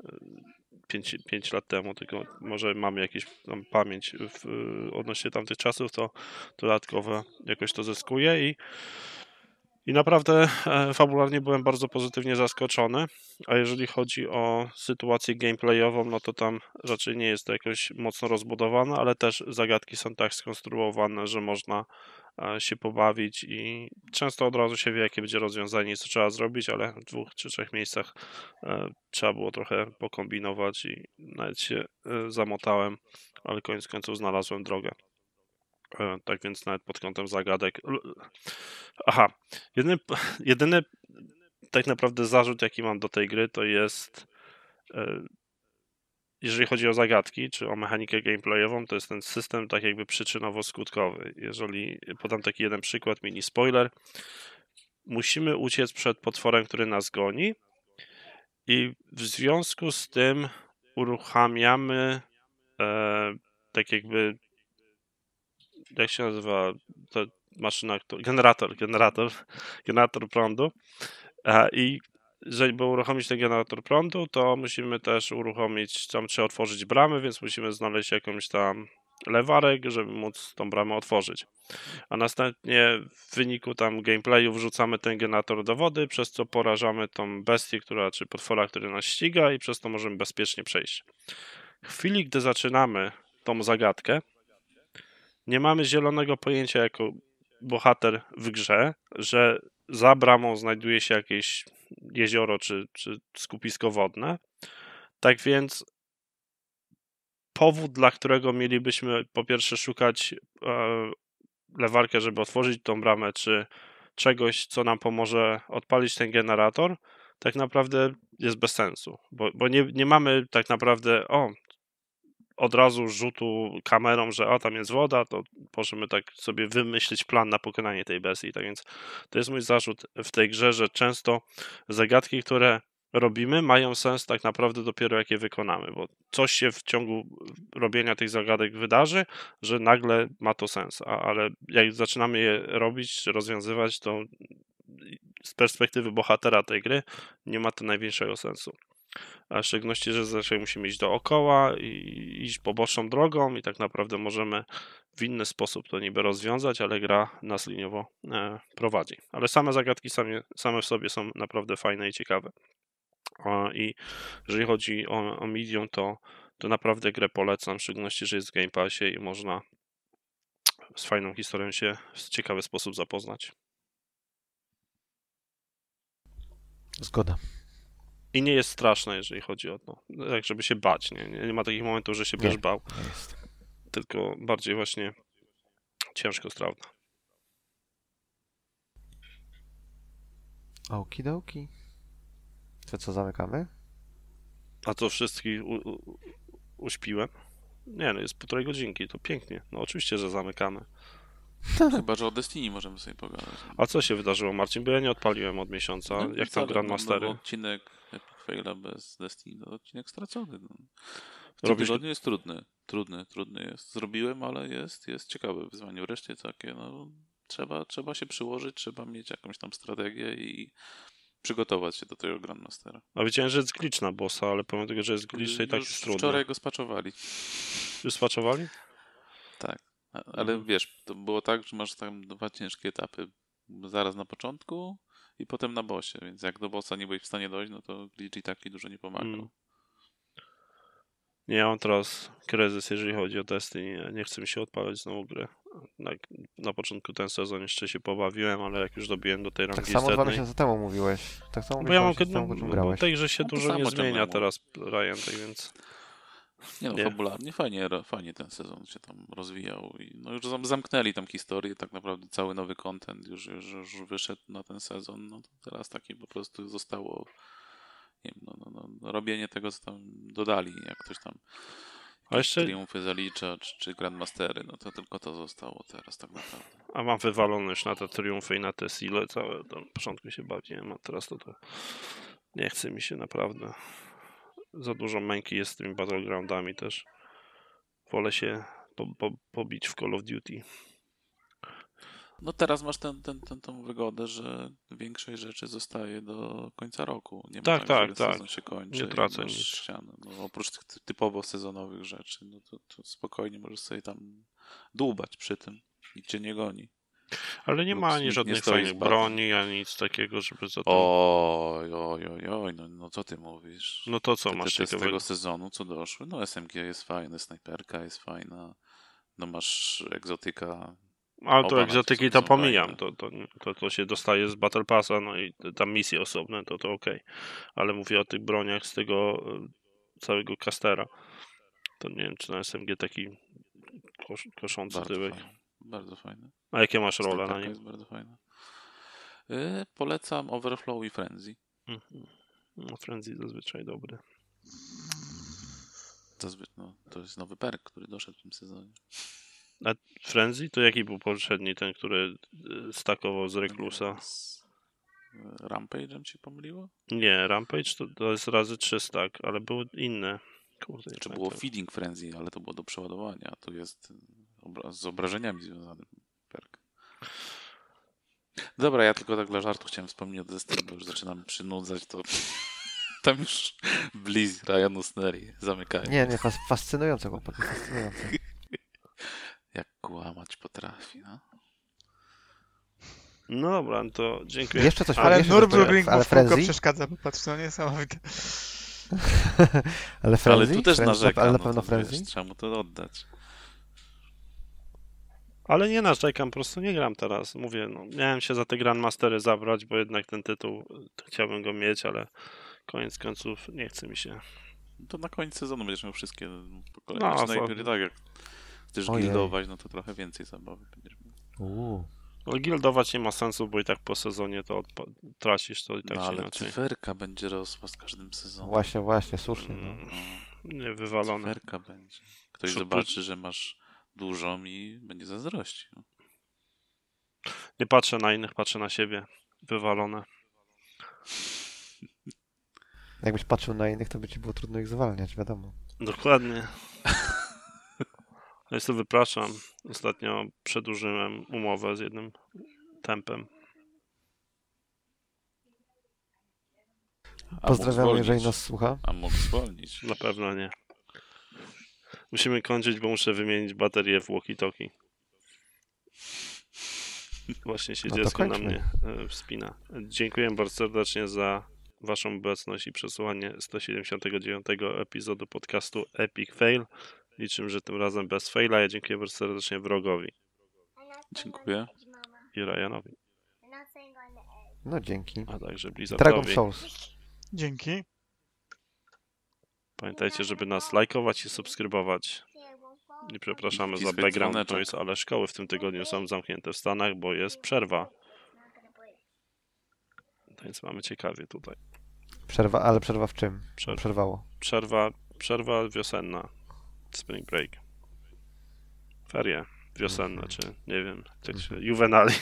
pięć lat temu, tylko może mamy jakąś tam pamięć w, odnośnie tamtych czasów, to dodatkowo jakoś to zyskuje i I naprawdę e, fabularnie byłem bardzo pozytywnie zaskoczony, a jeżeli chodzi o sytuację gameplayową, no to tam raczej nie jest to jakoś mocno rozbudowane, ale też zagadki są tak skonstruowane, że można e, się pobawić i często od razu się wie, jakie będzie rozwiązanie i co trzeba zrobić, ale w dwóch czy trzech miejscach e, trzeba było trochę pokombinować i nawet się e, zamotałem, ale koniec końców znalazłem drogę. E, Tak więc nawet pod kątem zagadek. L- Aha, jedyny, jedyny tak naprawdę zarzut, jaki mam do tej gry, to jest, e, jeżeli chodzi o zagadki, czy o mechanikę gameplayową, to jest ten system tak jakby przyczynowo-skutkowy. Jeżeli podam taki jeden przykład, mini spoiler, musimy uciec przed potworem, który nas goni i w związku z tym uruchamiamy e, tak jakby, jak się nazywa ta maszyna, kto- generator, generator, generator prądu. A, I żeby uruchomić ten generator prądu, to musimy też uruchomić, tam trzeba otworzyć bramę, więc musimy znaleźć jakąś tam lewarek, żeby móc tą bramę otworzyć. A następnie w wyniku tam gameplayu wrzucamy ten generator do wody, przez co porażamy tą bestię, która, czy potwora, który nas ściga i przez to możemy bezpiecznie przejść. W chwili, gdy zaczynamy tą zagadkę, nie mamy zielonego pojęcia jako bohater w grze, że za bramą znajduje się jakieś jezioro czy, czy skupisko wodne. Tak więc powód, dla którego mielibyśmy po pierwsze szukać e, lewarkę, żeby otworzyć tą bramę, czy czegoś, co nam pomoże odpalić ten generator, tak naprawdę jest bez sensu, bo, bo nie, nie mamy tak naprawdę, o, od razu rzutu kamerą, że o, tam jest woda, to możemy tak sobie wymyślić plan na pokonanie tej bestii. Tak więc to jest mój zarzut w tej grze, że często zagadki, które robimy, mają sens tak naprawdę dopiero jak je wykonamy, bo coś się w ciągu robienia tych zagadek wydarzy, że nagle ma to sens, a, ale jak zaczynamy je robić czy rozwiązywać, to z perspektywy bohatera tej gry nie ma to największego sensu. A w szczególności, że zazwyczaj musimy iść dookoła i iść poboczną drogą i tak naprawdę możemy w inny sposób to niby rozwiązać, ale gra nas liniowo e, prowadzi. Ale same zagadki same, same w sobie są naprawdę fajne i ciekawe. A, I jeżeli chodzi o, o Medium, to, to naprawdę grę polecam, w szczególności, że jest w Game Passie i można z fajną historią się w ciekawy sposób zapoznać. Zgoda. I nie jest straszne, jeżeli chodzi o to, jak żeby się bać. Nie, nie, nie ma takich momentów, że się będziesz bał. Nie jest. Tylko bardziej właśnie ciężko strawna. Okidoki. To co, zamykamy? A co, wszystkich u, u, uśpiłem? Nie, no jest półtorej godzinki, to pięknie. No oczywiście, że zamykamy. Chyba, że o Destiny możemy sobie pogadać. A co się wydarzyło, Marcin? Bo ja nie odpaliłem od miesiąca. No, Jak tam wcale, Grandmastery? No, no, odcinek Epic Faila bez Destiny to odcinek stracony. No. W tym Robisz- tygodniu jest trudny. Trudny, trudny jest. Zrobiłem, ale jest, jest ciekawe wyzwanie. Wreszcie takie, no, trzeba, trzeba się przyłożyć, trzeba mieć jakąś tam strategię i przygotować się do tego Grandmastera. A wiedziałem, że jest glitch na bossa, ale pomimo tego, że jest glitch, to i tak Już jest trudno. wczoraj go spaczowali. Już spaczowali? Tak. A- Ale Mhm. wiesz, to było tak, że masz tam dwa ciężkie etapy. Zaraz na początku i potem na bossie, więc jak do bossa nie byłeś w stanie dojść, no to glitch i taki dużo nie pomagał. Mm. Nie, ja mam teraz kryzys, jeżeli chodzi o Destiny. Nie chcę mi się odpalać znowu gry. Na, na początku ten sezon jeszcze się pobawiłem, ale jak już dobiłem do tej rangi Tak samo dwa setnej... miesiące temu mówiłeś. Tak samo Bo ja mam miesiące temu, po czym grałeś. tej grze się No to dużo nie samo zmienia ciągle teraz, Ryan, tak więc... Nie no, Nie. fabularnie fajnie, fajnie ten sezon się tam rozwijał. I no już zam- zamknęli tam historię, tak naprawdę cały nowy content już, już, już wyszedł na ten sezon. No to teraz taki po prostu zostało, nie wiem, no, no, no, robienie tego, co tam dodali, jak ktoś tam A jeszcze... triumfy zalicza, czy, czy Grandmastery, no to tylko to zostało teraz tak naprawdę. A mam wywalone już na te triumfy i na te sile całe. To na początku się bawiłem, a teraz to, to nie chce mi się naprawdę. Za dużo męki jest z tymi battlegroundami też. Wolę się po, po, pobić w Call of Duty. No teraz masz ten, ten, ten, tą wygodę, że większość rzeczy zostaje do końca roku. Nie ma Tak, tak, tak, że tak. sezon się kończy Nie i tracę masz nic. ścianę. No, oprócz tych ty- typowo sezonowych rzeczy, no to, to spokojnie możesz sobie tam dłubać przy tym. Nikt cię nie goni. Ale nie Lub ma ani nikt nie żadnych stoi z fajnych batem. broni, ani nic takiego, żeby za to... Oj, oj, oj, oj, no, no co ty mówisz? No to co Te- masz te, te z ciekawego? tego sezonu, co doszły? No S M G jest fajne, snajperka jest fajna, no masz egzotyka. Ale to Oba egzotyki są- to są pomijam, fajne. to, to, to, to się dostaje z Battle Passa, no i tam misje osobne, to to okej. Ale mówię o tych broniach z tego e, całego castera. To nie wiem, czy na S M G taki kosz, koszący Bardzo tyłek. fajne, bardzo fajne. A jakie masz role na Snajperka nim? jest bardzo fajna. Yy, polecam Overflow i Frenzy. Mhm. No, Frenzy zazwyczaj dobry. Zazwy- no, to jest nowy perk, który doszedł w tym sezonie. Frenzy? To jaki był poprzedni, ten, który e, stakował z Reclusa? Z yy, Rampage'em ci pomyliło? Nie, Rampage to, to jest razy trzy stack, ale były inne. Kurde, nie Czy było pamiętam. Feeding Frenzy, ale to było do przeładowania, a tu jest yy, obra- z obrażeniami związany perk. Dobra, ja tylko tak dla żartu chciałem wspomnieć o Destiny, bo już zaczynam przynudzać, to tam już Blizz, Ryan usnęli, zamykają. Nie, nie, fas- fascynujące, chłopaki, fascynujące. Jak kłamać potrafi, no. No dobra, no to dziękuję. Jeszcze coś Ale jeszcze coś powiem, Nürburgring mu ale w kółko Frenzy? przeszkadza, popatrz, to niesamowite. ale Frenzy? Ale tu też Frenzy, narzeka, ale na no pewno to Frenzy? wiesz, trzeba mu to oddać. Ale nie narzekam, po prostu nie gram teraz. Mówię, no, miałem się za te Grandmastery zabrać, bo jednak ten tytuł y, chciałbym go mieć, ale koniec końców nie chce mi się. No to na koniec sezonu będziesz miał wszystkie po kolei. No, No, no to- i tak jak chcesz Ojej. gildować, no to trochę więcej zabawy będziesz miał. Uuu. No, gildować nie ma sensu, bo i tak po sezonie to odpa- tracisz, to i tak No się ale inaczej. cyferka będzie rosła z każdym sezonem. Właśnie, właśnie, słusznie. No. Mm, No, nie wywalone. cyferka będzie. Ktoś Przy- zobaczy, że masz dużą i będzie zazdrościł. Nie patrzę na innych, patrzę na siebie. Wywalone. Jakbyś patrzył na innych, to by ci było trudno ich zwalniać, wiadomo. Dokładnie. Ja sobie wypraszam. Ostatnio przedłużyłem umowę z jednym tempem. A mógł Pozdrawiamy, jeżeli zwolnić. nas słucha. A mógł zwolnić. Na pewno nie. Musimy kończyć, bo muszę wymienić baterię w walkie-talkie. Właśnie się No to dziecko na kończmy. mnie e, wspina. Dziękuję bardzo serdecznie za waszą obecność i przesłuchanie sto siedemdziesiątego dziewiątego epizodu podcastu Epic Fail. Liczę, że tym razem bez faila. Ja dziękuję bardzo serdecznie Wrogowi Dziękuję. i Ryanowi, No dzięki. a także Dragon Blizzardowi. Souls. Dzięki. Pamiętajcie, żeby nas lajkować i subskrybować. I przepraszamy za Wciskać background dzwoneczek. noise, ale szkoły w tym tygodniu są zamknięte w Stanach, bo jest przerwa. Więc mamy ciekawie tutaj. Przerwa, ale przerwa w czym? Przerwa. Przerwało. Przerwa, przerwa wiosenna. Spring break. Ferie wiosenne, czy nie wiem, jak się... Juvenali.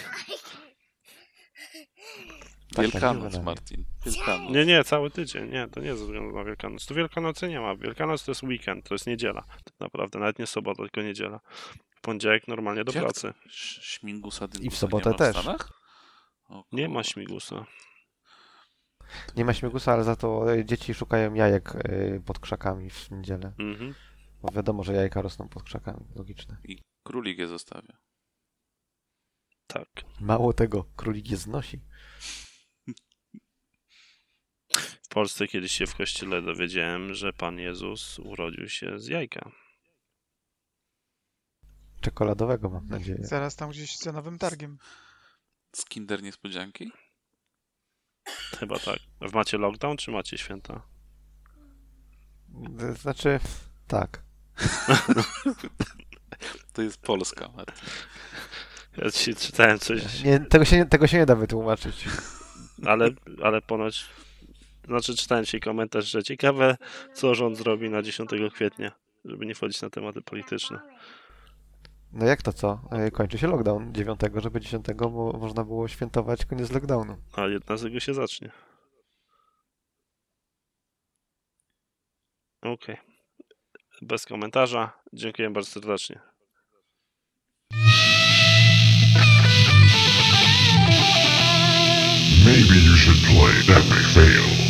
Tak, Wielkanoc, tak, Martin. Wielkanoc. Nie, nie, cały tydzień. Nie, to nie ze względu na Wielkanoc. Tu Wielkanocy nie ma. Wielkanoc to jest weekend, to jest niedziela. Tak naprawdę, nawet nie sobota, tylko niedziela. W poniedziałek normalnie do Jak pracy. Ś- Śmigusa I w sobotę nie ma też. W Stanach? O Nie ma kurde. śmigusa. Nie ma śmigusa, ale za to e, dzieci szukają jajek e, pod krzakami w niedzielę. Mhm. Bo wiadomo, że jajka rosną pod krzakami. Logiczne. I królik je zostawia. Tak. Mało tego, królik je znosi. W Polsce kiedyś się w kościele dowiedziałem, że Pan Jezus urodził się z jajka. Czekoladowego, mam nadzieję. Zaraz tam gdzieś za Nowym Targiem. Z Kinder Niespodzianki? Chyba tak. Wy macie lockdown, czy macie święta? To znaczy, tak. To jest Polska, Martin. Ja ci czytałem coś, Nie, tego, się, tego się nie da wytłumaczyć. ale, ale ponoć... Znaczy czytałem dzisiaj komentarz, że ciekawe, co rząd zrobi na dziesiątego kwietnia, żeby nie wchodzić na tematy polityczne. No jak to co? E, Kończy się lockdown dziewiątego, żeby dziesiątego mo- można było świętować koniec lockdownu. A jedenastego się zacznie. Okej. Bez komentarza. Dziękuję bardzo serdecznie. Maybe you should play Epic Fail.